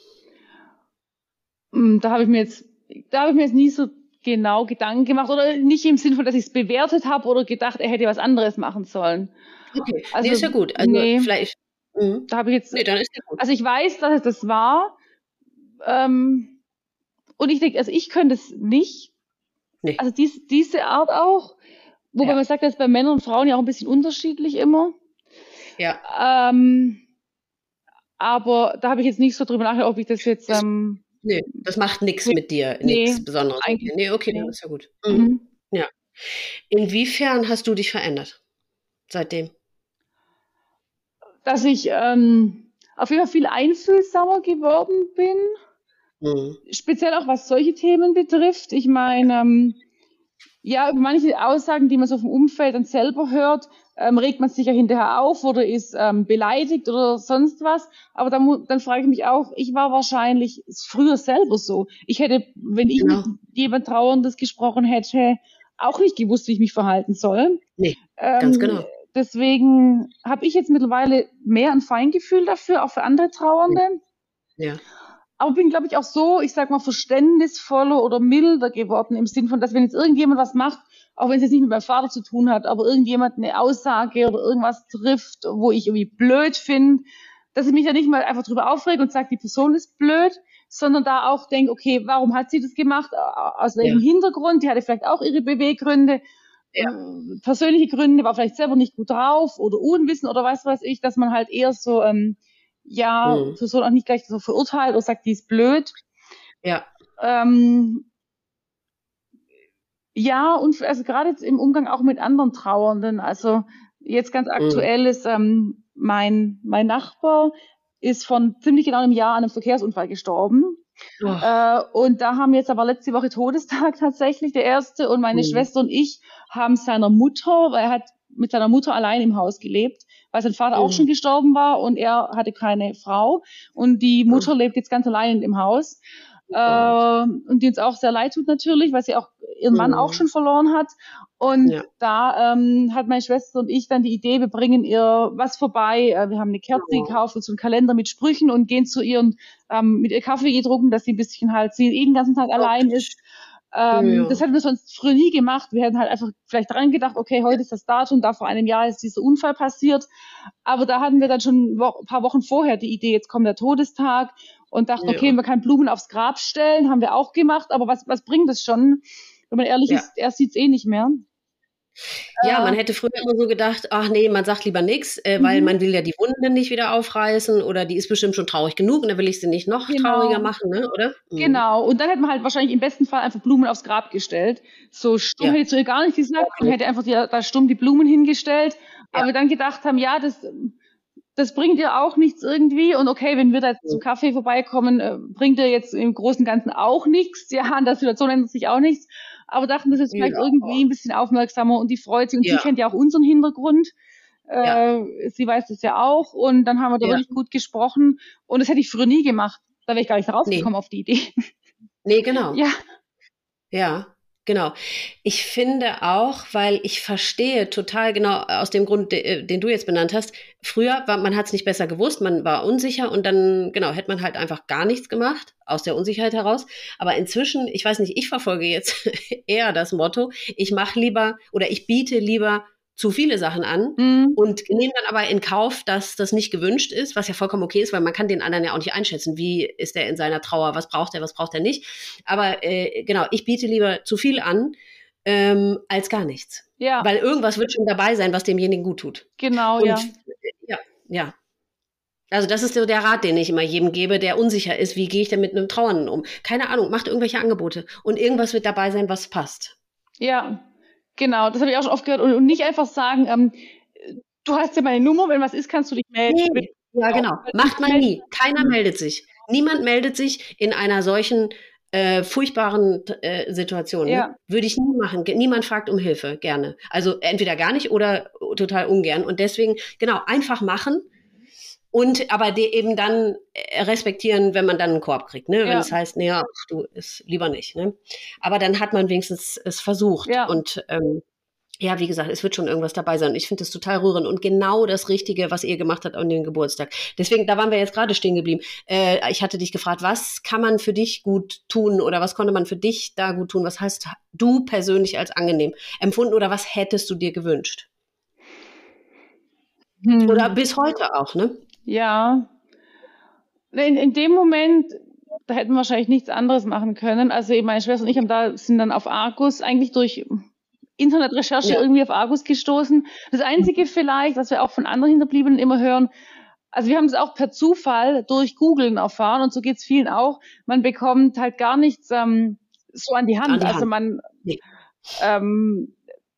mm, da habe ich mir jetzt, da habe ich mir jetzt nie so genau Gedanken gemacht oder nicht im Sinne von, dass ich es bewertet habe oder gedacht, er hätte was anderes machen sollen. Okay, ne, Also, ist ja gut. Also, nee, vielleicht mhm. da habe ich jetzt, Ne, dann ist ja gut. also ich weiß, dass es das war, ähm, und ich denke, also ich könnte es nicht, Ne, also dies, diese Art auch, wobei ja, man sagt, das ist bei Männern und Frauen ja auch ein bisschen unterschiedlich immer. ja. Ähm, aber da habe ich jetzt nicht so drüber nachgedacht, ob ich das jetzt, Ist ähm, ne, das macht nix nee, mit dir, nee, nix Besonderes mit eigentlich dir. Ne, okay, dann nee. ist ja gut. Mhm. Mhm. Ja. Inwiefern hast du dich verändert seitdem? Dass ich, ähm, auf jeden Fall viel einfühlsamer geworden bin. Mhm. Speziell auch was solche Themen betrifft. Ich meine, ähm, ja, über manche Aussagen, die man so vom Umfeld dann selber hört, ähm, regt man sich ja hinterher auf oder ist ähm, beleidigt oder sonst was. Aber dann, dann frage ich mich auch, ich war wahrscheinlich früher selber so. Ich hätte, wenn ich genau. mit jemand Trauerndes gesprochen hätte, auch nicht gewusst, wie ich mich verhalten soll. Nee, ähm, ganz genau. Deswegen habe ich jetzt mittlerweile mehr ein Feingefühl dafür, auch für andere Trauernde. Ja. Aber bin, glaube ich, auch so, ich sag mal, verständnisvoller oder milder geworden im Sinn von, dass wenn jetzt irgendjemand was macht, auch wenn es jetzt nicht mit meinem Vater zu tun hat, aber irgendjemand eine Aussage oder irgendwas trifft, wo ich irgendwie blöd finde, dass ich mich da nicht mal einfach drüber aufrege und sage, die Person ist blöd, sondern da auch denke, okay, warum hat sie das gemacht? Aus welchem ja. Hintergrund? Die hatte vielleicht auch ihre Beweggründe. Ja. Persönliche Gründe, war vielleicht selber nicht gut drauf oder Unwissen oder was weiß ich, dass man halt eher so, ähm, ja, mhm. Person auch nicht gleich so verurteilt oder sagt, die ist blöd. Ja. Ähm, ja, und also gerade jetzt im Umgang auch mit anderen Trauernden, also jetzt ganz aktuell mhm. ist ähm, mein, mein Nachbar ist von ziemlich genau einem Jahr an einem Verkehrsunfall gestorben. Oh. Äh, und da haben jetzt aber letzte Woche Todestag tatsächlich, der erste, und meine mhm. Schwester und ich haben seiner Mutter, weil er hat mit seiner Mutter allein im Haus gelebt, weil sein Vater mhm. auch schon gestorben war und er hatte keine Frau und die Mutter mhm. lebt jetzt ganz allein im Haus. Oh. Äh, und die uns auch sehr leid tut natürlich, weil sie auch ihren Mann mhm. auch schon verloren hat. Und ja. da ähm, hat meine Schwester und ich dann die Idee, wir bringen ihr was vorbei. Äh, wir haben eine Kerze oh. gekauft und so einen Kalender mit Sprüchen und gehen zu ihr und ähm, mit ihr Kaffee getrunken, dass sie ein bisschen halt, sie eh den ganzen Tag oh. allein ist. Ähm, ja. Das hätten wir sonst früher nie gemacht. Wir hätten halt einfach vielleicht dran gedacht, okay, heute ist das Datum, da vor einem Jahr ist dieser Unfall passiert. Aber da hatten wir dann schon ein paar Wochen vorher die Idee, jetzt kommt der Todestag und dachten, ja. okay, man kann Blumen aufs Grab stellen, haben wir auch gemacht, aber was, was bringt das schon? Wenn man ehrlich ja. ist, er sieht's eh nicht mehr. Ja, man hätte früher immer so gedacht, ach nee, man sagt lieber nichts, äh, mhm. weil man will ja die Wunde nicht wieder aufreißen oder die ist bestimmt schon traurig genug und dann will ich sie nicht noch genau. trauriger machen, ne? Oder? Mhm. Genau, und dann hätte man halt wahrscheinlich im besten Fall einfach Blumen aufs Grab gestellt. So stumm ja. hätte ich zu ihr gar nicht gesagt, man hätte einfach die, da stumm die Blumen hingestellt, ja. aber wir dann gedacht haben, ja, das... das bringt ihr auch nichts irgendwie und okay, wenn wir da jetzt zum Kaffee vorbeikommen, äh, bringt ihr jetzt im Großen und Ganzen auch nichts. Ja, an der Situation ändert sich auch nichts. Aber dachten, das ist vielleicht ja. irgendwie ein bisschen aufmerksamer und die freut sich. Und ja. sie kennt ja auch unseren Hintergrund. Äh, ja. Sie weiß das ja auch. Und dann haben wir da ja. wirklich gut gesprochen. Und das hätte ich früher nie gemacht. Da wäre ich gar nicht rausgekommen nee. auf die Idee. Nee, genau. Ja. Ja. Genau. Ich finde auch, weil ich verstehe total genau aus dem Grund, de, den du jetzt benannt hast, früher war, man hat es nicht besser gewusst, man war unsicher und dann, genau, hätte man halt einfach gar nichts gemacht, aus der Unsicherheit heraus. Aber inzwischen, ich weiß nicht, ich verfolge jetzt eher das Motto, ich mache lieber oder ich biete lieber zu viele Sachen an mhm. und nehme dann aber in Kauf, dass das nicht gewünscht ist, was ja vollkommen okay ist, weil man kann den anderen ja auch nicht einschätzen, wie ist er in seiner Trauer, was braucht er, was braucht er nicht. Aber äh, genau, ich biete lieber zu viel an, ähm, als gar nichts. Ja. Weil irgendwas wird schon dabei sein, was demjenigen gut tut. Genau, und, ja. Ja, ja. Also das ist so der Rat, den ich immer jedem gebe, der unsicher ist, wie gehe ich denn mit einem Trauernden um? Keine Ahnung, macht irgendwelche Angebote und irgendwas wird dabei sein, was passt. Ja. Genau, das habe ich auch schon oft gehört. Und, und nicht einfach sagen, ähm, du hast ja meine Nummer, wenn was ist, kannst du dich melden. Nee, ja, genau. Macht man nie. Keiner meldet sich. Niemand meldet sich in einer solchen äh, furchtbaren äh, Situation. Ja. Ne? Würde ich nie machen. Niemand fragt um Hilfe, gerne. Also entweder gar nicht oder total ungern. Und deswegen, genau, einfach machen. Und aber die eben dann respektieren, wenn man dann einen Korb kriegt, ne? Wenn ja. es heißt, nee, ja, du ist lieber nicht, ne? Aber dann hat man wenigstens es versucht. Ja. Und ähm, ja, wie gesagt, es wird schon irgendwas dabei sein. Ich finde das total rührend und genau das Richtige, was ihr gemacht habt an dem Geburtstag. Deswegen, da waren wir jetzt gerade stehen geblieben. Äh, ich hatte dich gefragt, was kann man für dich gut tun oder was konnte man für dich da gut tun? Was hast du persönlich als angenehm empfunden oder was hättest du dir gewünscht? Hm. Oder bis heute auch, ne? Ja, in, in dem Moment, da hätten wir wahrscheinlich nichts anderes machen können. Also eben meine Schwester und ich haben da, sind dann auf Argus eigentlich durch Internetrecherche ja. irgendwie auf Argus gestoßen. Das Einzige vielleicht, was wir auch von anderen Hinterbliebenen immer hören, also wir haben es auch per Zufall durch Googlen erfahren und so geht es vielen auch, man bekommt halt gar nichts ähm, so an die Hand. An die Hand. Also man, nee. ähm,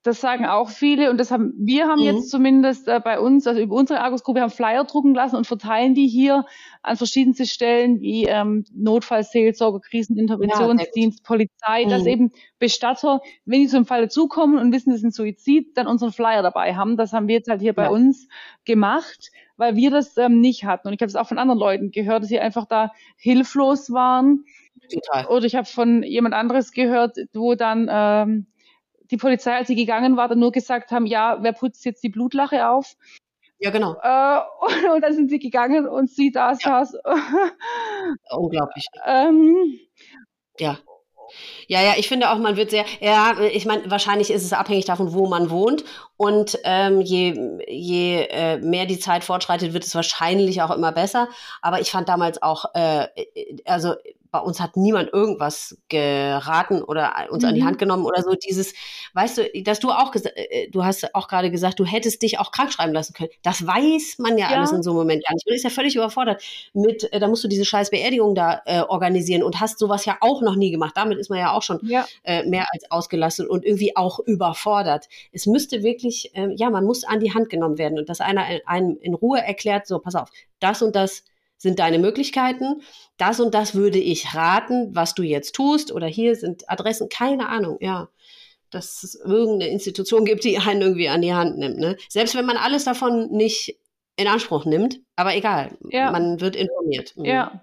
Das sagen auch viele und das haben wir haben Mhm. jetzt zumindest äh, bei uns, also über unsere Argus-Gruppe, haben Flyer drucken lassen und verteilen die hier an verschiedenste Stellen wie ähm, Notfallseelsorger, Ja, sehr gut. Kriseninterventionsdienst, Polizei, dass Mhm. eben Bestatter, wenn die zu einem Fall dazukommen und wissen, es ist ein Suizid, dann unseren Flyer dabei haben. Das haben wir jetzt halt hier bei Ja. uns gemacht, weil wir das ähm, nicht hatten. Und ich habe es auch von anderen Leuten gehört, dass sie einfach da hilflos waren. Total. Oder ich habe von jemand anderes gehört, wo dann ähm, die Polizei, als sie gegangen war, dann nur gesagt haben, ja, wer putzt jetzt die Blutlache auf? Ja, genau. Äh, und, und dann sind sie gegangen und sie da Ja. saß. Unglaublich. ähm, Ja. Ja, ja, ich finde auch, man wird sehr, ja, ich meine, wahrscheinlich ist es abhängig davon, wo man wohnt. Und ähm, je, je äh, mehr die Zeit fortschreitet, wird es wahrscheinlich auch immer besser. Aber ich fand damals auch, äh, also bei uns hat niemand irgendwas geraten oder uns mhm. an die Hand genommen oder so. Dieses, weißt du, dass du auch gesagt, du hast auch gerade gesagt, du hättest dich auch krank schreiben lassen können. Das weiß man ja, ja. alles in so einem Moment gar nicht. Man ist ja völlig überfordert mit, äh, da musst du diese scheiß Beerdigung da äh, organisieren und hast sowas ja auch noch nie gemacht. Damit ist man ja auch schon ja. äh, mehr als ausgelastet und irgendwie auch überfordert. Es müsste wirklich, äh, ja, man muss an die Hand genommen werden und dass einer einem in Ruhe erklärt, so, pass auf, das und das sind deine Möglichkeiten, das und das würde ich raten, was du jetzt tust oder hier sind Adressen, keine Ahnung, ja, dass es irgendeine Institution gibt, die einen irgendwie an die Hand nimmt, ne? Selbst wenn man alles davon nicht in Anspruch nimmt, aber egal, ja. man wird informiert. Mhm. Ja.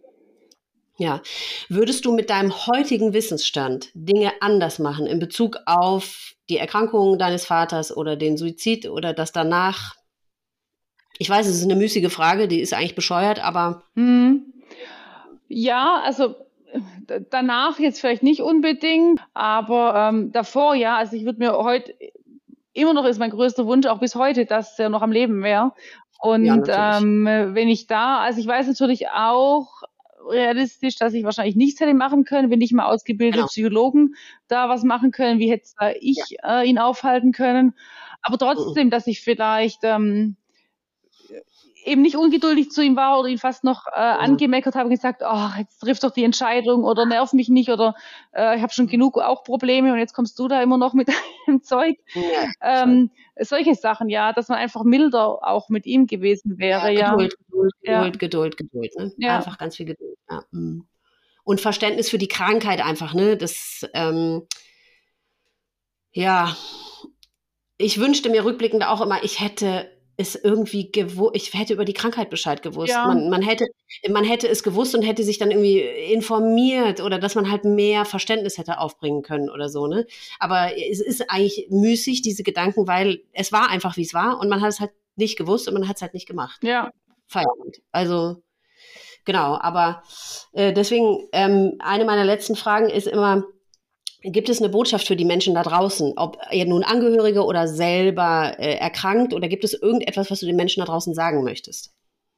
Ja. Würdest du mit deinem heutigen Wissensstand Dinge anders machen in Bezug auf die Erkrankungen deines Vaters oder den Suizid oder das danach? Ich weiß, es ist eine müßige Frage, die ist eigentlich bescheuert, aber... Hm. Ja, also danach jetzt vielleicht nicht unbedingt, aber ähm, davor ja. Also ich würde mir heute, immer noch ist mein größter Wunsch, auch bis heute, dass er noch am Leben wäre. Und ja, ähm, wenn ich da, also ich weiß natürlich auch realistisch, dass ich wahrscheinlich nichts hätte machen können, wenn nicht mal ausgebildete genau. Psychologen da was machen können, wie hätte da ich ja. äh, ihn aufhalten können. Aber trotzdem, mhm. dass ich vielleicht... Ähm, eben nicht ungeduldig zu ihm war oder ihn fast noch äh, ja. angemeckert habe und gesagt, oh, jetzt trifft doch die Entscheidung oder nerv mich nicht oder äh, ich habe schon genug auch Probleme und jetzt kommst du da immer noch mit deinem Zeug. Ja, ähm, solche Sachen, ja, dass man einfach milder auch mit ihm gewesen wäre. Ja, Geduld, ja. Geduld, ja. Geduld, Geduld, Geduld. Ne? Ja. Einfach ganz viel Geduld. Ja. Und Verständnis für die Krankheit einfach, ne? Das, ähm, ja, ich wünschte mir rückblickend auch immer, ich hätte es irgendwie gewusst, ich hätte über die Krankheit Bescheid gewusst. Ja. Man, man hätte, man hätte es gewusst und hätte sich dann irgendwie informiert oder dass man halt mehr Verständnis hätte aufbringen können oder so, ne? Aber es ist eigentlich müßig, diese Gedanken, weil es war einfach, wie es war und man hat es halt nicht gewusst und man hat es halt nicht gemacht. Ja. Feierabend. Also, genau, aber äh, deswegen, ähm, eine meiner letzten Fragen ist immer, gibt es eine Botschaft für die Menschen da draußen, ob ihr nun Angehörige oder selber äh, erkrankt, oder gibt es irgendetwas, was du den Menschen da draußen sagen möchtest?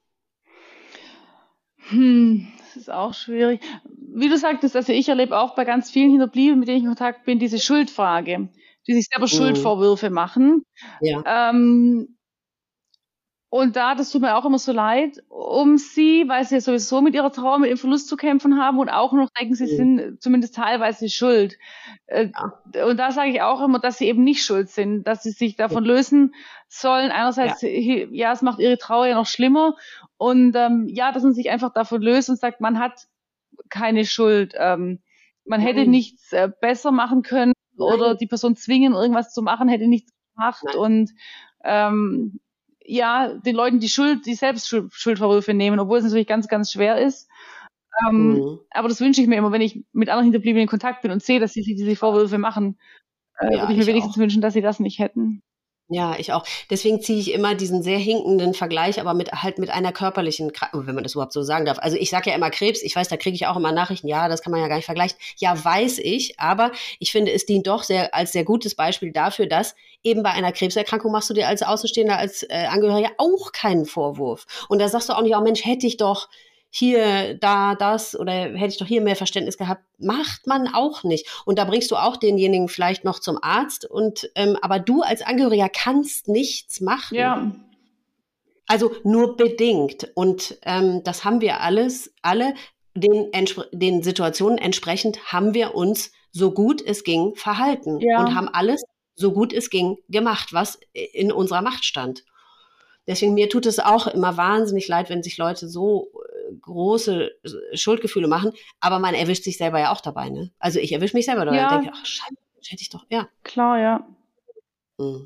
Hm, das ist auch schwierig. Wie du sagtest, also ich erlebe auch bei ganz vielen Hinterbliebenen, mit denen ich in Kontakt bin, diese Schuldfrage, die sich selber mhm. Schuldvorwürfe machen. Ja. Ähm, Und da, das tut mir auch immer so leid um sie, weil sie sowieso mit ihrer Trauer, mit dem Verlust zu kämpfen haben und auch noch denken, sie mhm. sind zumindest teilweise schuld. Ja. Und da sage ich auch immer, dass sie eben nicht schuld sind, dass sie sich davon ja. lösen sollen. Einerseits, ja. ja, es macht ihre Trauer ja noch schlimmer. Und ähm, ja, dass man sich einfach davon löst und sagt, man hat keine Schuld. Ähm, man Nein. hätte nichts äh, besser machen können Nein. oder die Person zwingen, irgendwas zu machen, hätte nichts gemacht. Nein. Und ähm, ja, den Leuten die Schuld, die selbst Schuldvorwürfe nehmen, obwohl es natürlich ganz, ganz schwer ist. Ähm, mhm. Aber das wünsche ich mir immer, wenn ich mit anderen Hinterbliebenen in Kontakt bin und sehe, dass sie sich diese Vorwürfe machen, äh, ja, würde ich mir ich wenigstens auch. wünschen, dass sie das nicht hätten. Ja, ich auch. Deswegen ziehe ich immer diesen sehr hinkenden Vergleich, aber mit halt mit einer körperlichen Krankheit, wenn man das überhaupt so sagen darf. Also ich sage ja immer Krebs, ich weiß, da kriege ich auch immer Nachrichten, ja, das kann man ja gar nicht vergleichen. Ja, weiß ich, aber ich finde, es dient doch sehr als sehr gutes Beispiel dafür, dass eben bei einer Krebserkrankung machst du dir als Außenstehender, als äh, Angehöriger auch keinen Vorwurf. Und da sagst du auch nicht, oh Mensch, hätte ich doch hier, da, das oder hätte ich doch hier mehr Verständnis gehabt. Macht man auch nicht. Und da bringst du auch denjenigen vielleicht noch zum Arzt. Und ähm, aber du als Angehöriger kannst nichts machen. Ja. Also nur bedingt. Und ähm, das haben wir alles, alle den, den Situationen entsprechend haben wir uns so gut es ging verhalten. Ja. Und haben alles so gut es ging, gemacht, was in unserer Macht stand. Deswegen, mir tut es auch immer wahnsinnig leid, wenn sich Leute so äh, große Schuldgefühle machen, aber man erwischt sich selber ja auch dabei, ne? Also ich erwische mich selber dabei Ja. und denke, ach scheiße, hätte ich doch, ja. Klar, ja. Mhm.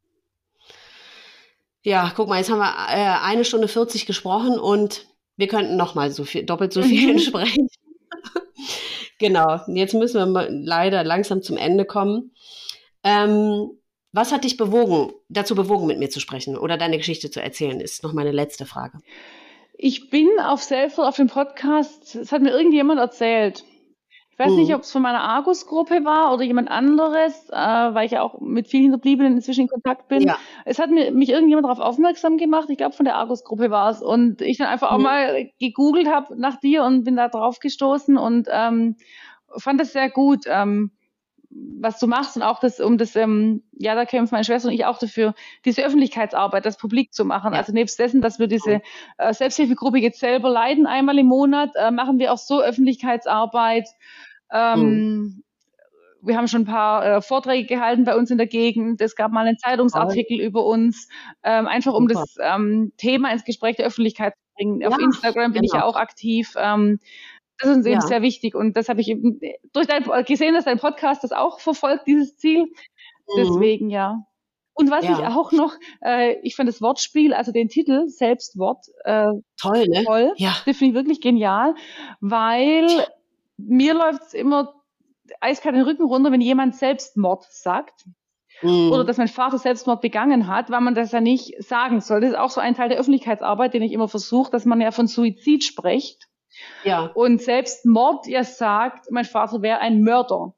Ja, guck mal, jetzt haben wir äh, eine Stunde vierzig gesprochen und wir könnten noch mal so viel, doppelt so viel Mhm. sprechen. Genau, jetzt müssen wir mal leider langsam zum Ende kommen. Ähm, was hat dich bewogen, dazu bewogen, mit mir zu sprechen oder deine Geschichte zu erzählen, ist noch meine letzte Frage. Ich bin auf Selfwort, auf dem Podcast, es hat mir irgendjemand erzählt. Ich weiß Mhm. nicht, ob es von meiner Argus-Gruppe war oder jemand anderes, äh, weil ich ja auch mit vielen Hinterbliebenen inzwischen in Kontakt bin. Ja. Es hat mir, mich irgendjemand darauf aufmerksam gemacht. Ich glaube, von der Argus-Gruppe war es. Und ich dann einfach auch Mhm. mal gegoogelt habe nach dir und bin da drauf gestoßen und ähm, fand das sehr gut, ähm, was du machst und auch das, um das, ähm, ja, da kämpfen meine Schwester und ich auch dafür, diese Öffentlichkeitsarbeit, das publik zu machen. Ja. Also nebst dessen, dass wir diese äh, Selbsthilfegruppe jetzt selber leiten, einmal im Monat, äh, machen wir auch so Öffentlichkeitsarbeit. Ähm, Mhm. Wir haben schon ein paar äh, Vorträge gehalten bei uns in der Gegend. Es gab mal einen Zeitungsartikel Toll. über uns, ähm, einfach um Super. das ähm, Thema ins Gespräch der Öffentlichkeit zu bringen. Ja, Auf Instagram bin ich genau. ja auch aktiv. Ähm, das ist uns eben Ja. sehr wichtig und das habe ich eben durch dein, gesehen, dass dein Podcast das auch verfolgt, dieses Ziel. Mhm. Deswegen, ja. Und was ich Ja. auch noch, äh, ich fand das Wortspiel, also den Titel Selbstwort, äh, Toll, ne? toll. Ja. Das finde ich wirklich genial, weil Tja. mir läuft's immer eiskalt den Rücken runter, wenn jemand Selbstmord sagt. Mhm. Oder dass mein Vater Selbstmord begangen hat, weil man das ja nicht sagen soll. Das ist auch so ein Teil der Öffentlichkeitsarbeit, den ich immer versuche, dass man ja von Suizid spricht. Ja. Und Selbstmord ja sagt, mein Vater wäre ein Mörder.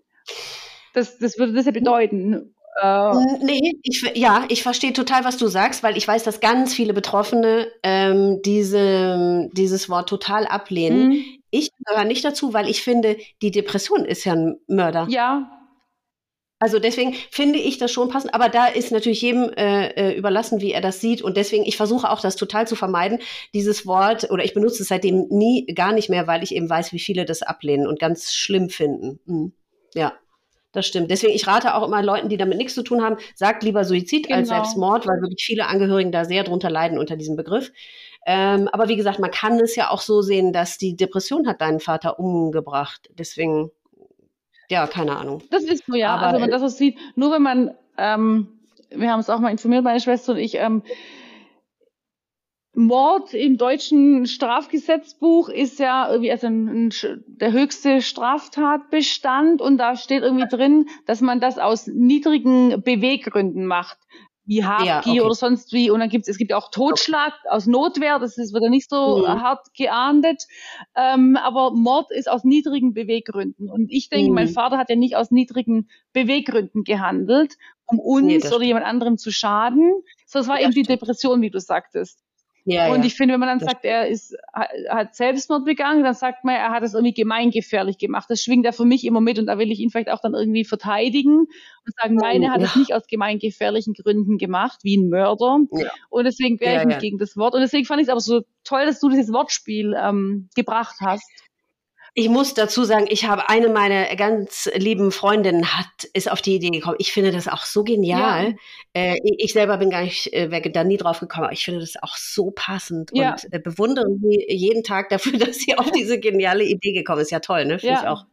Das, das würde das ja bedeuten. Äh, Nee, ich, ja, ich verstehe total, was du sagst, weil ich weiß, dass ganz viele Betroffene ähm, diese, dieses Wort total ablehnen. Mhm. Ich gehöre nicht dazu, weil ich finde, die Depression ist ja ein Mörder. Ja. Also deswegen finde ich das schon passend, aber da ist natürlich jedem äh, überlassen, wie er das sieht und deswegen, ich versuche auch das total zu vermeiden, dieses Wort, oder ich benutze es seitdem nie, gar nicht mehr, weil ich eben weiß, wie viele das ablehnen und ganz schlimm finden. Mhm. Ja, das stimmt. Deswegen, ich rate auch immer Leuten, die damit nichts zu tun haben, sagt lieber Suizid Genau. als Selbstmord, weil wirklich viele Angehörigen da sehr drunter leiden unter diesem Begriff. Ähm, aber wie gesagt, man kann es ja auch so sehen, dass die Depression hat deinen Vater umgebracht. Deswegen, ja, keine Ahnung. Das ist so, ja. Aber, Also wenn man das so sieht, nur wenn man, ähm, wir haben uns auch mal informiert, meine Schwester und ich, ähm, Mord im deutschen Strafgesetzbuch ist ja irgendwie also ein, ein, der höchste Straftatbestand und da steht irgendwie drin, dass man das aus niedrigen Beweggründen macht, wie Habgier ja, okay. oder sonst wie. Und dann gibt es, es gibt auch Totschlag okay. aus Notwehr, das ist, wird ja nicht so mhm. hart geahndet. Ähm, aber Mord ist aus niedrigen Beweggründen. Und ich denke, mhm. mein Vater hat ja nicht aus niedrigen Beweggründen gehandelt, um uns nee, oder stimmt. jemand anderem zu schaden. So, es war ja, eben die stimmt. Depression, wie du sagtest. Ja, und ja. ich finde, wenn man dann das sagt, er ist, hat Selbstmord begangen, dann sagt man, er hat es irgendwie gemeingefährlich gemacht. Das schwingt ja für mich immer mit und da will ich ihn vielleicht auch dann irgendwie verteidigen und sagen, nein, er hat ja. es nicht aus gemeingefährlichen Gründen gemacht, wie ein Mörder. Ja. Und deswegen wäre ja, ich nicht ja. gegen das Wort. Und deswegen fand ich es aber so toll, dass du dieses Wortspiel ähm, gebracht hast. Ich muss dazu sagen, ich habe eine meiner ganz lieben Freundinnen hat, ist auf die Idee gekommen. Ich finde das auch so genial. Ja. Äh, ich selber bin gar nicht, äh, wäre da nie drauf gekommen, aber ich finde das auch so passend ja. und äh, bewundere sie jeden Tag dafür, dass sie auf diese geniale Idee gekommen ist. Ja, toll, ne? Finde ja. ich auch.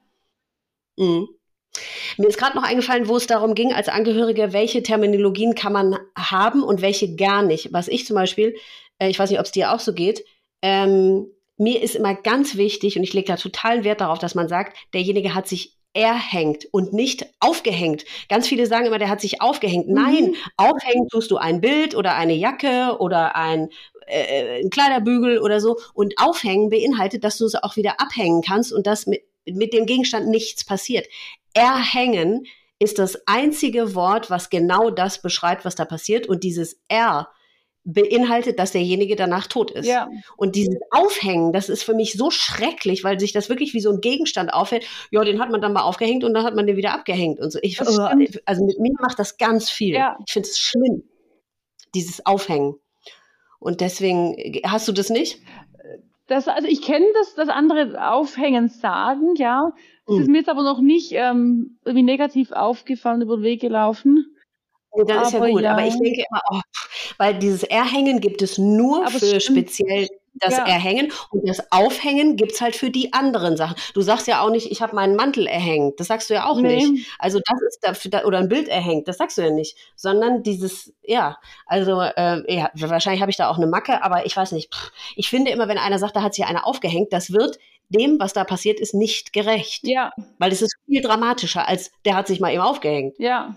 Mhm. Mir ist gerade noch eingefallen, wo es darum ging, als Angehörige, welche Terminologien kann man haben und welche gar nicht. Was ich zum Beispiel, äh, ich weiß nicht, ob es dir auch so geht, ähm, mir ist immer ganz wichtig und ich lege da totalen Wert darauf, dass man sagt, derjenige hat sich erhängt und nicht aufgehängt. Ganz viele sagen immer, der hat sich aufgehängt. Mhm. Nein, aufhängen tust du ein Bild oder eine Jacke oder ein, äh, ein Kleiderbügel oder so. Und aufhängen beinhaltet, dass du es auch wieder abhängen kannst und dass mit, mit dem Gegenstand nichts passiert. Erhängen ist das einzige Wort, was genau das beschreibt, was da passiert. Und dieses R beinhaltet, dass derjenige danach tot ist. Ja. Und dieses Aufhängen, das ist für mich so schrecklich, weil sich das wirklich wie so ein Gegenstand aufhält. Ja, den hat man dann mal aufgehängt und dann hat man den wieder abgehängt und so. Ich, also mit mir macht das ganz viel. Ja. Ich finde es schlimm, dieses Aufhängen. Und deswegen, hast du das nicht? Das, also ich kenne das, das andere Aufhängen sagen, ja. Das mhm. ist mir jetzt aber noch nicht ähm, irgendwie negativ aufgefallen, über den Weg gelaufen. Nee, dann ist ja gut, ja. aber ich denke immer, oh, weil dieses Erhängen gibt es nur aber für speziell das ja. Erhängen und das Aufhängen gibt's halt für die anderen Sachen. Du sagst ja auch nicht, ich habe meinen Mantel erhängt, das sagst du ja auch nee. nicht. Also das ist dafür, oder ein Bild erhängt, das sagst du ja nicht, sondern dieses, ja, also äh, ja, wahrscheinlich habe ich da auch eine Macke, aber ich weiß nicht. Pff, ich finde immer, wenn einer sagt, da hat sich einer aufgehängt, das wird dem, was da passiert ist, nicht gerecht. Ja. Weil es ist viel dramatischer, als der hat sich mal eben aufgehängt. Ja.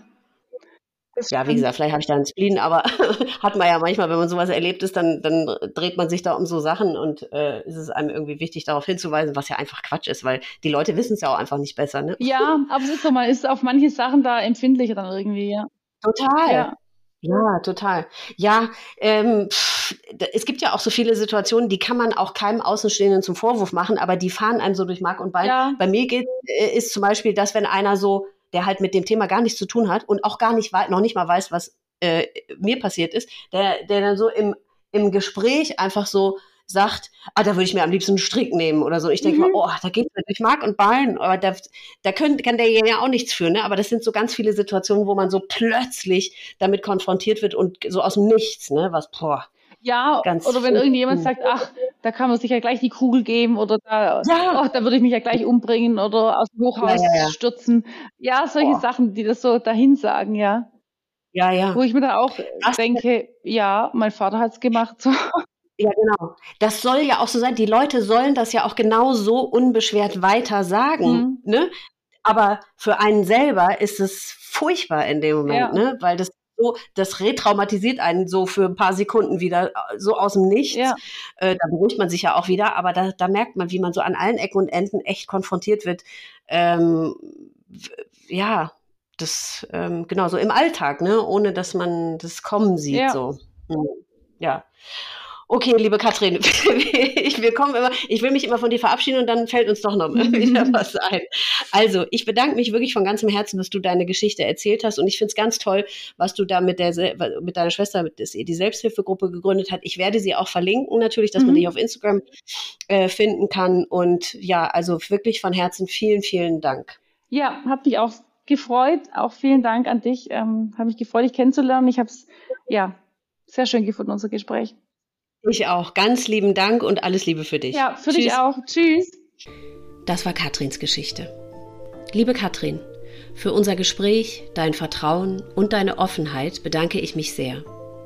Ja, wie gesagt, vielleicht habe ich da einen Spleen, aber hat man ja manchmal, wenn man sowas erlebt ist, dann, dann dreht man sich da um so Sachen und äh, ist es einem irgendwie wichtig, darauf hinzuweisen, was ja einfach Quatsch ist, weil die Leute wissen es ja auch einfach nicht besser, ne? Ja, aber es ist so, man ist auf manche Sachen da empfindlicher dann irgendwie, ja. Total. Ja. Ja, total. Ja, ähm, pff, es gibt ja auch so viele Situationen, die kann man auch keinem Außenstehenden zum Vorwurf machen, aber die fahren einem so durch Mark und Bein. Ja. Bei mir geht, äh, ist zum Beispiel das, wenn einer so, der halt mit dem Thema gar nichts zu tun hat und auch gar nicht, noch nicht mal weiß, was äh, mir passiert ist, der, der dann so im, im Gespräch einfach so sagt, ah, da würde ich mir am liebsten einen Strick nehmen oder so. Ich denke mhm. mal, oh, da geht es mir durch Mark und Bein, aber da, da können, kann der ja auch nichts für, ne? Aber das sind so ganz viele Situationen, wo man so plötzlich damit konfrontiert wird und so aus dem Nichts, ne? Was, boah. Ja, ganz oder wenn irgendjemand sagt, ach, da kann man sich ja gleich die Kugel geben oder da, ja. oh, da würde ich mich ja gleich umbringen oder aus dem Hochhaus ja, ja, ja. stürzen. Ja, solche oh. Sachen, die das so dahin sagen, ja. Ja, ja. Wo ich mir dann auch das denke, ja, mein Vater hat's gemacht. So. Ja, genau. Das soll ja auch so sein. Die Leute sollen das ja auch genau so unbeschwert weiter sagen, mhm. ne? Aber für einen selber ist es furchtbar in dem Moment, ja. ne? Weil das so, das retraumatisiert einen so für ein paar Sekunden wieder so aus dem Nichts. Ja. Äh, da beruhigt man sich ja auch wieder, aber da, da merkt man, wie man so an allen Ecken und Enden echt konfrontiert wird. Ähm, ja, das ähm, genau so im Alltag, ne, ohne dass man das kommen sieht. Ja. So, hm. ja. Okay, liebe Katrin, ich, wir kommen immer, ich will mich immer von dir verabschieden und dann fällt uns doch noch wieder was ein. Also, ich bedanke mich wirklich von ganzem Herzen, dass du deine Geschichte erzählt hast und ich finde es ganz toll, was du da mit, der, mit deiner Schwester, mit die Selbsthilfegruppe gegründet hat. Ich werde sie auch verlinken natürlich, dass mhm. man dich auf Instagram äh, finden kann und ja, also wirklich von Herzen vielen, vielen Dank. Ja, habe mich auch gefreut, auch vielen Dank an dich, ähm, habe mich gefreut, dich kennenzulernen. Ich habe es, ja, sehr schön gefunden, unser Gespräch. Ich auch. Ganz lieben Dank und alles Liebe für dich. Ja, für Tschüss. Dich auch. Tschüss. Das war Katrins Geschichte. Liebe Katrin, für unser Gespräch, dein Vertrauen und deine Offenheit bedanke ich mich sehr.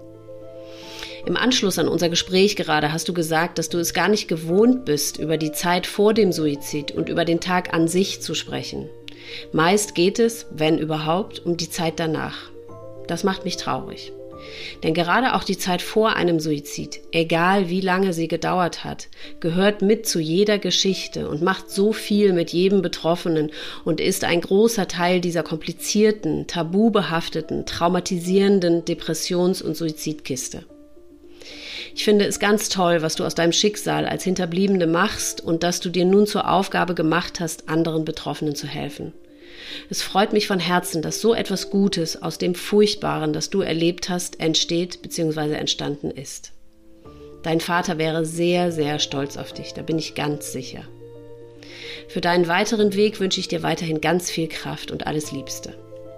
Im Anschluss an unser Gespräch gerade hast du gesagt, dass du es gar nicht gewohnt bist, über die Zeit vor dem Suizid und über den Tag an sich zu sprechen. Meist geht es, wenn überhaupt, um die Zeit danach. Das macht mich traurig. Denn gerade auch die Zeit vor einem Suizid, egal wie lange sie gedauert hat, gehört mit zu jeder Geschichte und macht so viel mit jedem Betroffenen und ist ein großer Teil dieser komplizierten, tabubehafteten, traumatisierenden Depressions- und Suizidkiste. Ich finde es ganz toll, was du aus deinem Schicksal als Hinterbliebene machst und dass du dir nun zur Aufgabe gemacht hast, anderen Betroffenen zu helfen. Es freut mich von Herzen, dass so etwas Gutes aus dem Furchtbaren, das du erlebt hast, entsteht bzw. entstanden ist. Dein Vater wäre sehr, sehr stolz auf dich, da bin ich ganz sicher. Für deinen weiteren Weg wünsche ich dir weiterhin ganz viel Kraft und alles Liebste.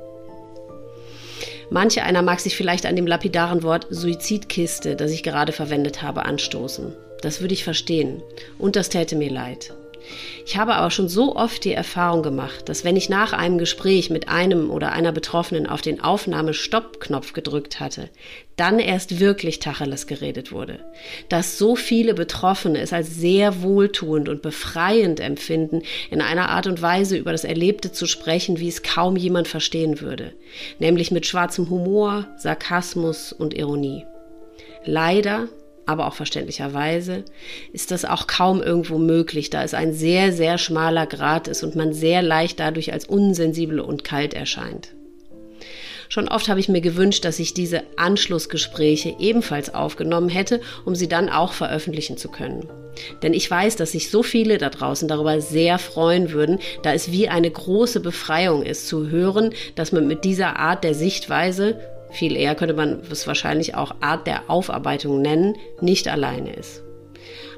Manche einer mag sich vielleicht an dem lapidaren Wort Suizidkiste, das ich gerade verwendet habe, anstoßen. Das würde ich verstehen und das täte mir leid. Ich habe aber schon so oft die Erfahrung gemacht, dass wenn ich nach einem Gespräch mit einem oder einer Betroffenen auf den Aufnahme-Stopp-Knopf gedrückt hatte, dann erst wirklich Tacheles geredet wurde. Dass so viele Betroffene es als sehr wohltuend und befreiend empfinden, in einer Art und Weise über das Erlebte zu sprechen, wie es kaum jemand verstehen würde. Nämlich mit schwarzem Humor, Sarkasmus und Ironie. Leider, aber auch verständlicherweise, ist das auch kaum irgendwo möglich, da es ein sehr, sehr schmaler Grat ist und man sehr leicht dadurch als unsensibel und kalt erscheint. Schon oft habe ich mir gewünscht, dass ich diese Anschlussgespräche ebenfalls aufgenommen hätte, um sie dann auch veröffentlichen zu können. Denn ich weiß, dass sich so viele da draußen darüber sehr freuen würden, da es wie eine große Befreiung ist, zu hören, dass man mit dieser Art der Sichtweise, viel eher könnte man es wahrscheinlich auch Art der Aufarbeitung nennen, nicht alleine ist.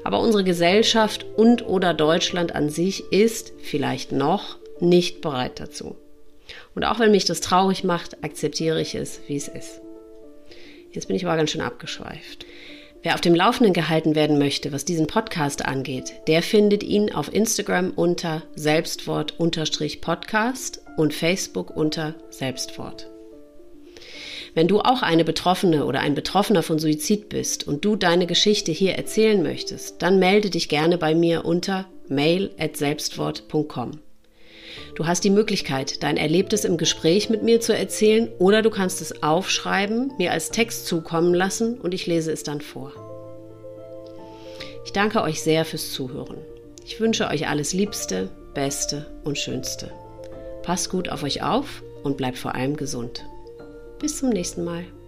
Aber unsere Gesellschaft und oder Deutschland an sich ist vielleicht noch nicht bereit dazu. Und auch wenn mich das traurig macht, akzeptiere ich es, wie es ist. Jetzt bin ich aber ganz schön abgeschweift. Wer auf dem Laufenden gehalten werden möchte, was diesen Podcast angeht, der findet ihn auf Instagram unter Selbstwort-Podcast und Facebook unter Selbstwort. Wenn du auch eine Betroffene oder ein Betroffener von Suizid bist und du deine Geschichte hier erzählen möchtest, dann melde dich gerne bei mir unter mail at selbstwort punkt com. Du hast die Möglichkeit, dein Erlebtes im Gespräch mit mir zu erzählen oder du kannst es aufschreiben, mir als Text zukommen lassen und ich lese es dann vor. Ich danke euch sehr fürs Zuhören. Ich wünsche euch alles Liebste, Beste und Schönste. Passt gut auf euch auf und bleibt vor allem gesund. Bis zum nächsten Mal.